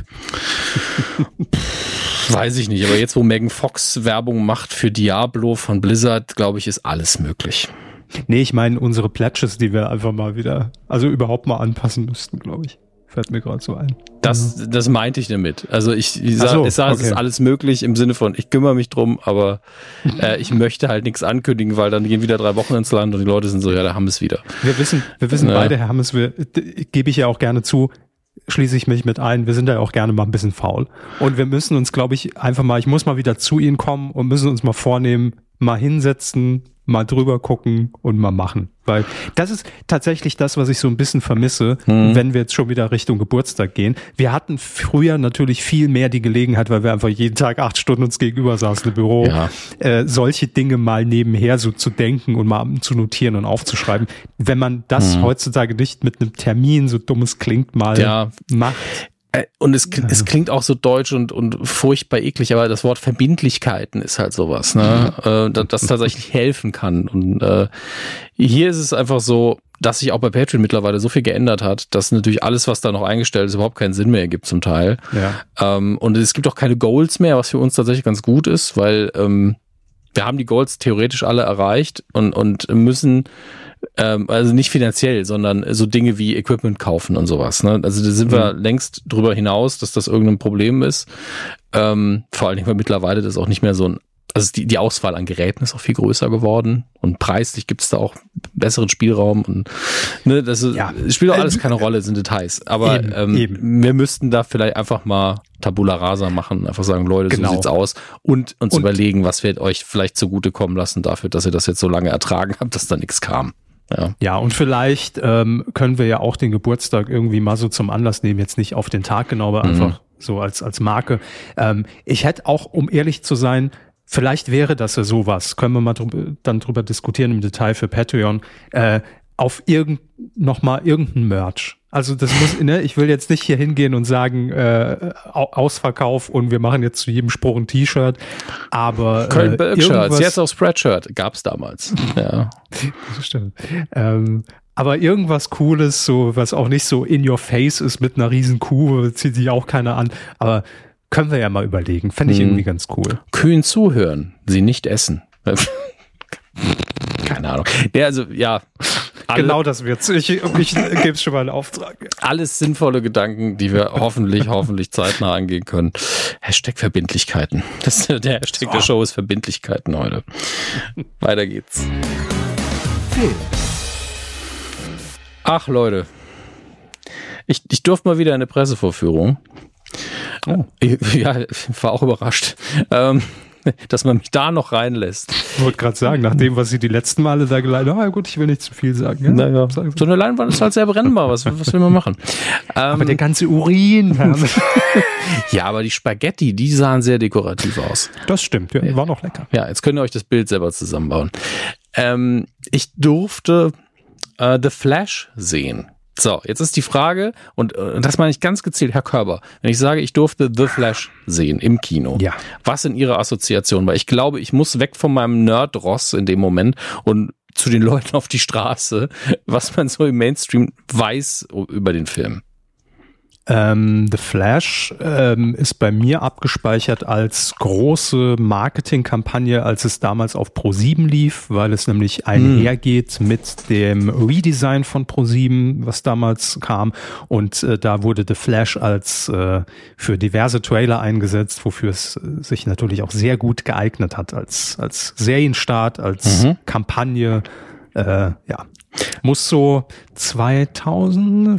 Weiß ich nicht, aber jetzt, wo Megan Fox Werbung macht für Diablo von Blizzard, glaube ich, ist alles möglich. Nee, ich meine unsere Pledges, die wir einfach mal wieder, also überhaupt mal anpassen müssten, glaube ich. Fällt mir gerade so ein. Das, das meinte ich damit. Also ich, ich sage, so, ich sag, okay. Es ist alles möglich im Sinne von, ich kümmere mich drum, aber äh, ich möchte halt nichts ankündigen, weil dann gehen wieder drei Wochen ins Land und die Leute sind so, ja, da haben wir es wieder. Wir wissen, wir wissen ja. beide, Herr Hammes, wir, gebe ich ja auch gerne zu, schließe ich mich mit ein, wir sind ja auch gerne mal ein bisschen faul. Und wir müssen uns, glaube ich, einfach mal, ich muss mal wieder zu Ihnen kommen und müssen uns mal vornehmen, mal hinsetzen, mal drüber gucken und mal machen. Weil das ist tatsächlich das, was ich so ein bisschen vermisse, mhm. wenn wir jetzt schon wieder Richtung Geburtstag gehen. Wir hatten früher natürlich viel mehr die Gelegenheit, weil wir einfach jeden Tag acht Stunden uns gegenüber saßen im Büro, ja. äh, solche Dinge mal nebenher so zu denken und mal zu notieren und aufzuschreiben. Wenn man das mhm. heutzutage nicht mit einem Termin, so dumm es klingt, mal ja. macht. Und es, es klingt auch so deutsch und, und furchtbar eklig, aber das Wort Verbindlichkeiten ist halt sowas, ne, äh, das, das tatsächlich helfen kann. Und äh, hier ist es einfach so, dass sich auch bei Patreon mittlerweile so viel geändert hat, dass natürlich alles, was da noch eingestellt ist, überhaupt keinen Sinn mehr ergibt zum Teil. Ja. Ähm, und es gibt auch keine Goals mehr, was für uns tatsächlich ganz gut ist, weil ähm, wir haben die Goals theoretisch alle erreicht und, und müssen Ähm, also nicht finanziell, sondern so Dinge wie Equipment kaufen und sowas. Ne? Also da sind mhm. wir längst drüber hinaus, dass das irgendein Problem ist. Ähm, vor allen Dingen, weil mittlerweile das auch nicht mehr so ein, also die, die Auswahl an Geräten ist auch viel größer geworden und preislich gibt's da auch besseren Spielraum und ne, das ist, ja. spielt auch alles keine Rolle, sind Details. Aber eben, ähm, eben. wir müssten da vielleicht einfach mal Tabula Rasa machen, einfach sagen, Leute, genau. so sieht's aus und uns und, überlegen, was wir euch vielleicht zugutekommen lassen dafür, dass ihr das jetzt so lange ertragen habt, dass da nichts kam. Ja. ja, und vielleicht ähm, können wir ja auch den Geburtstag irgendwie mal so zum Anlass nehmen, jetzt nicht auf den Tag genau, aber mhm. einfach so als als Marke. Ähm, ich hätte auch, um ehrlich zu sein, vielleicht wäre das ja sowas, können wir mal drüber, dann drüber diskutieren im Detail für Patreon, äh, auf irgend noch mal irgendein Merch. Also das muss, ne, ich will jetzt nicht hier hingehen und sagen, äh, Ausverkauf und wir machen jetzt zu jedem Spruch ein T-Shirt, aber Köln äh, Shirts, jetzt auch Spreadshirt, gab's damals. Ja. Das stimmt. Ähm, aber irgendwas Cooles, so was auch nicht so in your face ist mit einer riesen Kuh, zieht sich auch keiner an, aber können wir ja mal überlegen. Fände ich hm. irgendwie ganz cool. Kühen zuhören, sie nicht essen. Keine Ahnung. Ja, also, ja. Alle, genau das wird's. Ich, ich gebe es schon mal einen Auftrag. Alles sinnvolle Gedanken, die wir hoffentlich, hoffentlich zeitnah angehen können. Hashtag Verbindlichkeiten. Das ist der Hashtag so. Der Show ist Verbindlichkeiten heute. Weiter geht's. Ach, Leute. Ich, ich durfte mal wieder eine Pressevorführung. Oh. Ja, ich war auch überrascht. Ähm, dass man mich da noch reinlässt. Ich wollte gerade sagen, nach dem, was sie die letzten Male da geleitet haben, na gut, ich will nicht zu viel sagen. Ja? Naja, so eine Leinwand ist halt sehr brennbar, was, was will man machen? Aber ähm, der ganze Urin. Ja, aber die Spaghetti, die sahen sehr dekorativ aus. Das stimmt, ja, war noch lecker. Ja, jetzt könnt ihr euch das Bild selber zusammenbauen. Ähm, ich durfte äh, The Flash sehen. So, jetzt ist die Frage, und äh, das meine ich ganz gezielt, Herr Körber, wenn ich sage, ich durfte The Flash sehen im Kino, ja. Was sind Ihre Assoziationen? Weil ich glaube, ich muss weg von meinem Nerd-Ross in dem Moment und zu den Leuten auf die Straße, was man so im Mainstream weiß über den Film. Ähm, The Flash ähm, ist bei mir abgespeichert als große Marketingkampagne, als es damals auf ProSieben lief, weil es nämlich einhergeht hm. mit dem Redesign von ProSieben, was damals kam. Und äh, da wurde The Flash als äh, für diverse Trailer eingesetzt, wofür es äh, sich natürlich auch sehr gut geeignet hat als als Serienstart, als mhm. Kampagne. Äh, ja, muss so zweitausend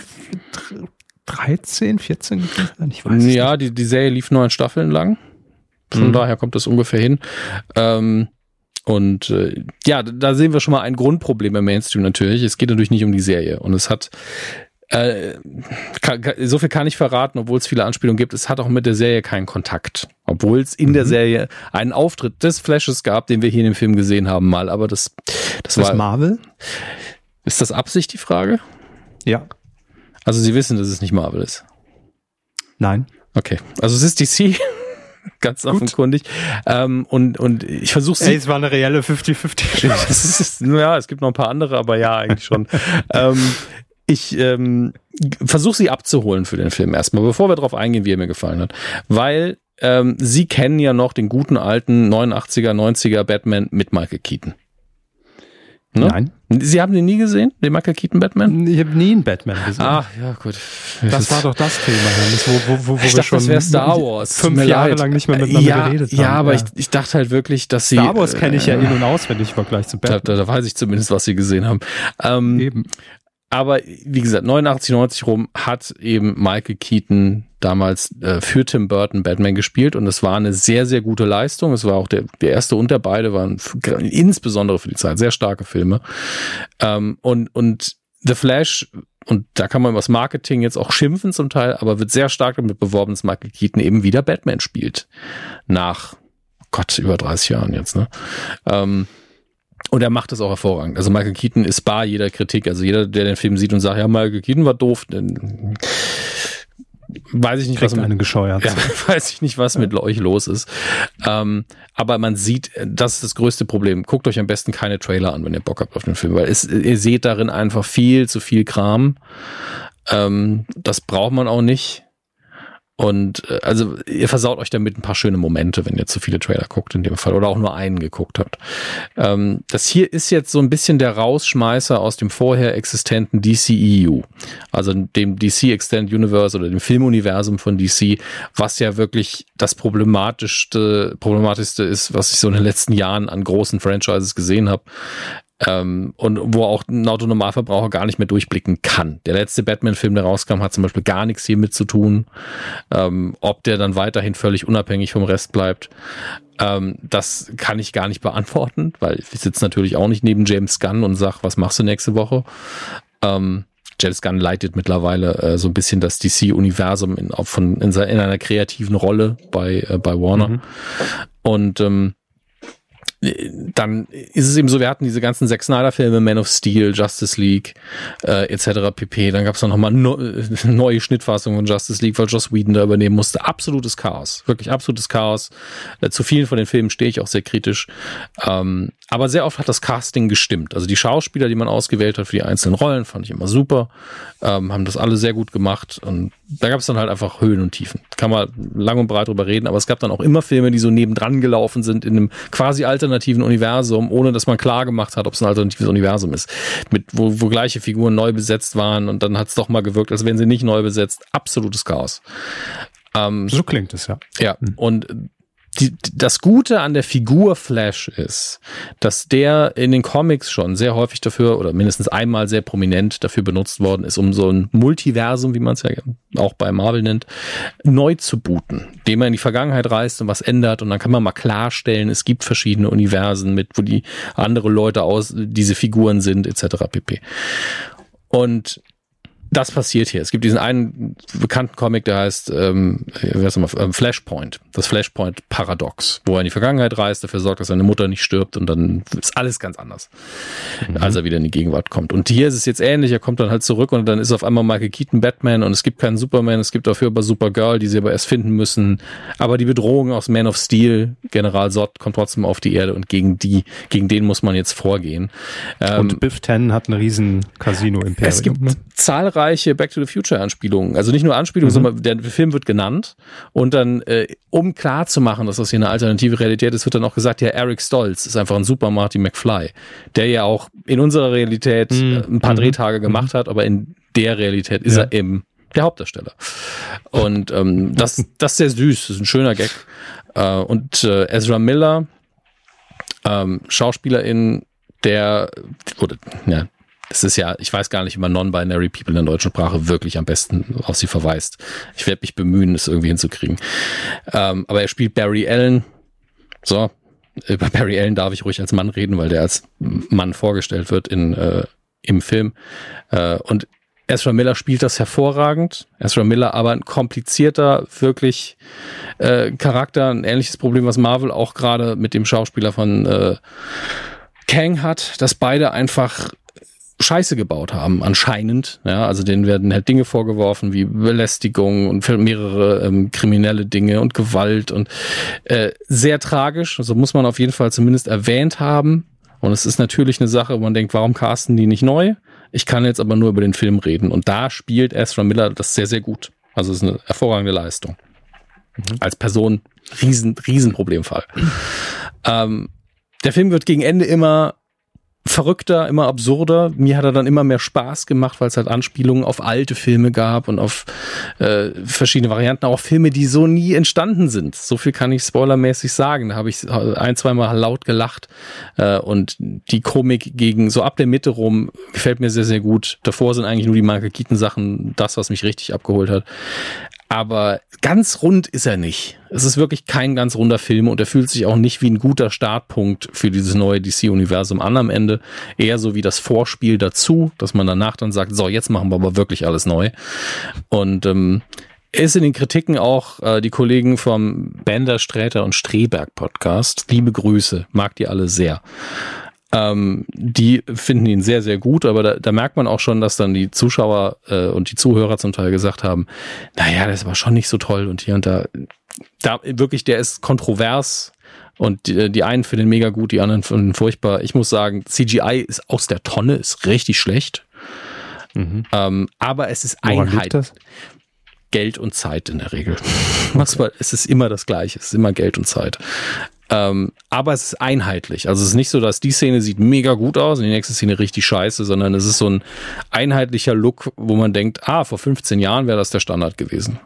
dreizehn, vierzehn, ich weiß Ja, nicht. die, die Serie lief neun Staffeln lang. Von mhm. daher kommt das ungefähr hin. Ähm, und äh, ja, da sehen wir schon mal ein Grundproblem im Mainstream natürlich. Es geht natürlich nicht um die Serie. Und es hat, äh, kann, kann, so viel kann ich verraten, obwohl es viele Anspielungen gibt, es hat auch mit der Serie keinen Kontakt. Obwohl es in mhm. der Serie einen Auftritt des Flashes gab, den wir hier in dem Film gesehen haben mal. Aber das, das ist war... das Marvel? Ist das Absicht, die Frage? Ja. Also Sie wissen, dass es nicht Marvel ist? Nein. Okay, also es ist D C, ganz Gut. offenkundig. Ähm, und, und ich versuche sie... Ey, es war eine reelle fünfzig fünfzig. Ja, es gibt noch ein paar andere, aber ja, eigentlich schon. ähm, ich ähm, versuche sie abzuholen für den Film erstmal, bevor wir darauf eingehen, wie er mir gefallen hat. Weil ähm, Sie kennen ja noch den guten alten neunundachtziger, neunziger Batman mit Michael Keaton. Ne? Nein. Sie haben den nie gesehen, den Michael Keaton Batman? Ich habe nie einen Batman gesehen. Ah, ja, gut. Das war doch das Thema, Hannes, wo, wo, wo, wo ich wir dachte, schon das wäre Star Wars. fünf Jahre leid. lang nicht mehr miteinander ja, geredet haben. Ja, aber ja. Ich, ich dachte halt wirklich, dass Sie... Star Wars kenne ich ja äh, in- und auswendig im Vergleich zu Batman. Da, da weiß ich zumindest, was Sie gesehen haben. Ähm, Eben. Aber wie gesagt, neunundachtzig, neunzig rum hat eben Michael Keaton damals äh, für Tim Burton Batman gespielt und es war eine sehr, sehr gute Leistung. Es war auch der, der erste und der beide waren f- insbesondere für die Zeit sehr starke Filme. Ähm, und, und The Flash, und da kann man über das Marketing jetzt auch schimpfen zum Teil, aber wird sehr stark damit beworben, dass Michael Keaton eben wieder Batman spielt. Nach, oh Gott, über dreißig Jahren jetzt, ne? Ähm, Und er macht das auch hervorragend. Also Michael Keaton ist bar jeder Kritik. Also jeder, der den Film sieht und sagt, ja, Michael Keaton war doof, dann weiß ich nicht, Kriegt was mit, eine gescheuert. Ja, weiß ich nicht, was ja. mit euch los ist. Ähm, aber man sieht, das ist das größte Problem. Guckt euch am besten keine Trailer an, wenn ihr Bock habt auf den Film, weil es, ihr seht darin einfach viel zu viel Kram. Ähm, das braucht man auch nicht. Und also ihr versaut euch damit ein paar schöne Momente, wenn ihr zu viele Trailer guckt in dem Fall oder auch nur einen geguckt habt. Ähm, das hier ist jetzt so ein bisschen der Rausschmeißer aus dem vorher existenten D C E U, also dem D C Extended Universe oder dem Filmuniversum von D C, was ja wirklich das problematischste, problematischste ist, was ich so in den letzten Jahren an großen Franchises gesehen habe. Ähm, und wo auch ein Autonormalverbraucher gar nicht mehr durchblicken kann. Der letzte Batman-Film, der rauskam, hat zum Beispiel gar nichts hiermit zu tun. Ähm, ob der dann weiterhin völlig unabhängig vom Rest bleibt, ähm, das kann ich gar nicht beantworten, weil ich sitze natürlich auch nicht neben James Gunn und sag, was machst du nächste Woche? Ähm, James Gunn leitet mittlerweile äh, so ein bisschen das D C-Universum in, auch von, in, in einer kreativen Rolle bei, äh, bei Warner. Mhm. Und ähm, dann ist es eben so, wir hatten diese ganzen Zack Snyder-Filme, Man of Steel, Justice League, äh, et cetera pp. Dann gab es dann nochmal no, neue Schnittfassungen von Justice League, weil Joss Whedon da übernehmen musste. Absolutes Chaos, wirklich absolutes Chaos. Äh, zu vielen von den Filmen stehe ich auch sehr kritisch. Ähm, aber sehr oft hat das Casting gestimmt. Also die Schauspieler, die man ausgewählt hat für die einzelnen Rollen, fand ich immer super. Ähm, haben das alle sehr gut gemacht. Und da gab es dann halt einfach Höhen und Tiefen. Kann man lang und breit drüber reden, aber es gab dann auch immer Filme, die so nebendran gelaufen sind in einem quasi alternativen Universum, ohne dass man klar gemacht hat, ob es ein alternatives Universum ist. Mit, wo, wo gleiche Figuren neu besetzt waren und dann hat es doch mal gewirkt, als wären sie nicht neu besetzt. Absolutes Chaos. Ähm, so klingt es, ja. Ja, und Die, das Gute an der Figur Flash ist, dass der in den Comics schon sehr häufig dafür oder mindestens einmal sehr prominent dafür benutzt worden ist, um so ein Multiversum, wie man es ja auch bei Marvel nennt, neu zu booten, indem man in die Vergangenheit reist und was ändert und dann kann man mal klarstellen, es gibt verschiedene Universen mit, wo die andere Leute aus diese Figuren sind, et cetera pp. Und das passiert hier. Es gibt diesen einen bekannten Comic, der heißt ähm, wie heißt das mal, Flashpoint, das Flashpoint-Paradox, wo er in die Vergangenheit reist, dafür sorgt, dass seine Mutter nicht stirbt und dann ist alles ganz anders, mhm. als er wieder in die Gegenwart kommt. Und hier ist es jetzt ähnlich, er kommt dann halt zurück und dann ist auf einmal Michael Keaton Batman und es gibt keinen Superman, es gibt dafür aber Supergirl, die sie aber erst finden müssen. Aber die Bedrohung aus Man of Steel, General Zod, kommt trotzdem auf die Erde und gegen die, gegen den muss man jetzt vorgehen. Ähm, und Biff Tannen hat ein riesen Casino-Imperium. Es gibt ne? zahlreiche Back to the Future Anspielungen. Also nicht nur Anspielungen, mhm. sondern der Film wird genannt und dann, äh, um klar zu machen, dass das hier eine alternative Realität ist, wird dann auch gesagt, ja, Eric Stoltz ist einfach ein super Marty McFly, der ja auch in unserer Realität mhm. ein paar mhm. Drehtage gemacht mhm. hat, aber in der Realität ist ja. er eben der Hauptdarsteller. Und ähm, das, das ist sehr süß, das ist ein schöner Gag. Äh, und äh, Ezra Miller, ähm, Schauspielerin, der, oder, ja, es ist ja, ich weiß gar nicht, wie man Non-Binary People in der deutschen Sprache wirklich am besten auf sie verweist. Ich werde mich bemühen, es irgendwie hinzukriegen. Ähm, aber er spielt Barry Allen. So, über Barry Allen darf ich ruhig als Mann reden, weil der als Mann vorgestellt wird in äh, im Film. Äh, und Ezra Miller spielt das hervorragend. Ezra Miller aber ein komplizierter, wirklich äh, Charakter. Ein ähnliches Problem, was Marvel auch gerade mit dem Schauspieler von äh, Kang hat, dass beide einfach Scheiße gebaut haben, anscheinend. Ja, also denen werden halt Dinge vorgeworfen wie Belästigung und mehrere ähm, kriminelle Dinge und Gewalt und äh, sehr tragisch. Also muss man auf jeden Fall zumindest erwähnt haben. Und es ist natürlich eine Sache, wo man denkt, warum casten die nicht neu? Ich kann jetzt aber nur über den Film reden. Und da spielt Ezra Miller das sehr, sehr gut. Also es ist eine hervorragende Leistung. Mhm. Als Person riesen, riesen Problemfall. ähm, der Film wird gegen Ende immer verrückter, immer absurder. Mir hat er dann immer mehr Spaß gemacht, weil es halt Anspielungen auf alte Filme gab und auf äh, verschiedene Varianten, auch Filme, die so nie entstanden sind. So viel kann ich spoilermäßig sagen. Da habe ich ein, zwei Mal laut gelacht äh, und die Komik gegen so ab der Mitte rum gefällt mir sehr, sehr gut. Davor sind eigentlich nur die Michael Keaton Sachen das, was mich richtig abgeholt hat. Aber ganz rund ist er nicht. Es ist wirklich kein ganz runder Film und er fühlt sich auch nicht wie ein guter Startpunkt für dieses neue D C-Universum an am Ende. Eher so wie das Vorspiel dazu, dass man danach dann sagt, so, jetzt machen wir aber wirklich alles neu. Und ähm, ist in den Kritiken auch äh, die Kollegen vom Bender, Sträter und Streberg Podcast. Liebe Grüße, mag die alle sehr. Ähm, die finden ihn sehr, sehr gut, aber da, da merkt man auch schon, dass dann die Zuschauer äh, und die Zuhörer zum Teil gesagt haben, naja, das war schon nicht so toll und hier und da, da wirklich, der ist kontrovers und die, die einen finden mega gut, die anderen finden furchtbar. Ich muss sagen, C G I ist aus der Tonne, ist richtig schlecht, mhm. ähm, aber es ist Einheit. Geld und Zeit in der Regel. Okay. Es ist immer das Gleiche, es ist immer Geld und Zeit. Ähm, aber es ist einheitlich. Also es ist nicht so, dass die Szene sieht mega gut aus und die nächste Szene richtig scheiße, sondern es ist so ein einheitlicher Look, wo man denkt, ah, vor fünfzehn Jahren wäre das der Standard gewesen.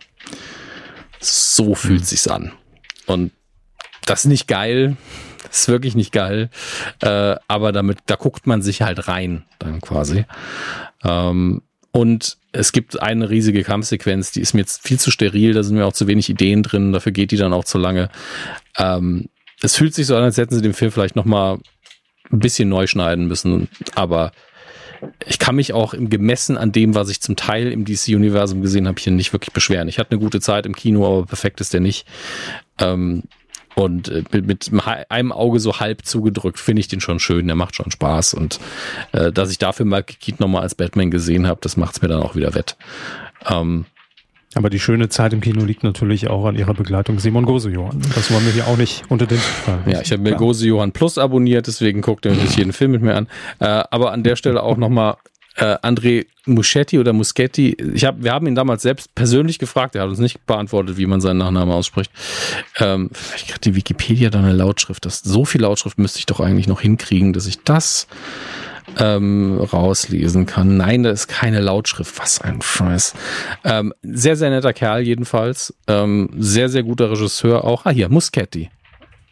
So fühlt mhm. sich's an. Und das ist nicht geil. Das ist wirklich nicht geil. Äh, aber damit, da guckt man sich halt rein, dann quasi. Ähm, und es gibt eine riesige Kampfsequenz, die ist mir jetzt viel zu steril, da sind mir auch zu wenig Ideen drin, dafür geht die dann auch zu lange. Ähm, es fühlt sich so an, als hätten sie den Film vielleicht nochmal ein bisschen neu schneiden müssen, aber ich kann mich auch im gemessen an dem, was ich zum Teil im D C-Universum gesehen habe, hier nicht wirklich beschweren. Ich hatte eine gute Zeit im Kino, aber perfekt ist der nicht. Ähm, und mit einem Auge so halb zugedrückt finde ich den schon schön, der macht schon Spaß. Und äh, dass ich dafür Michael Keaton nochmal als Batman gesehen habe, das macht es mir dann auch wieder wett. Ähm, Aber die schöne Zeit im Kino liegt natürlich auch an ihrer Begleitung Simon Gose-Johann. Das wollen wir hier auch nicht unter den Tisch fallen. Ja, ich habe mir Gose-Johann Plus abonniert, deswegen guckt er nicht jeden Film mit mir an. Äh, aber an der Stelle auch nochmal äh, André Muschetti oder Muschetti. Ich hab, wir haben ihn damals selbst persönlich gefragt, er hat uns nicht beantwortet, wie man seinen Nachnamen ausspricht. Ähm, vielleicht kriegt die Wikipedia da eine Lautschrift. Das, so viel Lautschrift müsste ich doch eigentlich noch hinkriegen, dass ich das ähm, rauslesen kann. Nein, da ist keine Lautschrift. Was ein Scheiß. Ähm, sehr, sehr netter Kerl jedenfalls. Ähm, sehr, sehr guter Regisseur auch. Ah, hier, Muschetti.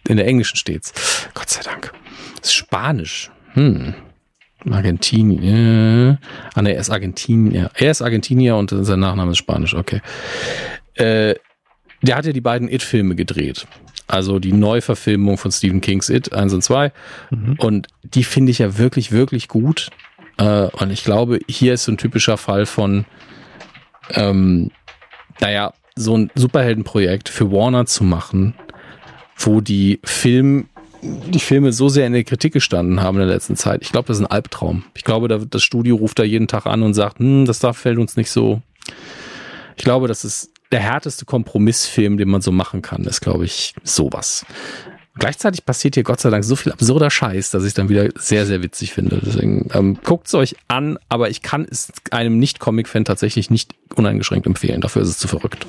in der englischen steht's. Gott sei Dank. Das ist Spanisch. Hm. Argentinien. Ah, ne, er ist Argentinier. Er ist Argentinier und sein Nachname ist Spanisch. Okay. Äh, der hat ja die beiden It-Filme gedreht. Also die Neuverfilmung von Stephen Kings It eins und zwei. Mhm. Und die finde ich ja wirklich, wirklich gut. Äh, und ich glaube, hier ist so ein typischer Fall von, ähm, naja, so ein Superheldenprojekt für Warner zu machen, wo die Film, die Filme so sehr in der Kritik gestanden haben in der letzten Zeit. Ich glaube, das ist ein Albtraum. Ich glaube, da, das Studio ruft da jeden Tag an und sagt, hm, das da fällt uns nicht so. Ich glaube, das ist der härteste Kompromissfilm, den man so machen kann, ist, glaube ich, sowas. Gleichzeitig passiert hier Gott sei Dank so viel absurder Scheiß, dass ich es dann wieder sehr, sehr witzig finde. Deswegen ähm, guckt es euch an, aber ich kann es einem Nicht-Comic-Fan tatsächlich nicht uneingeschränkt empfehlen. Dafür ist es zu verrückt.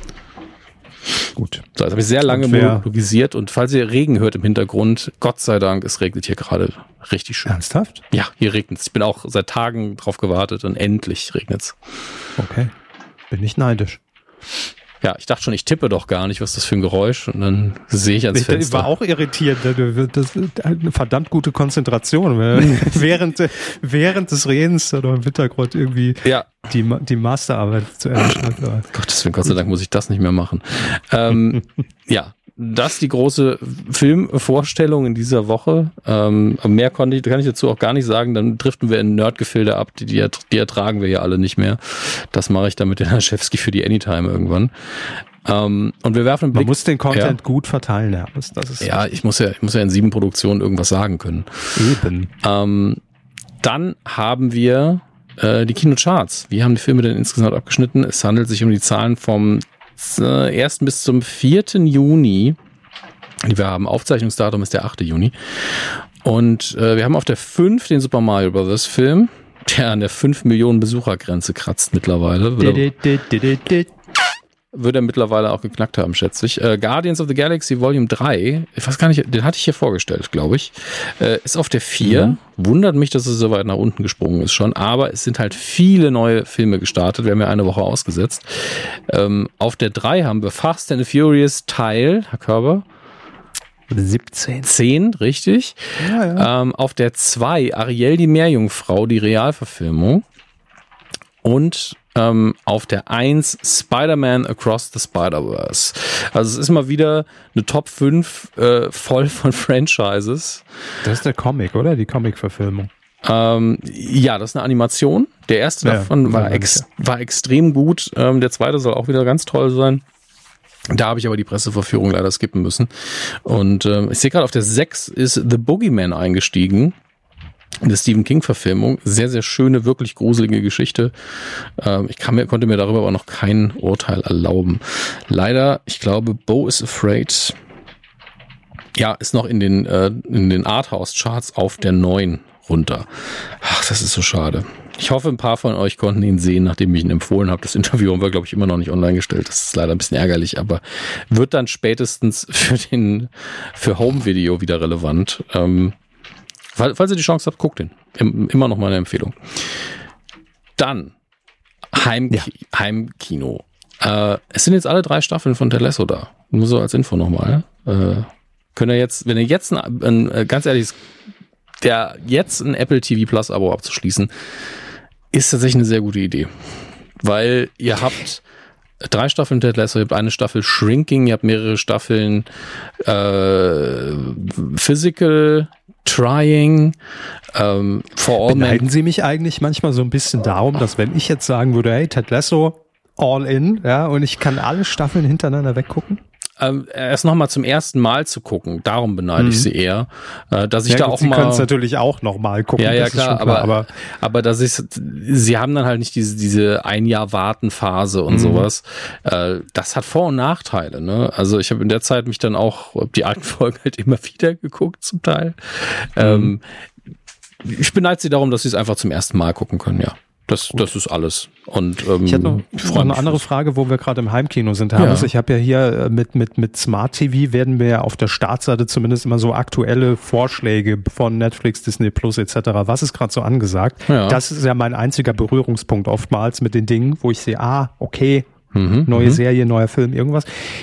Gut. So, jetzt habe ich sehr lange monologisiert und falls ihr Regen hört im Hintergrund, Gott sei Dank, es regnet hier gerade richtig schön. Ernsthaft? Ja, hier regnet es. Ich bin auch seit Tagen drauf gewartet und endlich regnet es. Okay. Bin ich neidisch. Ja, ich dachte schon, ich tippe doch gar nicht, was das für ein Geräusch, und dann sehe ich ans ich, Fenster. Ich war auch irritiert. Das ist eine verdammt gute Konzentration. während, während des Redens oder im Hintergrund irgendwie ja. die, die Masterarbeit zu Ende schreibt. Gottes Willen, Gott sei Dank muss ich das nicht mehr machen. ähm, ja, das ist die große Filmvorstellung in dieser Woche. Ähm, mehr konnte ich, kann ich dazu auch gar nicht sagen. Dann driften wir in Nerdgefilde ab. Die, die, die ertragen wir ja alle nicht mehr. Das mache ich dann mit den Haschewski für die Anytime irgendwann. Ähm, und wir werfen einen Blick. Man muss den Content ja. gut verteilen, ja. Das, das ist ja, ich muss ja, ich muss ja in sieben Produktionen irgendwas sagen können. Eben. Ähm, dann haben wir äh, die Kinocharts. Wie haben die Filme denn insgesamt abgeschnitten? Es handelt sich um die Zahlen vom ersten bis zum vierten Juni. Die wir haben, Aufzeichnungsdatum ist der achte Juni. Und äh, wir haben auf der fünf den Super Mario Brothers Film, der an der fünf Millionen Besuchergrenze kratzt mittlerweile. Würde, würde er mittlerweile auch geknackt haben, schätze ich. Äh, Guardians of the Galaxy Volume drei, ich weiß gar nicht, den hatte ich hier vorgestellt, glaube ich, äh, ist auf der vier. Mhm. Wundert mich, dass es so weit nach unten gesprungen ist schon, aber es sind halt viele neue Filme gestartet. Wir haben ja eine Woche ausgesetzt. Ähm, auf der drei haben wir Fast and the Furious Teil, Herr Körber. siebzehn. zehn, richtig. Ja, ja. Ähm, auf der zwei Ariel die Meerjungfrau, die Realverfilmung. Und ähm, auf der eins Spider-Man Across the Spider-Verse. Also es ist mal wieder eine Top fünf äh, voll von Franchises. Das ist der Comic, oder? Die Comic-Verfilmung. Ähm, ja, das ist eine Animation. Der erste ja, davon war, ex- war extrem gut. Ähm, der zweite soll auch wieder ganz toll sein. Da habe ich aber die Presseverführung leider skippen müssen. Und ähm, ich sehe gerade, auf der sechs ist The Boogeyman eingestiegen. Eine Stephen King-Verfilmung. Sehr, sehr schöne, wirklich gruselige Geschichte. Ähm, ich kann mir, konnte mir darüber aber noch kein Urteil erlauben. Leider, ich glaube, Beau is Afraid, ja, ist noch in den, äh, in den Arthouse-Charts auf der neun runter. Ach, das ist so schade. Ich hoffe, ein paar von euch konnten ihn sehen, nachdem ich ihn empfohlen habe. Das Interview haben wir, glaube ich, immer noch nicht online gestellt. Das ist leider ein bisschen ärgerlich, aber wird dann spätestens für den, für Home-Video wieder relevant. Ähm, Falls ihr die Chance habt, guckt den. Immer noch mal eine Empfehlung. Dann Heim- ja. Heimkino. Äh, es sind jetzt alle drei Staffeln von Ted Lasso da. Nur so als Info nochmal. Äh, könnt ihr jetzt, wenn ihr jetzt ein, ein ganz ehrlich, der jetzt ein Apple T V Plus Abo abzuschließen, ist tatsächlich eine sehr gute Idee. Weil ihr habt drei Staffeln Ted Lasso, ihr habt eine Staffel Shrinking, ihr habt mehrere Staffeln äh, Physical Trying, ähm, For All Men. Beneiden Sie mich eigentlich manchmal so ein bisschen darum, dass wenn ich jetzt sagen würde, hey, Ted Lasso, all in, ja, und ich kann alle Staffeln hintereinander weggucken? Ähm, erst nochmal zum ersten Mal zu gucken, darum beneide mhm. ich sie eher, äh, dass ich ja, da gut, auch sie mal. Sie können es natürlich auch nochmal gucken. Ja, ja, das klar, ist schon klar, aber, aber, aber dass ich, sie haben dann halt nicht diese, diese ein Jahr Warten-Phase und mhm. sowas. Äh, das hat Vor- und Nachteile, ne? Also ich habe in der Zeit mich dann auch, die alten Folgen halt immer wieder geguckt, zum Teil. Mhm. Ähm, ich beneide sie darum, dass sie es einfach zum ersten Mal gucken können, ja. Das, das ist alles. Und ähm, ich hätte noch, noch eine andere Frage, wo wir gerade im Heimkino sind, Hermes. Ja. Ich habe ja hier mit mit mit Smart T V werden wir ja auf der Startseite zumindest immer so aktuelle Vorschläge von Netflix, Disney Plus et cetera. Was ist gerade so angesagt? Ja. Das ist ja mein einziger Berührungspunkt oftmals mit den Dingen, wo ich sehe, ah, okay, mhm, neue mhm. Serie, neuer Film, irgendwas.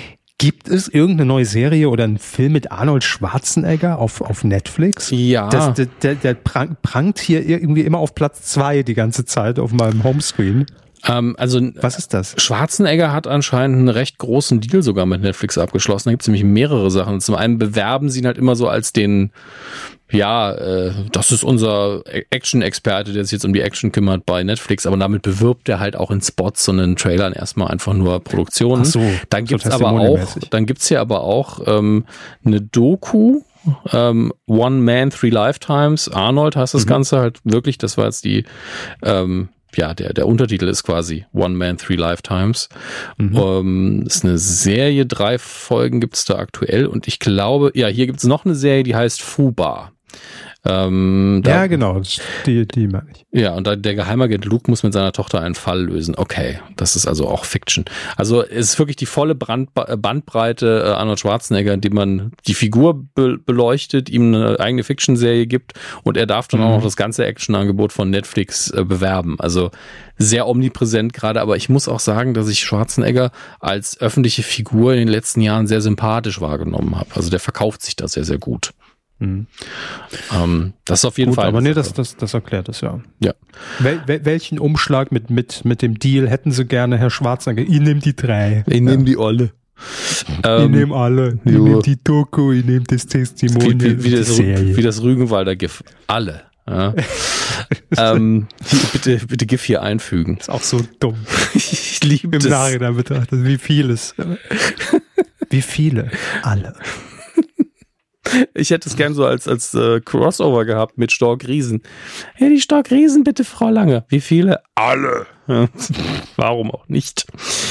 Gibt es irgendeine neue Serie oder einen Film mit Arnold Schwarzenegger auf, auf Netflix? Ja. Das, der, der, der prangt hier irgendwie immer auf Platz zwei die ganze Zeit auf meinem Homescreen. Ähm, also was ist das? Schwarzenegger hat anscheinend einen recht großen Deal sogar mit Netflix abgeschlossen. Da gibt es nämlich mehrere Sachen. Zum einen bewerben sie ihn halt immer so als den, ja, äh, das ist unser Action-Experte, der sich jetzt um die Action kümmert bei Netflix, aber damit bewirbt er halt auch in Spots und in Trailern erstmal einfach nur Produktionen. Ach so, dann gibt's so aber auch, dann gibt's hier aber auch ähm, eine Doku, ähm, One Man, Three Lifetimes. Arnold heißt das mhm. Ganze halt wirklich. Das war jetzt die ähm, ja, der, der Untertitel ist quasi One Man, Three Lifetimes. Mhm. Ähm, ist eine Serie, drei Folgen gibt's da aktuell und ich glaube, ja, hier gibt's noch eine Serie, die heißt Fubar. Ähm, da, ja, genau, die, die meine ich. Ja, und da, der Geheimagent Luke muss mit seiner Tochter einen Fall lösen. Okay, das ist also auch Fiction. Also es ist wirklich die volle Brand, Bandbreite äh, Arnold Schwarzenegger, indem man die Figur be, beleuchtet, ihm eine eigene Fiction-Serie gibt und er darf dann mhm. auch noch das ganze Action-Angebot von Netflix äh, bewerben. Also sehr omnipräsent gerade, aber ich muss auch sagen, dass ich Schwarzenegger als öffentliche Figur in den letzten Jahren sehr sympathisch wahrgenommen habe. Also der verkauft sich da sehr, sehr gut. Mhm. Ähm, das ist auf jeden Gut, Fall. Aber nee, das, das, das erklärt es ja. Ja. Wel, wel, welchen Umschlag mit, mit, mit dem Deal hätten Sie gerne, Herr Schwarzenegger? Ich nehme die drei. Ich nehme die alle. Ähm, ich nehme alle. Ich nehme die Doku, ich nehme das Testimonial. Wie, wie, wie, das, wie das Rügenwalder GIF. Alle. Ja. ähm, bitte, bitte GIF hier einfügen. Ist auch so dumm. Ich liebe Im das. Nachhinein betrachtet, wie vieles. Wie viele? Alle. Ich hätte es gern so als als äh, Crossover gehabt mit Stork-Riesen. Ja, die Stork-Riesen bitte, Frau Lange. Wie viele? Alle. Ja. Warum auch nicht?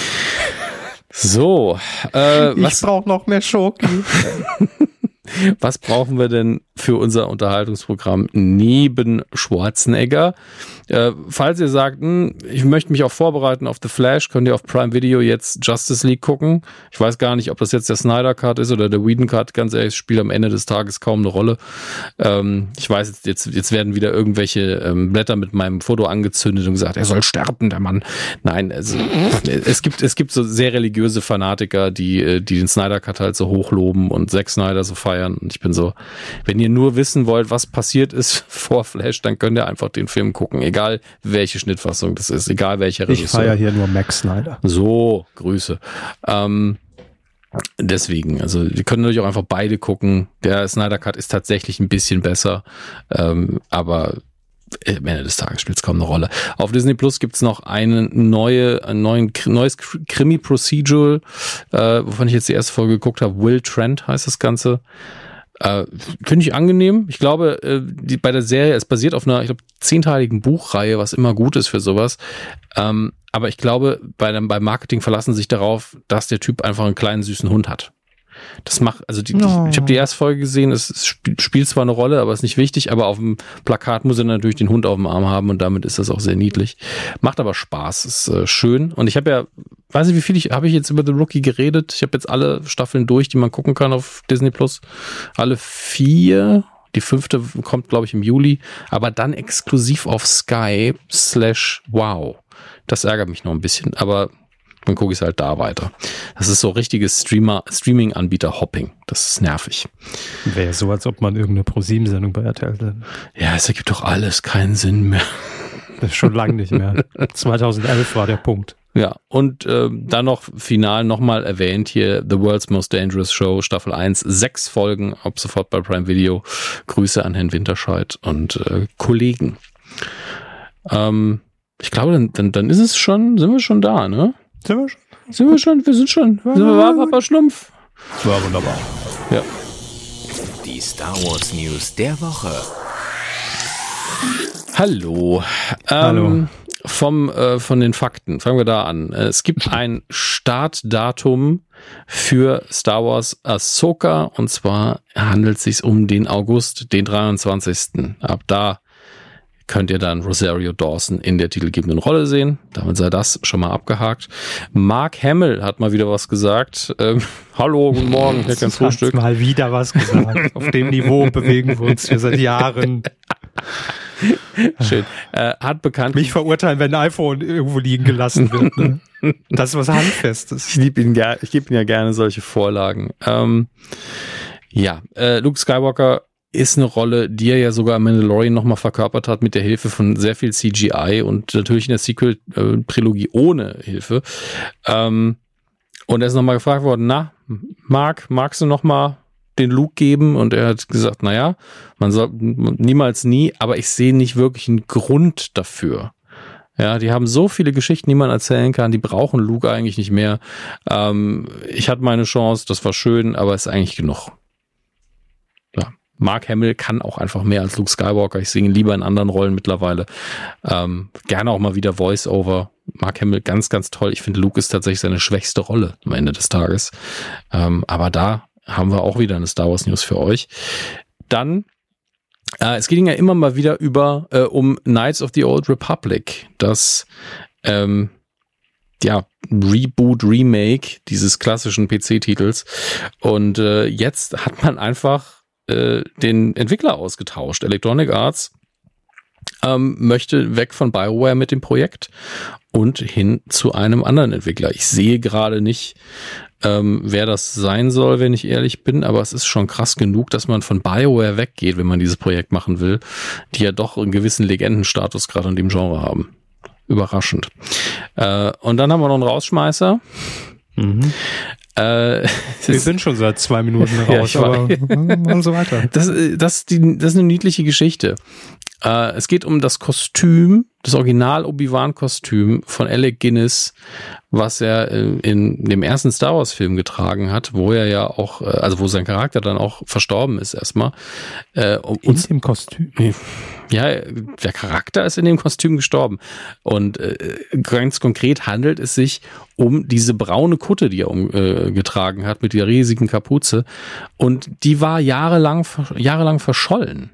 So. Äh, ich brauche noch mehr Schoki. Was brauchen wir denn für unser Unterhaltungsprogramm neben Schwarzenegger? Äh, falls ihr sagt, hm, ich möchte mich auch vorbereiten auf The Flash, könnt ihr auf Prime Video jetzt Justice League gucken. Ich weiß gar nicht, ob das jetzt der Snyder Cut ist oder der Whedon Cut. Ganz ehrlich, spielt am Ende des Tages kaum eine Rolle. Ähm, ich weiß, jetzt, jetzt, jetzt werden wieder irgendwelche ähm, Blätter mit meinem Foto angezündet und gesagt, er soll sterben, der Mann. Nein, also, es gibt es gibt so sehr religiöse Fanatiker, die die den Snyder Cut halt so hochloben und Zack Snyder so feiern. Und ich bin so, wenn ihr nur wissen wollt, was passiert ist vor Flash, dann könnt ihr einfach den Film gucken. Egal, welche Schnittfassung das ist, egal welcher Regisseur. Ich feiere hier nur Max Snyder. So, Grüße. Ähm, deswegen, also wir können natürlich auch einfach beide gucken. Der Snyder Cut ist tatsächlich ein bisschen besser, ähm, aber am Ende des Tages spielt es kaum eine Rolle. Auf Disney Plus gibt's noch eine neue, ein neuen, neues Krimi-Procedural, äh, wovon ich jetzt die erste Folge geguckt habe. Will Trent heißt das Ganze. Äh, Finde ich angenehm. Ich glaube, äh, die, bei der Serie, es basiert auf einer, ich glaube, zehnteiligen Buchreihe, was immer gut ist für sowas. Ähm, aber ich glaube, bei dem, beim Marketing verlassen sie sich darauf, dass der Typ einfach einen kleinen süßen Hund hat. Das macht, also die, oh. ich habe die erste Folge gesehen, es, es spielt zwar eine Rolle, aber ist nicht wichtig, aber auf dem Plakat muss er natürlich den Hund auf dem Arm haben und damit ist das auch sehr niedlich. Macht aber Spaß, ist äh, schön und ich habe ja, weiß nicht wie viel ich, habe ich jetzt über The Rookie geredet, ich habe jetzt alle Staffeln durch, die man gucken kann auf Disney Plus, alle vier, die fünfte kommt glaube ich im Juli, aber dann exklusiv auf Sky slash wow. Das ärgert mich noch ein bisschen, aber dann gucke ich es halt da weiter. Das ist so richtiges Streamer, Streaming-Anbieter-Hopping. Das ist nervig. Wäre so, als ob man irgendeine Pro sieben Sendung bei R T L hätte. Ja, es ergibt doch alles keinen Sinn mehr. Das ist schon lange nicht mehr. zweitausendelf war der Punkt. Ja, und äh, dann noch final nochmal erwähnt hier The World's Most Dangerous Show, Staffel eins, sechs Folgen, ab sofort bei Prime Video. Grüße an Herrn Winterscheid und äh, Kollegen. Ähm, ich glaube, dann, dann, dann ist es schon, sind wir schon da, ne? Sind wir schon? Sind wir schon? Wir sind schon. Sind wir wahr, Papa Schlumpf? War wunderbar. Ja. Die Star Wars News der Woche. Hallo. Hallo. Ähm, vom, äh, von den Fakten. Fangen wir da an. Es gibt ein Startdatum für Star Wars Ahsoka und zwar handelt es sich um den August, den dreiundzwanzigsten Ab da könnt ihr dann Rosario Dawson in der titelgebenden Rolle sehen. Damit sei das schon mal abgehakt. Mark Hamill hat mal wieder was gesagt. Ähm, Hallo, guten Morgen, hier kein Frühstück. Mal wieder was gesagt. Auf dem Niveau bewegen wir uns hier seit Jahren. Schön. Äh, hat bekannt. Mich verurteilen, wenn ein iPhone irgendwo liegen gelassen wird. Ne? Das ist was Handfestes. Ich liebe ihn gerne, ich gebe ihm ja gerne solche Vorlagen. Ähm, ja, äh, Luke Skywalker ist eine Rolle, die er ja sogar im Mandalorian nochmal verkörpert hat mit der Hilfe von sehr viel C G I und natürlich in der Sequel-Trilogie ohne Hilfe. Ähm, und er ist nochmal gefragt worden, na, Mark, magst du nochmal den Luke geben? Und er hat gesagt, naja, man soll niemals nie, aber ich sehe nicht wirklich einen Grund dafür. Ja, die haben so viele Geschichten, die man erzählen kann, die brauchen Luke eigentlich nicht mehr. Ähm, ich hatte meine Chance, das war schön, aber es ist eigentlich genug. Ja, Mark Hamill kann auch einfach mehr als Luke Skywalker. Ich sehe ihn lieber in anderen Rollen mittlerweile. Ähm, gerne auch mal wieder Voice-Over. Mark Hamill ganz, ganz toll. Ich finde, Luke ist tatsächlich seine schwächste Rolle am Ende des Tages. Ähm, aber da haben wir auch wieder eine Star Wars News für euch. Dann, äh, es ging ja immer mal wieder über äh, um Knights of the Old Republic, das ähm, ja Reboot, Remake dieses klassischen P C-Titels. Und äh, jetzt hat man einfach äh, den Entwickler ausgetauscht. Electronic Arts ähm, möchte weg von BioWare mit dem Projekt und hin zu einem anderen Entwickler. Ich sehe gerade nicht, ähm, wer das sein soll, wenn ich ehrlich bin, aber es ist schon krass genug, dass man von BioWare weggeht, wenn man dieses Projekt machen will, die ja doch einen gewissen Legendenstatus gerade in dem Genre haben. Überraschend. Äh, und dann haben wir noch einen Rausschmeißer. Mhm. Äh, Wir sind schon seit zwei Minuten raus, ja, aber und so weiter. Das, das, die, das ist eine niedliche Geschichte. Äh, es geht um das Kostüm, das Original Obi-Wan-Kostüm von Alec Guinness, was er in, in dem ersten Star Wars-Film getragen hat, wo er ja auch, also wo sein Charakter dann auch verstorben ist erstmal. Äh, in dem Kostüm? Ja, der Charakter ist in dem Kostüm gestorben. Und äh, ganz konkret handelt es sich um diese braune Kutte, die er umgetragen äh, hat, mit der riesigen Kapuze. Und die war jahrelang, jahrelang verschollen.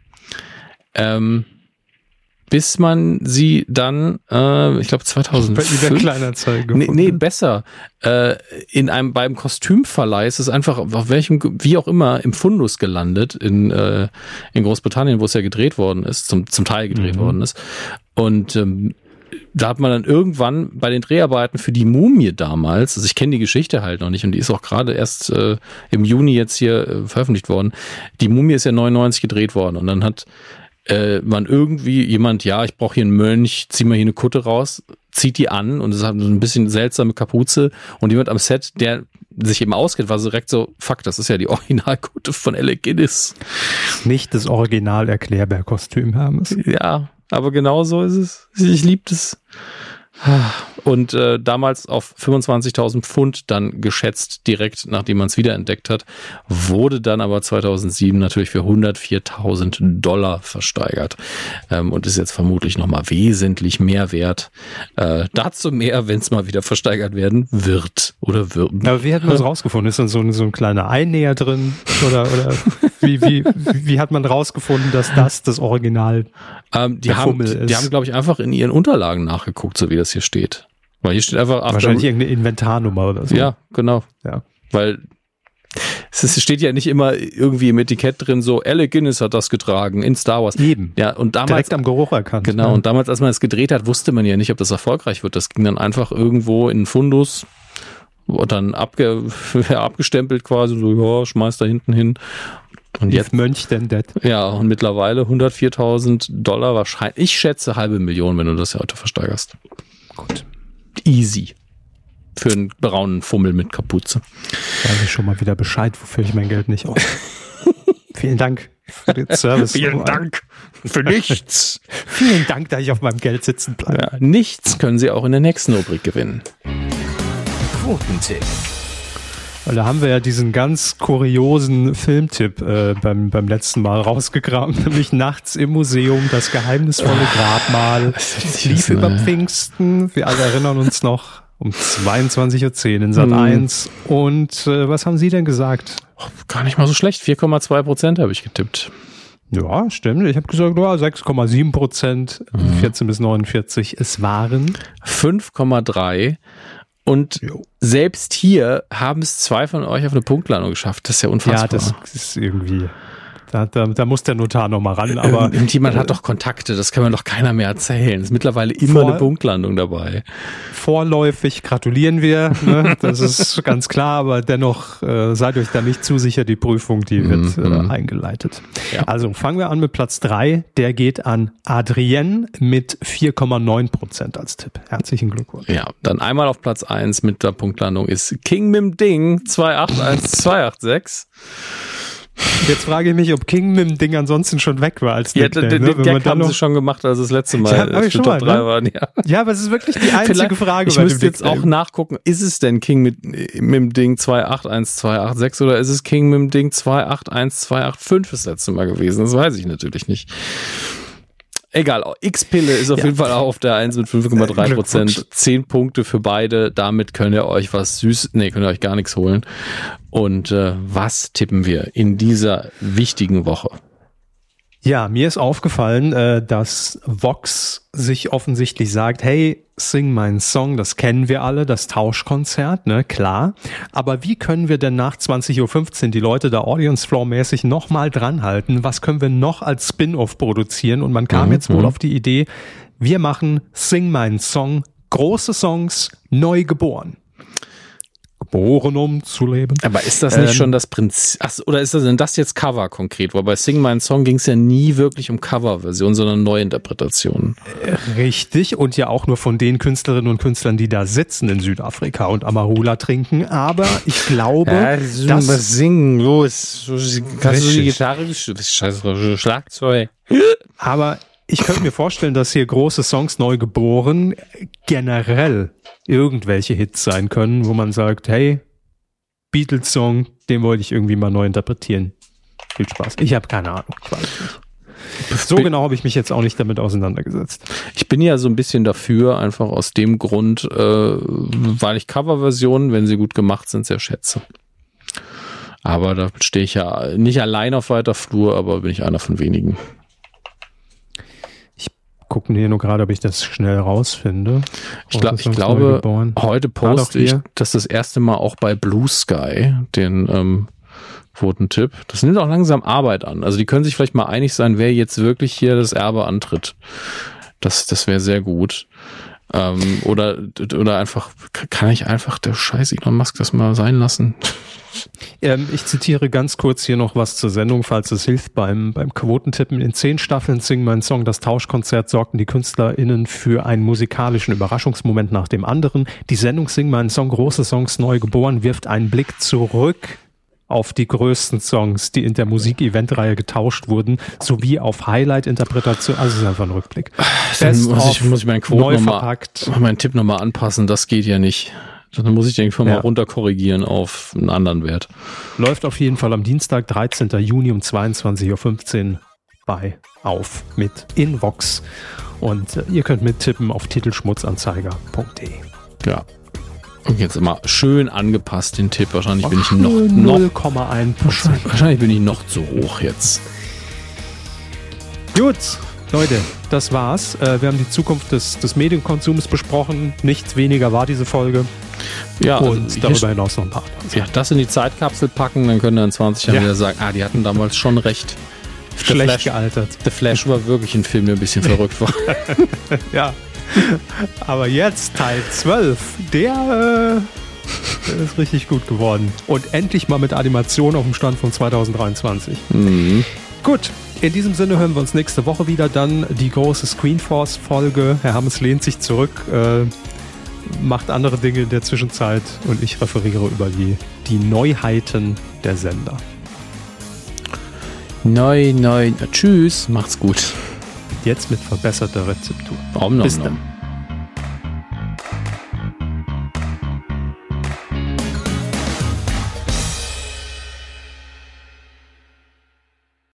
Ähm, bis man sie dann, äh, ich glaube zweitausendfünf. Bei eBay Kleinanzeigen. Nee, nee, besser. Äh, in einem beim Kostümverleih ist es einfach auf welchem, wie auch immer, im Fundus gelandet in äh, in Großbritannien, wo es ja gedreht worden ist, zum zum Teil gedreht mhm. worden ist. Und ähm, da hat man dann irgendwann bei den Dreharbeiten für die Mumie damals, also ich kenne die Geschichte halt noch nicht und die ist auch gerade erst äh, im Juni jetzt hier äh, veröffentlicht worden. Die Mumie ist ja neunundneunzig gedreht worden und dann hat äh, man irgendwie jemand, ja, ich brauche hier einen Mönch, zieh mal hier eine Kutte raus, zieht die an und es hat so ein bisschen seltsame Kapuze und jemand am Set, der sich eben auskennt, war so direkt so, fuck, das ist ja die Originalkutte von Alec Guinness. Nicht das Original-Erklärbär-Kostüm, Hermes. Ja, aber genau so ist es. Ich liebe das. Und äh, damals auf fünfundzwanzigtausend Pfund dann geschätzt, direkt nachdem man es wiederentdeckt hat, wurde dann aber zweitausendsieben natürlich für hundertviertausend Dollar versteigert ähm, und ist jetzt vermutlich nochmal wesentlich mehr wert. Äh, dazu mehr, wenn es mal wieder versteigert werden wird oder wird. Aber wie hat man das rausgefunden? Ist dann so ein, so ein kleiner Einnäher drin? Oder, oder wie, wie, wie hat man rausgefunden, dass das das Original ähm, die haben, ist? Die haben, glaube ich, einfach in ihren Unterlagen nachgeguckt, so wie das hier steht. Weil hier steht einfach... Wahrscheinlich irgendeine Inventarnummer oder so. Ja, genau. Ja. Weil es steht ja nicht immer irgendwie im Etikett drin so, Alec Guinness hat das getragen in Star Wars. Eben. Ja, und damals, direkt am Geruch erkannt. Genau, ja. Und damals, als man es gedreht hat, wusste man ja nicht, ob das erfolgreich wird. Das ging dann einfach irgendwo in den Fundus und dann abge, ja, abgestempelt quasi, so, ja, schmeiß da hinten hin. Und Wie jetzt Mönch denn das? Ja, und mittlerweile hundertviertausend Dollar wahrscheinlich. Ich schätze halbe Million, wenn du das ja heute versteigerst. Gut. Easy. Für einen braunen Fummel mit Kapuze. Weiß ich schon mal wieder Bescheid, wofür ich mein Geld nicht aus. Vielen Dank für den Service. Vielen Dank für nichts. Vielen Dank, dass ich auf meinem Geld sitzen bleibe. Ja, nichts können Sie auch in der nächsten Rubrik gewinnen. Quotentipp. Weil da haben wir ja diesen ganz kuriosen Filmtipp äh, beim, beim letzten Mal rausgekramt, nämlich Nachts im Museum, das geheimnisvolle Grabmal. Das lief über Pfingsten, wir alle erinnern uns noch, um zweiundzwanzig Uhr zehn in Sat eins. Mhm. Und äh, was haben Sie denn gesagt? Oh, gar nicht mal so schlecht, vier Komma zwei Prozent habe ich getippt. Ja, stimmt. Ich habe gesagt, ja, sechs Komma sieben Prozent, mhm. vierzehn bis neunundvierzig. Es waren fünf Komma drei. Und jo. Selbst hier haben es zwei von euch auf eine Punktlandung geschafft. Das ist ja unfassbar. Ja, das ist irgendwie, Da, da, da muss der Notar noch mal ran. Aber irgendjemand äh, hat doch Kontakte, das kann man doch keiner mehr erzählen. Es ist mittlerweile immer vor, eine Punktlandung dabei. Vorläufig gratulieren wir, ne? Das ist ganz klar, aber dennoch äh, seid euch da nicht zu sicher, die Prüfung, die wird äh, eingeleitet. Ja. Also fangen wir an mit Platz drei, der geht an Adrienne mit vier Komma neun Prozent als Tipp. Herzlichen Glückwunsch. Ja, dann einmal auf Platz eins mit der Punktlandung ist King Mim Ding zwei acht eins zwei acht sechs. Jetzt frage ich mich, ob King mit dem Ding ansonsten schon weg war als Nickname. Ja, den, den, den Gag haben sie schon gemacht, als das letzte Mal ja, für Top drei ne? waren. Ja. ja, aber es ist wirklich die einzige Vielleicht, Frage. Ich müsste jetzt auch nachgucken, ist es denn King mit, mit dem Ding zwei acht eins zwei acht sechs oder ist es King mit dem Ding zwei acht eins zwei acht fünf das letzte Mal gewesen? Das weiß ich natürlich nicht. Egal, X-Pille ist auf ja. jeden Fall auch auf der eins mit fünf Komma drei Prozent. zehn Punkte für beide. Damit könnt ihr euch was süß, nee, könnt ihr euch gar nichts holen. Und äh, was tippen wir in dieser wichtigen Woche? Ja, mir ist aufgefallen, äh, dass Vox sich offensichtlich sagt, hey, sing meinen Song, das kennen wir alle, das Tauschkonzert, ne, klar. Aber wie können wir denn nach zwanzig Uhr fünfzehn die Leute da Audience Flow-mäßig nochmal dranhalten? Was können wir noch als Spin-Off produzieren? Und man kam mhm, jetzt wohl mhm. auf die Idee, wir machen Sing meinen Song, große Songs, neu geboren. Geboren, um zu leben. Aber ist das nicht ähm, schon das Prinzip, ach, oder ist das denn das jetzt Cover konkret? Weil bei Sing meinen Song ging es ja nie wirklich um Coverversion, sondern Neuinterpretationen. Richtig, und ja auch nur von den Künstlerinnen und Künstlern, die da sitzen in Südafrika und Amarula trinken. Aber ich glaube, ja, so dass... Was singen, los. Kannst du die Gitarre, scheiß Schlagzeug. Aber ich könnte mir vorstellen, dass hier große Songs neu geboren generell irgendwelche Hits sein können, wo man sagt, hey, Beatles-Song, den wollte ich irgendwie mal neu interpretieren. Viel Spaß. Ich habe keine Ahnung, ich weiß nicht. So genau habe ich mich jetzt auch nicht damit auseinandergesetzt. Ich bin ja so ein bisschen dafür, einfach aus dem Grund, äh, weil ich Coverversionen, wenn sie gut gemacht sind, sehr schätze. Aber da stehe ich ja nicht allein auf weiter Flur, aber bin ich einer von wenigen. Gucken hier nur gerade, ob ich das schnell rausfinde. Ich, glaub, ich glaube, heute poste ich das das erste Mal auch bei Blue Sky, den ähm, Quotentipp. Das nimmt auch langsam Arbeit an. Also die können sich vielleicht mal einig sein, wer jetzt wirklich hier das Erbe antritt. Das, das wäre sehr gut. Ähm, oder, oder einfach, kann ich einfach der scheiß Elon Musk das mal sein lassen? Ähm, ich zitiere ganz kurz hier noch was zur Sendung, falls es hilft beim, beim Quotentippen. In zehn Staffeln Sing mein Song, das Tauschkonzert, sorgten die KünstlerInnen für einen musikalischen Überraschungsmoment nach dem anderen. Die Sendung Sing mein Song, große Songs neu geboren, wirft einen Blick zurück auf die größten Songs, die in der Musik-Event-Reihe getauscht wurden, sowie auf Highlight-Interpretation. Also es ist einfach ein Rückblick. Dann muss ich, muss ich meinen Quote nochmal, meinen Tipp nochmal anpassen. Das geht ja nicht. Dann muss ich den einfach ja. mal runter korrigieren auf einen anderen Wert. Läuft auf jeden Fall am Dienstag, dreizehnten Juni um zweiundzwanzig Uhr fünfzehn bei Auf mit Invox. Und äh, ihr könnt mittippen auf titelschmutzanzeiger punkt de. Ja. Und jetzt immer schön angepasst den Tipp. Wahrscheinlich bin ich noch null Komma eins Prozent. Wahrscheinlich bin ich noch zu hoch jetzt. Gut, Leute, das war's. Äh, wir haben die Zukunft des, des Medienkonsums besprochen. Nichts weniger war diese Folge. Ja, und also darüber hinaus noch ein paar. Ja, das in die Zeitkapsel packen, dann können wir in zwanzig Jahren ja. wieder sagen, ah, die hatten damals schon recht. The Schlecht Flash, gealtert. The Flash war wirklich ein Film, der ein bisschen verrückt war. Ja. Aber jetzt Teil zwölf, der, äh, der ist richtig gut geworden. Und endlich mal mit Animation auf dem Stand von zwanzig dreiundzwanzig. Mhm. Gut, in diesem Sinne hören wir uns nächste Woche wieder. Dann die große Screenforce-Folge. Herr Hammes lehnt sich zurück, äh, macht andere Dinge in der Zwischenzeit und ich referiere über die, die Neuheiten der Sender. Neu, neu, tschüss, macht's gut. Jetzt mit verbesserter Rezeptur. Om nom nom.